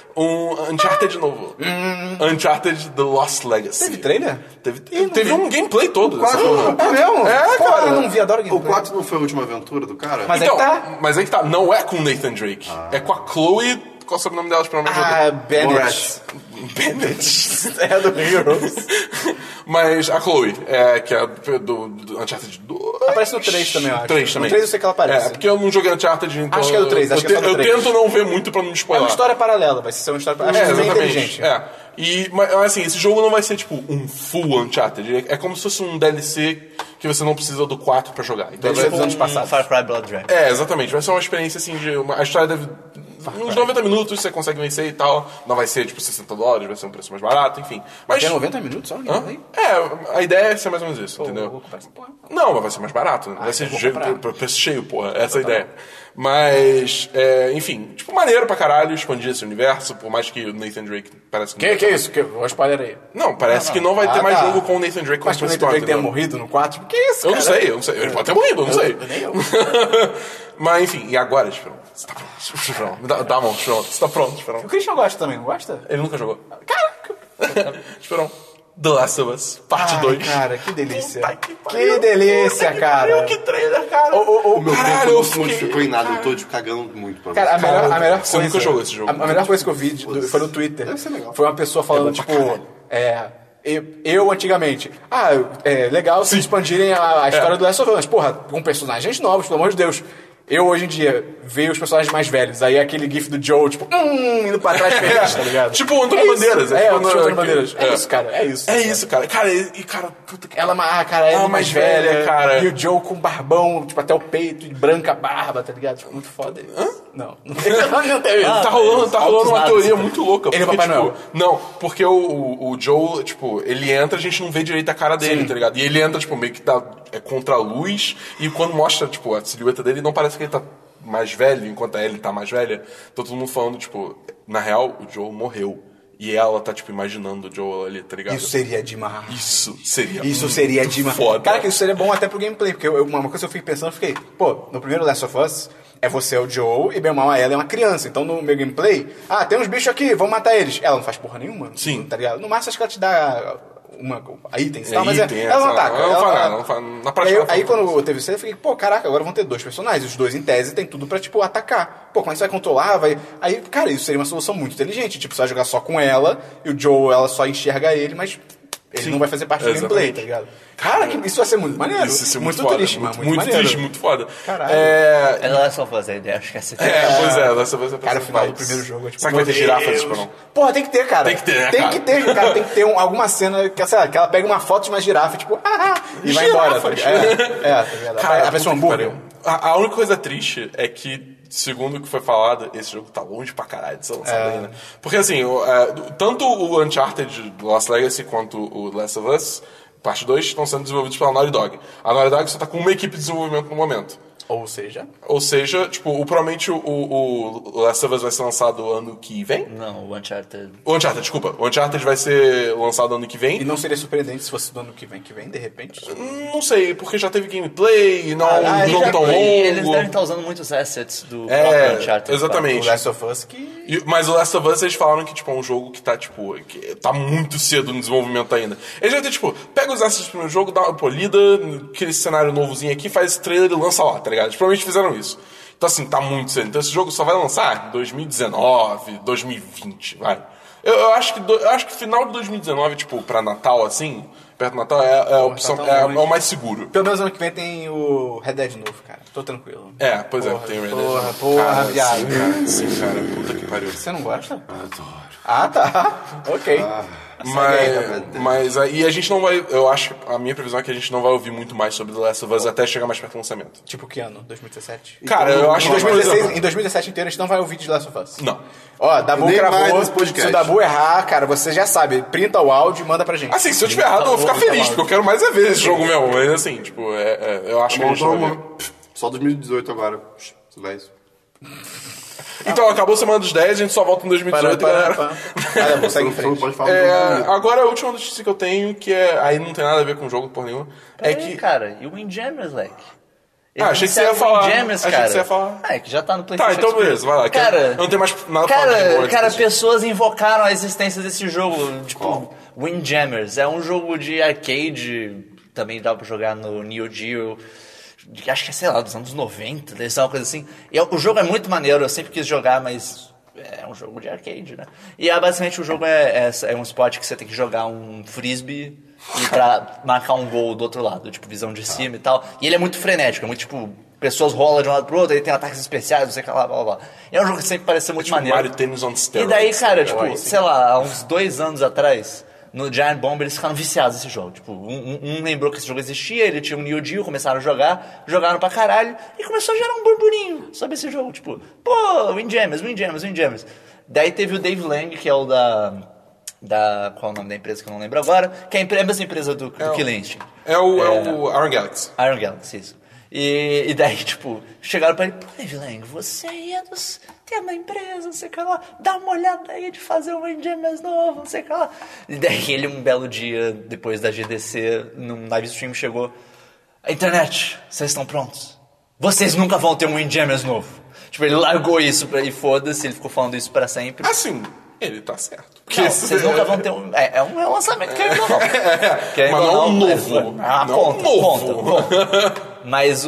um Uncharted novo. Uncharted The Lost Legacy. Teve trailer? Teve um gameplay todo. É mesmo? Cara. Eu não vi, adoro O gameplay. 4 não foi a última aventura do cara? Mas Então, tá. mas aí que tá, não é com o Nathan Drake. É com a Chloe... Qual é o sobrenome delas, pelo menos? Bennett. Bennett. É do Heroes. Mas a Chloe, que é do Uncharted 2. Aparece no 3 também, eu acho. 3 também. No 3 eu sei que ela aparece. Porque eu não joguei Uncharted, então... Acho que é do 3, acho que é só do eu 3. tento não ver muito pra não me É spoiler. uma história paralela, vai ser uma história paralela. Acho que é bem inteligente. Mas assim, esse jogo não vai ser tipo um full Uncharted. É como se fosse um DLC que você não precisa do 4 pra jogar. Então DLC dos anos passados. Far Cry Blood Dragon. Exatamente. Vai ser uma experiência assim de... A história deve... Uns 90 minutos você consegue vencer e tal. Não vai ser tipo $60, vai ser um preço mais barato, enfim. Mas... Tem 90 minutos só? A ideia é ser mais ou menos isso, entendeu? Não, mas vai ser mais barato. Né? Vai ser preço cheio, porra. Essa é a ideia. Mas, enfim, tipo, maneiro pra caralho expandir esse universo, por mais que o Nathan Drake parece que... Que é isso? Vou spoiler aí. Não, parece que não vai ter mais jogo com o Nathan Drake como Mas que o Nathan principal. Drake tenha entendeu? morrido no 4? Que isso, Eu cara? não sei. Ele pode ter morrido, eu não sei. Nem eu. Mas, enfim, e agora, Esperão? Você tá pronto? Esperão, dá a mão, Esperão. Você tá pronto, Esperão? O Christian gosta também, não gosta? Ele nunca jogou. Caraca. Esperão. The Last of Us, parte 2. Cara, que delícia. Puta que pariu. Que delícia, cara. Que trailer, cara. O meu Caralho, tempo eu não fiquei- modificou em nada, eu tô cagando muito pra Cara, você. a melhor Você coisa... nunca jogou esse jogo. A melhor coisa que eu vi foi no Twitter. Deve ser legal. Foi uma pessoa falando, tipo... Eu antigamente... é legal se expandirem a história do Last of Us. Mas, porra, com personagens novos, pelo amor de Deus. Eu, hoje em dia, vejo os personagens mais velhos. Aí aquele gif do Joe, tipo... indo pra trás feliz, tá ligado? Tipo o Antônio Bandeiras. É, tipo, o Antônio Bandeiras. É isso, cara. É isso. É isso, cara. Cara, puta que... Ela, cara, ela é mais velha, cara. E o Joe com barbão, tipo, até o peito, e branca barba, tá ligado? Tipo, muito foda. Não tem isso. Tá rolando uma teoria cara. muito louca. Ele é Papai Noel. Não, porque o Joe, tipo, ele entra, a gente não vê direito a cara dele, tá ligado? E ele entra, tipo, meio que contra a luz, e quando mostra, tipo, a silhueta dele, não parece que ele tá mais velho, enquanto a Ellie tá mais velha. Então todo mundo falando, tipo, na real, o Joe morreu. E ela tá, tipo, imaginando o Joel ali, tá ligado? Isso seria demais. Isso seria demais. foda. Cara, que isso seria bom até pro gameplay, porque uma coisa que eu fiquei pensando, eu fiquei, pô, no primeiro Last of Us, você é o Joel e bem ou mal a ela é uma criança. Então no meu gameplay, tem uns bichos aqui, vamos matar eles. Ela não faz porra nenhuma. Sim. Tá ligado? No máximo acho que ela te dá itens e tal, mas item, ela não ataca. Ela não faz. Na prática, aí quando teve isso, eu fiquei, pô, caraca, agora vão ter 2 personagens. Os 2, em tese, tem tudo pra, tipo, atacar. Pô, como é que você vai controlar? Aí, cara, isso seria uma solução muito inteligente. Tipo, você vai jogar só com ela, e o Joe, ela só enxerga ele, mas ele não vai fazer parte do gameplay, tá ligado? Cara, isso vai ser muito maneiro. Isso vai ser muito foda, triste, mas muito muito maneiro. triste, muito foda. Caralho. Ela é só fazer a ideia, acho que essa Pois é, dessa vez Cara, o final do primeiro jogo é tipo... Será que vai ter girafas, Esperão? Porra, tem que ter, cara. Tem que ter, né, Tem cara? que ter, cara. Tem que ter alguma cena que, sei lá, que ela pega uma foto de uma girafa, tipo... e vai embora. Tá ligado? Cara, Aparece um hambúrguer. A única coisa triste é que, segundo o que foi falado, esse jogo tá longe pra caralho de ser lançado ainda. Porque, assim, tanto o Uncharted Lost Legacy quanto o Last of Us, parte 2, estão sendo desenvolvidos pela Naughty Dog. A Naughty Dog só tá com uma equipe de desenvolvimento no momento. Ou seja, tipo, provavelmente o Last of Us vai ser lançado ano que vem? Não, o Uncharted. O Uncharted, desculpa. O Uncharted vai ser lançado ano que vem. E não seria surpreendente se fosse do ano que vem, de repente. Não sei, porque já teve gameplay, não um jogo tão longo. Eles devem estar usando muitos assets do próprio Uncharted. Exatamente. O Last of Us Mas o Last of Us, eles falaram que, tipo, é um jogo que tá, tipo, que tá muito cedo no desenvolvimento ainda. Eles vão ter, tipo, pega os assets do primeiro jogo, dá uma polida, aquele cenário novozinho aqui, faz esse trailer e lança lá, tá ligado? Eles provavelmente fizeram isso. Então, assim, tá muito cedo. Então, esse jogo só vai lançar em 2019, 2020, vai. Eu acho que final de 2019, tipo, pra Natal, assim, perto do Natal é a opção, tá é o mais seguro. Pelo menos ano que vem tem o Red Dead novo, cara. Tô tranquilo. Pois tem o Red Dead. Porra, viado. Sim, cara, puta que pariu. Você não gosta? Adoro. Ah, tá. Ok. Mas aí a gente não vai. Eu acho que a minha previsão é que a gente não vai ouvir muito mais sobre The Last of Us até chegar mais perto do lançamento. Tipo que ano? 2017? Cara, eu acho Em que 2016, em 2017 inteiro a gente não vai ouvir de The Last of Us. Não. Ó, Dabu Nem mais gravou. nesse podcast. Se o Dabu errar, cara, você já sabe. Printa o áudio e manda pra gente. Assim, se eu tiver errado, eu vou ficar feliz, porque eu quero mais ver esse jogo mesmo. Mas assim, tipo, eu acho que a gente não vai ver. Só 2018 agora. Silêncio. Então, acabou a semana dos 10, a gente só volta em 2018, galera. Segue em Você não frente. pode falar Agora a última notícia que eu tenho, que aí não tem nada a ver com o jogo, por nenhuma, é que... Cara, e o Windjammers, leque? achei que você ia falar. Windjammers, Achei cara. que você ia falar. É que já tá no PlayStation. Tá, então beleza, vai lá. Cara, eu não tenho mais nada pra falar de Game Awards. Cara, pessoas invocaram a existência desse jogo, tipo, Windjammers. É um jogo de arcade, também dá pra jogar no Neo Geo, acho que é, sei lá, dos anos 90, deve ser uma coisa assim. E o jogo é muito maneiro, eu sempre quis jogar, mas é um jogo de arcade, né? E basicamente o jogo é um esporte que você tem que jogar um frisbee e pra marcar um gol do outro lado, tipo, visão de cima e tal. E ele é muito frenético, é muito tipo, pessoas rolam de um lado pro outro, ele tem ataques especiais, não sei o que lá, blá, blá, blá. E é um jogo que sempre parece ser muito Tipo maneiro. Mario Tennis on E Steroids. daí, cara, tipo, sei lá, há uns 2 anos atrás, no Giant Bomb eles ficaram viciados nesse jogo. Tipo, um lembrou que esse jogo existia, ele tinha um Neo Geo, começaram a jogar, jogaram pra caralho, e começou a gerar um burburinho sobre esse jogo. Tipo, pô, Windjammers. Daí teve o Dave Lang, que é o qual é o nome da empresa que eu não lembro agora, que é a mesma empresa do Killing Instinct. É o Iron Galaxy. Iron Galaxy, isso. E daí, tipo, chegaram pra ele, pô, Dave Lang, você aí tem uma empresa, não sei o que lá, dá uma olhada aí de fazer um Windjammers novo, não sei o que lá. E daí ele, um belo dia, depois da GDC, num live stream, chegou, a internet, vocês estão prontos? Vocês nunca vão ter um Windjammers novo. Tipo, ele largou isso e foda-se, ele ficou falando isso pra sempre. Assim, ele tá certo. Não, vocês nunca vão ter um... É um lançamento, querendo ou não. Mas não é um novo. Conta. Mas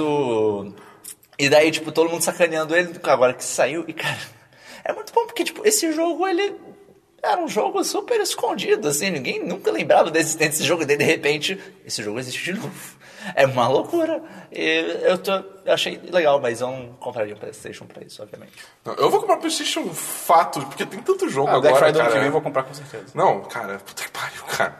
E daí, tipo, todo mundo sacaneando ele, agora que saiu, e cara, é muito bom, porque, tipo, esse jogo, ele era um jogo super escondido, assim, ninguém nunca lembrava da existência desse jogo, e daí, de repente, esse jogo existe de novo. É uma loucura. E eu achei legal, mas eu não compraria um PlayStation pra isso, obviamente. Não, eu vou comprar o PlayStation fato, porque tem tanto jogo agora, Black Friday cara. que vem eu vou comprar com certeza. Não, cara, puta que pariu, cara.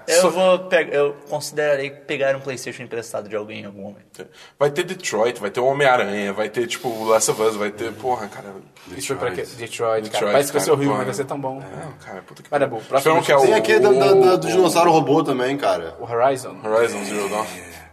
Eu considerarei pegar um PlayStation emprestado de alguém em algum momento. Vai ter Detroit, vai ter o Homem-Aranha, vai ter, tipo, Last of Us, vai ter, porra, cara... Isso foi pra quê? Detroit, cara. Parece que vai ser horrível, mas vai ser tão bom. É, cara, puta que Vai dar pariu. bom. Próximo Que é Tem aquele do dinossauro robô também, cara. O Horizon. Horizon Zero Dawn.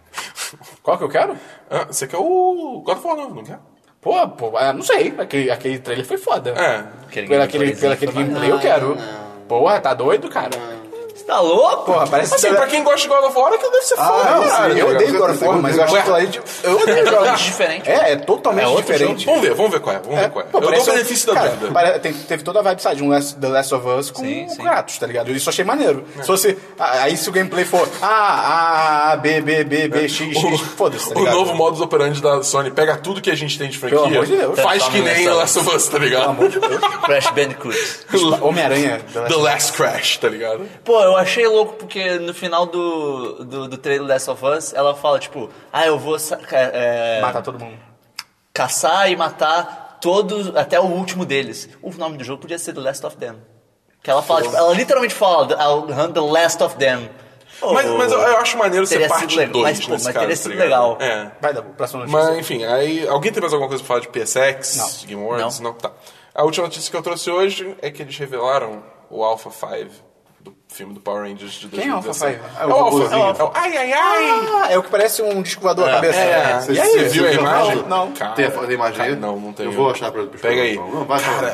Qual que eu quero? Você quer o God of War novo, não quer? Pô, não sei. Aquele trailer foi foda. Pelo aquele gameplay eu quero. Porra, tá doido, cara? Você tá louco? Porra, parece Assim, pra quem gosta de God of War, aquilo deve ser foda, não, cara. eu odeio God of War, mas eu acho que eu odeio jogos diferente. É totalmente diferente. Vamos ver qual é. Vou Pô, eu dou o parece benefício da dúvida. Teve toda a vibe, sabe, de um The Last of Us com Sim. Kratos, tá ligado? Isso eu achei maneiro. Se fosse... Aí se o gameplay for A, B, X, foda-se, tá O ligado? novo modus operandi da Sony pega tudo que a gente tem de franquia, Pelo amor de Deus. faz que nem The Last of Us, tá ligado? Pelo amor de Deus. Crash Bandicoot. Homem-Aranha. The Last Crash, tá ligado? Pô, eu achei louco porque no final do trailer Last of Us, ela fala, tipo, eu vou Matar todo mundo. caçar e matar todos, até o último deles. O nome do jogo podia ser The Last of Them. Que ela fala, tipo, ela literalmente fala, I'll hunt the last of them. Mas eu acho maneiro ser parte 2 mas nesse teria caso, sido tá ligado? legal. Vai dar próxima notícia. Mas, enfim, aí... Alguém tem mais alguma coisa pra falar de PSX? Não. Game Awards? Não. Tá. A última notícia que eu trouxe hoje é que eles revelaram o Alpha 5 do filme do Power Rangers de 2017. Quem é o Alpha 5? É o Alpha. É o ai! É o que parece um disco voador na cabeça. E aí, você viu a imagem? Não. Cara, Tem a imagem aí? não tem. Eu vou achar pra Pega aí. Não, vai falar.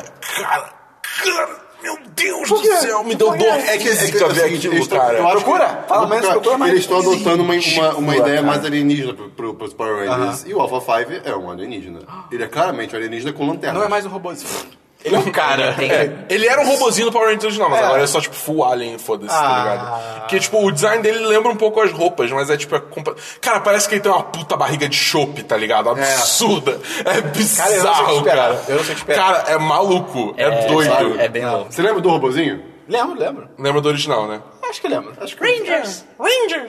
Cara, meu Deus do céu, me deu dor física ver aquilo, cara. Procura. Fala menos, procura mais. Eles estão adotando uma ideia mais alienígena pros Power Rangers. E o Alpha 5 é um alienígena. Ele é claramente um alienígena com lanterna. Não é mais um robôzinho. Ele é um cara. Ele era um robozinho do Power Rangers original, mas agora é só, tipo, full alien, foda-se, tá ligado? Porque, tipo, o design dele lembra um pouco as roupas, mas é, tipo... Cara, parece que ele tem uma puta barriga de chope, tá ligado? Absurda. É bizarro, cara. Eu não sei o que esperar. Cara, é maluco. É doido. É bem louco. Você lembra do robozinho? Lembro. Lembra do original, né? Acho que lembro. Rangers!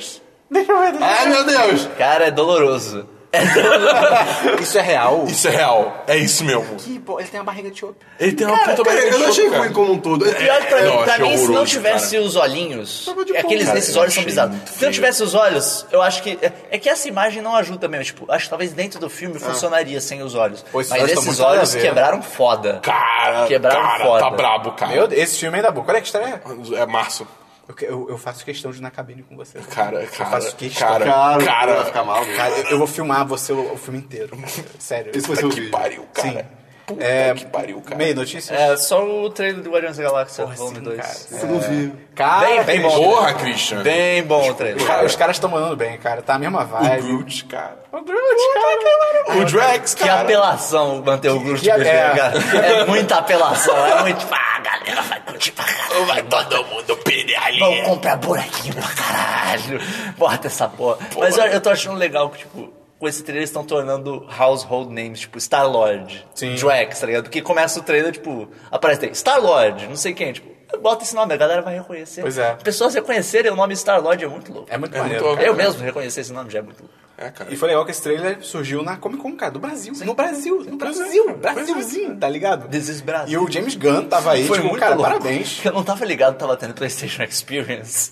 Ai, meu Deus! Cara, é doloroso. Isso é real? Isso é real. É isso mesmo. Que bom, ele tem uma barriga de chope. Ele tem uma puta barriga Eu de não achei chope, ruim como um todo. Pior que pra eu mim, achei se não horroroso, tivesse cara. os olhinhos, de aqueles boa. desses Cara, olhos eu são achei bizarros. muito Se não feio. tivesse os olhos, eu acho que... É que essa imagem não ajuda mesmo. Tipo, acho que talvez dentro do filme funcionaria sem os olhos. Pô, esses Mas olhos tão esses muito nada a olhos ver. quebraram foda. Cara, Quebraram foda. tá brabo, cara. Meu Deus, esse filme ainda é bom. Qual é que estreia? É março. Eu faço questão de ir na cabine com você. Cara, faço questão. Cara, vai ficar mal. Cara, eu vou filmar você o filme inteiro. Sério. Isso vai ser o Que vídeo. pariu, cara. Sim. Puta que pariu, cara. Meio notícias? É, só o trailer do Guardiões da Galáxia, Porra, volume sim, 2. cara. Eu não vi. Cara, Bem bom. Porra, Christian. Bem bom o trailer. Os caras estão mandando bem, cara. Tá a mesma vibe. O Groot, cara. O Groot, cara. O Drax, Que cara. apelação manter o Groot Que- bebê, é. cara. É muita apelação, é muito... Ah, galera, vai curtir pra caralho. Vai todo mundo pedir ali. Vamos comprar buraquinho pra caralho. Bota essa porra. Mas eu tô achando legal que, tipo, com esse trailer eles estão tornando household names, tipo, Star-Lord, Sim. Drax, tá ligado? Porque começa o trailer, tipo, aparece aí, Star-Lord, não sei quem, tipo, bota esse nome, a galera vai reconhecer. Pois é. Pessoas reconhecerem o nome Star-Lord é muito louco. É muito É maneiro, muito cara. Eu mesmo reconhecer esse nome já é muito louco. É, cara. E foi legal que esse trailer surgiu na Comic Con, cara, do Brasil. No Brasil. Brasilzinho, tá ligado? This is Brasil. E o James Gunn tava aí, Foi tipo, muito cara, louco. parabéns. Eu não tava ligado, tava tendo PlayStation Experience.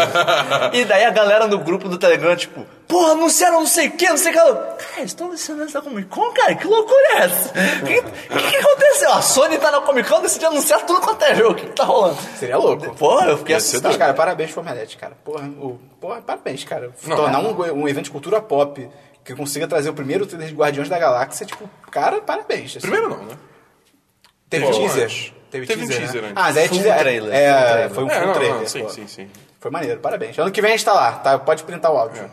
E daí a galera no grupo do Telegram, tipo, porra, anunciaram não sei o que, não sei o que. Cara, eles estão anunciando essa Comic Con, cara? Que loucura é essa? O que aconteceu? A Sony tá na Comic Con, decidiu anunciar tudo quanto é jogo. O que tá rolando? Seria louco. Porra, eu fiquei Ia ser assustado. Mas, cara, parabéns pro Omelete, cara. Porra, parabéns, cara. Tornar um evento de cultura pop que consiga trazer o primeiro trailer de Guardiões da Galáxia, tipo, cara, parabéns. assim. Primeiro não, né? Teve Pô, teaser. antes. Teve Teve um teaser, teaser né? antes. Ah, mas aí Full teaser. trailer, É, full trailer. foi um full trailer. Sim, pô. sim. Foi maneiro, parabéns. Ano que vem a gente tá lá, tá? Pode printar o áudio.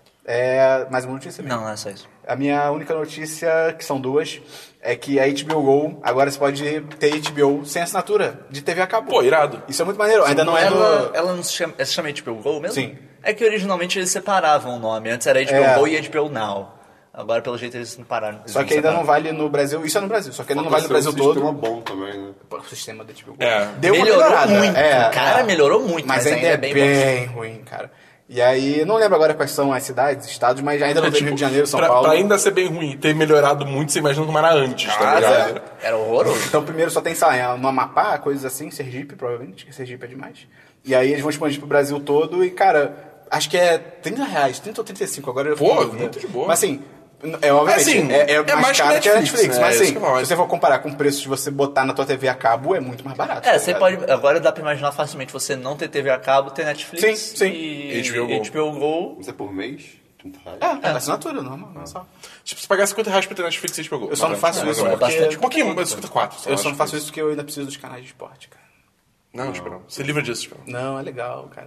Mais uma notícia mesmo. Não é só isso. A minha única notícia, que são duas, é que a HBO Go, agora você pode ter HBO sem assinatura de TV a cabo. Pô, irado. Isso é muito maneiro. Ainda não é Ela não se chama, se chama HBO Go mesmo? Sim. É que originalmente eles separavam o nome. Antes era HBO Go e HBO Now. Agora, pelo jeito, eles não pararam. Só que ainda não vale no Brasil. Isso é no Brasil, só que ainda não vale no Brasil todo. sistema bom também, né? O sistema da HBO Go. É. Deu uma Melhorou melhorada. muito, cara, melhorou muito, Mas ainda é bem ruim, cara. E aí, não lembro agora quais são as cidades, estados, mas ainda não tem Rio de Janeiro, São Paulo. Pra ainda ser bem ruim e ter melhorado muito, você imagina como era antes, tá Cara, ligado? Era horroroso. Então, primeiro só tem, sei lá, no Amapá, coisas assim, Sergipe, provavelmente, que Sergipe é demais. E aí eles vão expandir pro Brasil todo e, cara, acho que é R$30, 30 ou 35, agora eu Pô, fico com dúvida. muito de boa. Mas assim, obviamente, Assim, é é mais mais caro que a Netflix, Netflix, né? mas É isso assim, que eu falo, se você for comparar com o preço de você botar na tua TV a cabo, é muito mais barato. É, tá você ligado? pode. Agora dá pra imaginar facilmente você não ter TV a cabo, ter Netflix Sim. e HBO Go. HBO Go. Isso é por mês? É assinatura, normal, não é só. Tipo, você pagar R$50 pra ter Netflix e HBO. Eu só não faço isso É porque... bastante. Um pouquinho, mas 54. Eu só não faço isso porque eu ainda preciso dos canais de esporte, cara. Não, Esperão. Você livra disso, Esperão. Não, é legal, cara.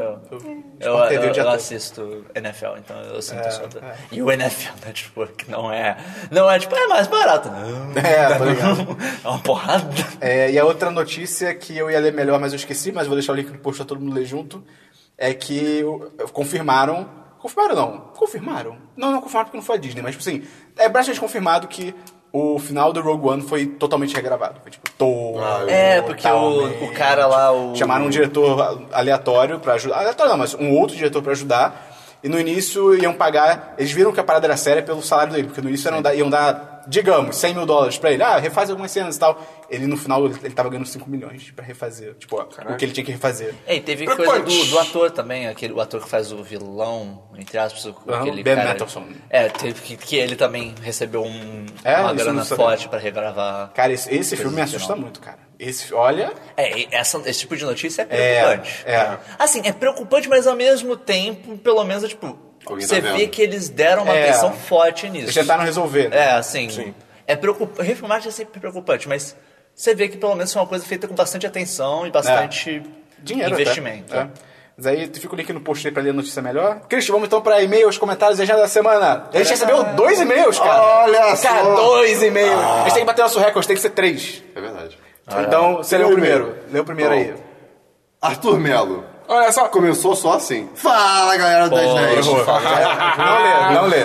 Eu TV o dia todo. assisto NFL, então eu sinto isso. E o NFL Network não é tipo, é mais barato. Não. Tô ligado. É uma porrada. E a outra notícia que eu ia ler melhor, mas eu esqueci, mas vou deixar o link no post pra todo mundo ler junto, é que confirmaram... Confirmaram não? Confirmaram? Não confirmaram porque não foi a Disney, mas tipo assim, é bastante confirmado que o final do Rogue One foi totalmente regravado. Foi tipo, Porque o cara lá... Chamaram um diretor aleatório pra ajudar. Aleatório não, mas um outro diretor pra ajudar. E no início iam pagar... Eles viram que a parada era séria pelo salário dele. Porque no início iam dar, digamos, $100 mil pra ele. Refaz algumas cenas e tal. Ele, no final, ele tava ganhando 5 milhões pra refazer. Tipo, o que ele tinha que refazer. E teve coisa do ator também. O ator que faz o vilão, entre aspas. Aquele Ben cara, Mendelsohn. Teve que ele também recebeu uma isso grana não sabia. forte pra regravar. Cara, esse filme me assusta muito, cara. Olha... Esse tipo de notícia é preocupante. É. Assim, é preocupante, mas ao mesmo tempo, pelo menos, tipo, Alguém você tá vê vendo. que eles deram uma atenção forte nisso. Eles tentaram resolver, né? Assim, Sim. é preocupante. Refilmagem é sempre preocupante, mas você vê que pelo menos foi uma coisa feita com bastante atenção e bastante Dinheiro investimento. até. Mas aí fica o link no post aí pra ler a notícia melhor. Cristian, vamos então pra e-mails, comentários e agenda da semana. A gente recebeu 2 e-mails, cara. Olha só. Cara, 2 e-mails. A gente tem que bater nosso recorde, tem que ser 3. É verdade. Então, você lê o Primeiro. primeiro. Lê o primeiro aí. Arthur Melo. Olha só. Começou só assim. Fala, galera das 10. Errou. Não lê.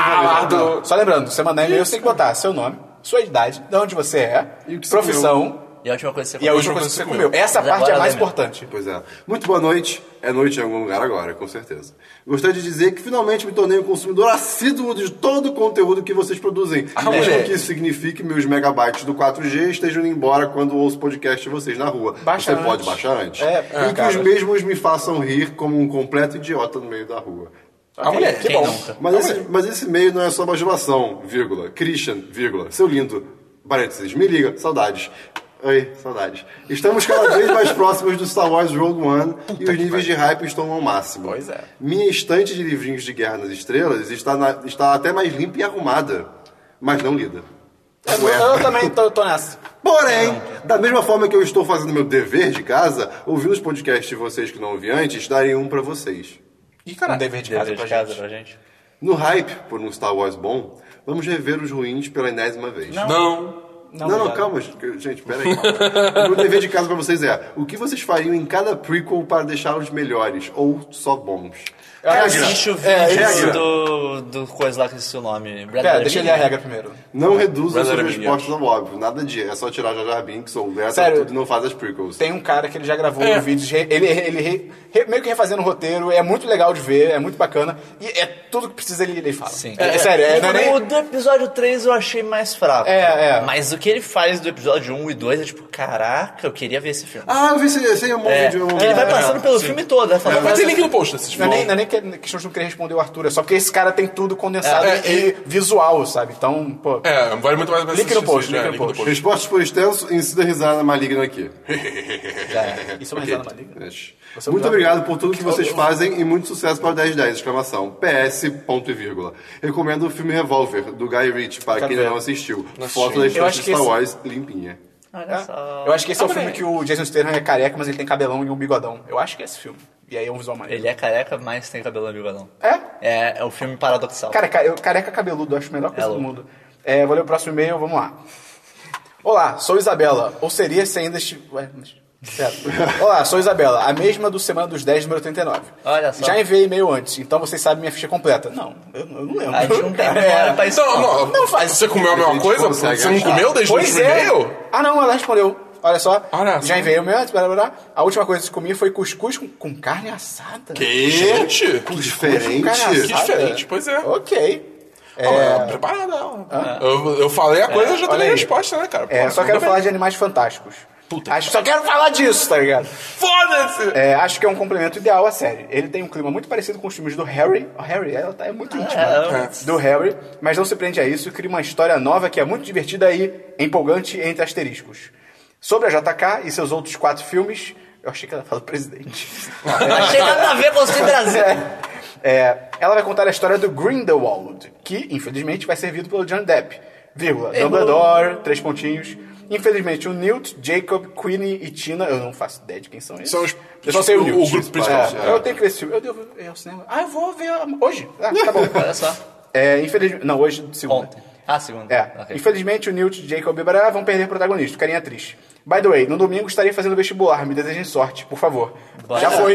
Só lembrando, você mandar e-mail, você tem que botar seu nome, sua idade, de onde você é, E o que você profissão E a última coisa que você E comeu. a última coisa que você comeu. Essa Mas parte agora é a mais lembra. importante. Pois é. Muito boa noite. É noite em algum lugar agora, com certeza. Gostaria de dizer que finalmente me tornei um consumidor assíduo de todo o conteúdo que vocês produzem. Mesmo que isso signifique meus megabytes do 4G estejam indo embora quando ouço podcast de vocês na rua. Baixa Você antes. pode baixar antes? É, E que os mesmos me façam rir como um completo idiota no meio da rua. A mulher. Que Quem bom. nunca? Mas esse e-mail não é só bajulação, vírgula. Christian, vírgula. Seu lindo, parênteses, me liga, saudades. Oi, saudades. Estamos cada vez mais próximos do Star Wars Rogue One e os níveis de hype estão ao máximo. Pois é. Minha estante de livrinhos de Guerra nas Estrelas está até mais limpa e arrumada, mas não lida. Eu também tô nessa. Porém, da mesma forma que eu estou fazendo meu dever de casa, ouvindo os podcasts de vocês que não ouvi antes, darei um pra vocês. Ih, cara, um dever de casa Dever pra de casa gente. pra gente. No hype por um Star Wars bom, vamos rever os ruins pela enésima vez. Não. Não, calma, gente, peraí. O meu dever de casa pra vocês é: o que vocês fariam em cada prequel para deixá-los melhores ou só bons? Assiste o regra. vídeo do coisa lá que eu esqueci o nome. Pera, deixa eu ler a regra primeiro. Não reduza suas Brother respostas ao óbvio, nada de é só tirar Jar Jar Binks ou Leta Sério? tudo e não faz as prequels. Tem um cara que ele já gravou um vídeo, ele meio que refazendo o roteiro, é muito legal de ver, é muito bacana, e é tudo que precisa ele fala. Sim. É sério, não é nem... O do episódio 3 eu achei mais fraco. É. Mas o que ele faz do episódio 1 e 2 é tipo, caraca, eu queria ver esse filme. Ah, eu vi esse bom vídeo. Ele vai passando pelo filme todo, né? Falando, Vai ter link no post desses Não é filmes. nem questão de não querer responder o Arthur, é só porque esse cara tem tudo condensado e visual, sabe? Então, pô... Vale muito mais a pena Link no assistir post, isso, link no post. Respostas por extenso, insida risada maligna aqui. Isso é uma risada maligna. Muito obrigado por tudo que vocês fazem e muito sucesso para o 1010, exclamação. PS, ponto e vírgula. Recomendo o filme Revolver, do Guy Ritchie, para quem ver. não assistiu. Não Foto da assisti. Eu estante acho de que Star esse- Wars limpinha. olha só. Eu acho que esse é o filme que o Jason Statham é careca, mas ele tem cabelão e um bigodão. Eu acho que é esse filme. E aí é um visual maneiro. Ele é careca, mas tem cabelo de balão. É? É o filme paradoxal. Cara, eu careca cabeludo, eu acho a melhor coisa do louco. mundo. Vou ler o próximo e-mail, vamos lá. Olá, sou Isabela. Ou seria se ainda estiver... Olá, sou Isabela, a mesma do Semana dos 10, número 39. Olha só. Já enviei e-mail antes, então vocês sabem minha ficha completa. Não, eu não lembro. A gente não tem memória pra isso. Não faz. Você comeu a mesma gente coisa? consegue Você não achar. comeu desde o Pois último é. e-mail? Ah, não, ela respondeu. Olha só, Olha já só. enviei o meu antes, blá, blá, blá. A última coisa que comi foi cuscuz com carne assada. Gente! Que diferente. Carne Que diferente, pois é. Ok. Preparada ela. Eu falei a coisa, já olha tenho aí. a resposta, né, cara? Só Mandou quero bem. falar de Animais Fantásticos. Puta. Só quero falar disso, tá ligado? Foda-se! Acho que é um complemento ideal à série. Ele tem um clima muito parecido com os filmes do Harry. O Harry, ela é muito íntima. Do Harry, mas não se prende a isso e cria uma história nova que é muito divertida e empolgante entre asteriscos. Sobre a JK e seus outros 4 filmes... Eu achei que ela fala presidente. Achei nada a ver com o Brasil. Ela vai contar a história do Grindelwald, que, infelizmente, vai ser servido pelo Johnny Depp. Vírgula, Dumbledore, 3 pontinhos. Infelizmente, o Newt, Jacob, Queenie e Tina... Eu não faço ideia de quem são eles. São os- Eu só sei o o Newt. grupo principal. Eu tenho que ver esse filme. Eu devo ir ao cinema. Eu vou ver hoje. Tá bom. Olha só. Infelizmente... Não, hoje, segunda. Ontem. Ah, segunda. Ok. Infelizmente, o Newt, Jacob e Bará vão perder protagonista, carinha atriz. By the way, no domingo estarei fazendo vestibular, me desejem sorte, por favor. Já foi.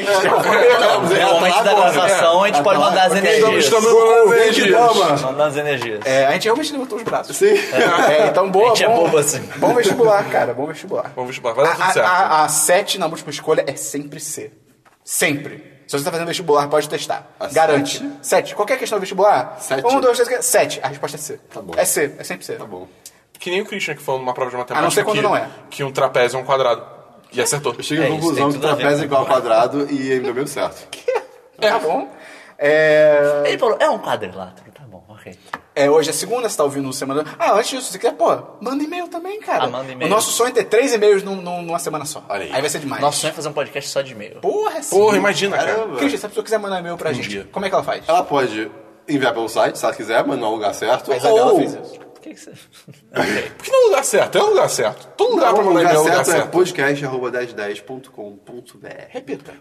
No momento da gravação, a gente pode mandar as energias. Estamos mandando energias. Mandar as energias. A gente realmente levantou os braços. Sim. Então, boa. A gente é bom, bobo assim. Bom vestibular, cara. Bom vestibular. Vamos vestibular, vai dar tudo certo. A 7 na múltipla escolha é sempre C. Sempre. Se você tá fazendo vestibular, pode testar. A Garante. 7? 7. Qualquer questão do vestibular. 7? 1, 2, 3, 7. A resposta é C. Tá bom. É C. É sempre C. Tá bom. Que nem o Christian que falou numa prova de matemática. A não ser quando que, não é. Que um trapézio é um quadrado. E acertou. Eu cheguei à isso, conclusão tem que tudo a ver trapézio é com igual ao quadrado e ainda deu certo. Tá bom. Ele falou, é um quadrilátero. Tá bom, ok. Hoje é segunda, você tá ouvindo o Semana... antes disso, se você quiser, manda e-mail também, cara. Manda e-mail. O nosso sonho é ter 3 e-mails numa semana só. Olha aí. Aí vai ser demais. Nosso sonho é fazer um podcast só de e-mail. Porra, sim. Porra, imagina, cara. Caramba. Christian, se a pessoa quiser mandar e-mail pra gente, dia. como é que ela faz? Ela pode enviar pelo site, se ela quiser, mas não é o lugar certo. A Isabela ou... fez isso. Por que você... Por que não é o lugar certo? É o lugar certo. Todo lugar Não, pra o mandar lugar e-mail é o lugar certo é certo. podcast@1010.com.br. Repita.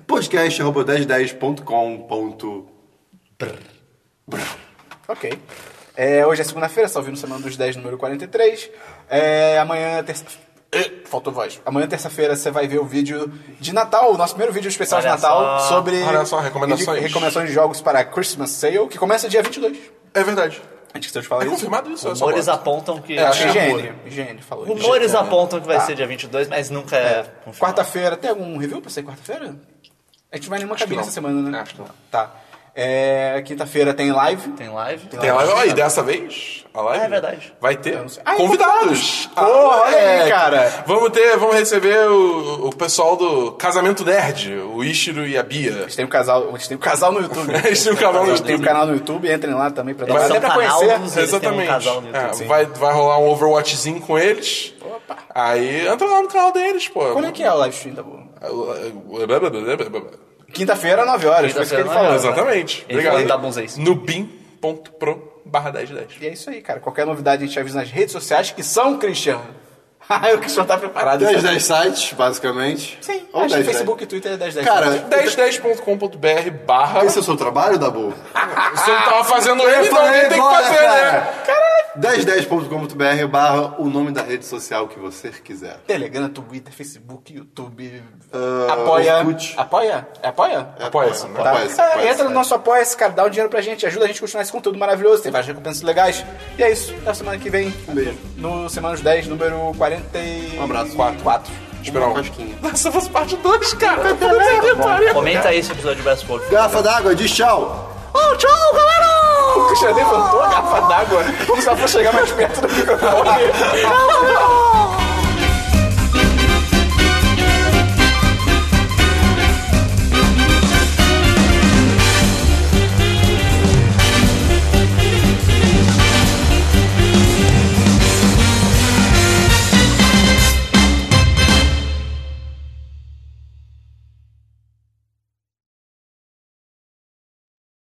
podcast@1010.com.br. Ok. Hoje é segunda-feira, você tá ouvindo Semana dos 10, número 43. Amanhã, terça... Faltou voz. Amanhã, terça-feira, você vai ver o vídeo de Natal, o nosso primeiro vídeo especial Olha de Natal, só. sobre Olha só, recomendações. recomendações de jogos para Christmas Sale, que começa dia 22. É verdade. A gente esqueceu de falar É isso. confirmado isso? ou é só Rumores boato? apontam que... acho que IGN falou. Rumores apontam que vai ser dia 22, mas nunca é confirmado. Quarta-feira, tem algum review pra ser quarta-feira? A gente não vai nenhuma cabine não. essa semana, né? Acho que não. Tá. Quinta-feira tem live. Tem live? Tem a live, ó, e dessa vez, a live É verdade. vai ter Ah, convidados. Porra, olha aí, cara. Vamos receber o pessoal do Casamento Nerd, o Ishiro e a Bia. A gente tem um casal no YouTube. A gente tem um canal no A gente tem um YouTube. canal no YouTube, entrem lá também pra dar Eles uma são até pra canaldos, conhecer. eles têm um Exatamente. casal no YouTube. Sim. Vai rolar um Overwatchzinho com eles. Opa. Aí entra lá no canal deles, pô. Quando é que é o live stream, tá bom? Exatamente. Quinta-feira, 9 horas. Foi isso que ele falou. Exatamente. Ele Obrigado. falou tá bonzês. No bin.pro/1010. E é isso aí, cara. Qualquer novidade a gente avisa nas redes sociais, que são, Christian. O Christian tá preparado. 10 sites, basicamente. Sim, Ou acho que 10. Facebook e Twitter é 1010. Cara, 1010.com.br/. esse é o seu trabalho, Dabu? Você não tava fazendo ele, então alguém tem que fazer, né? 1010.com.br/ o nome da rede social que você quiser. Telegram, Twitter, Facebook, YouTube. Apoia. Orkut. Apoia? É apoia? Apoia-se, né? Tá? Apoia-se, É, apoia-se, entra no é. nosso Apoia-se, cara, dá um dinheiro pra gente, ajuda a gente a continuar esse conteúdo maravilhoso, tem várias recompensas legais. E é isso, até a semana que vem. Um beijo. No Semana dos 10, número 44. Um abraço. 4. Esperar Uma um. casquinha. Nossa, fosse parte 2, cara. Comenta aí esse episódio de Westworld. Garrafa d'água, diz tchau. Oh, tchau, galera! O Christian levantou a garrafa d'água como se ela fosse chegar mais perto do microfone. Tchau, tchau!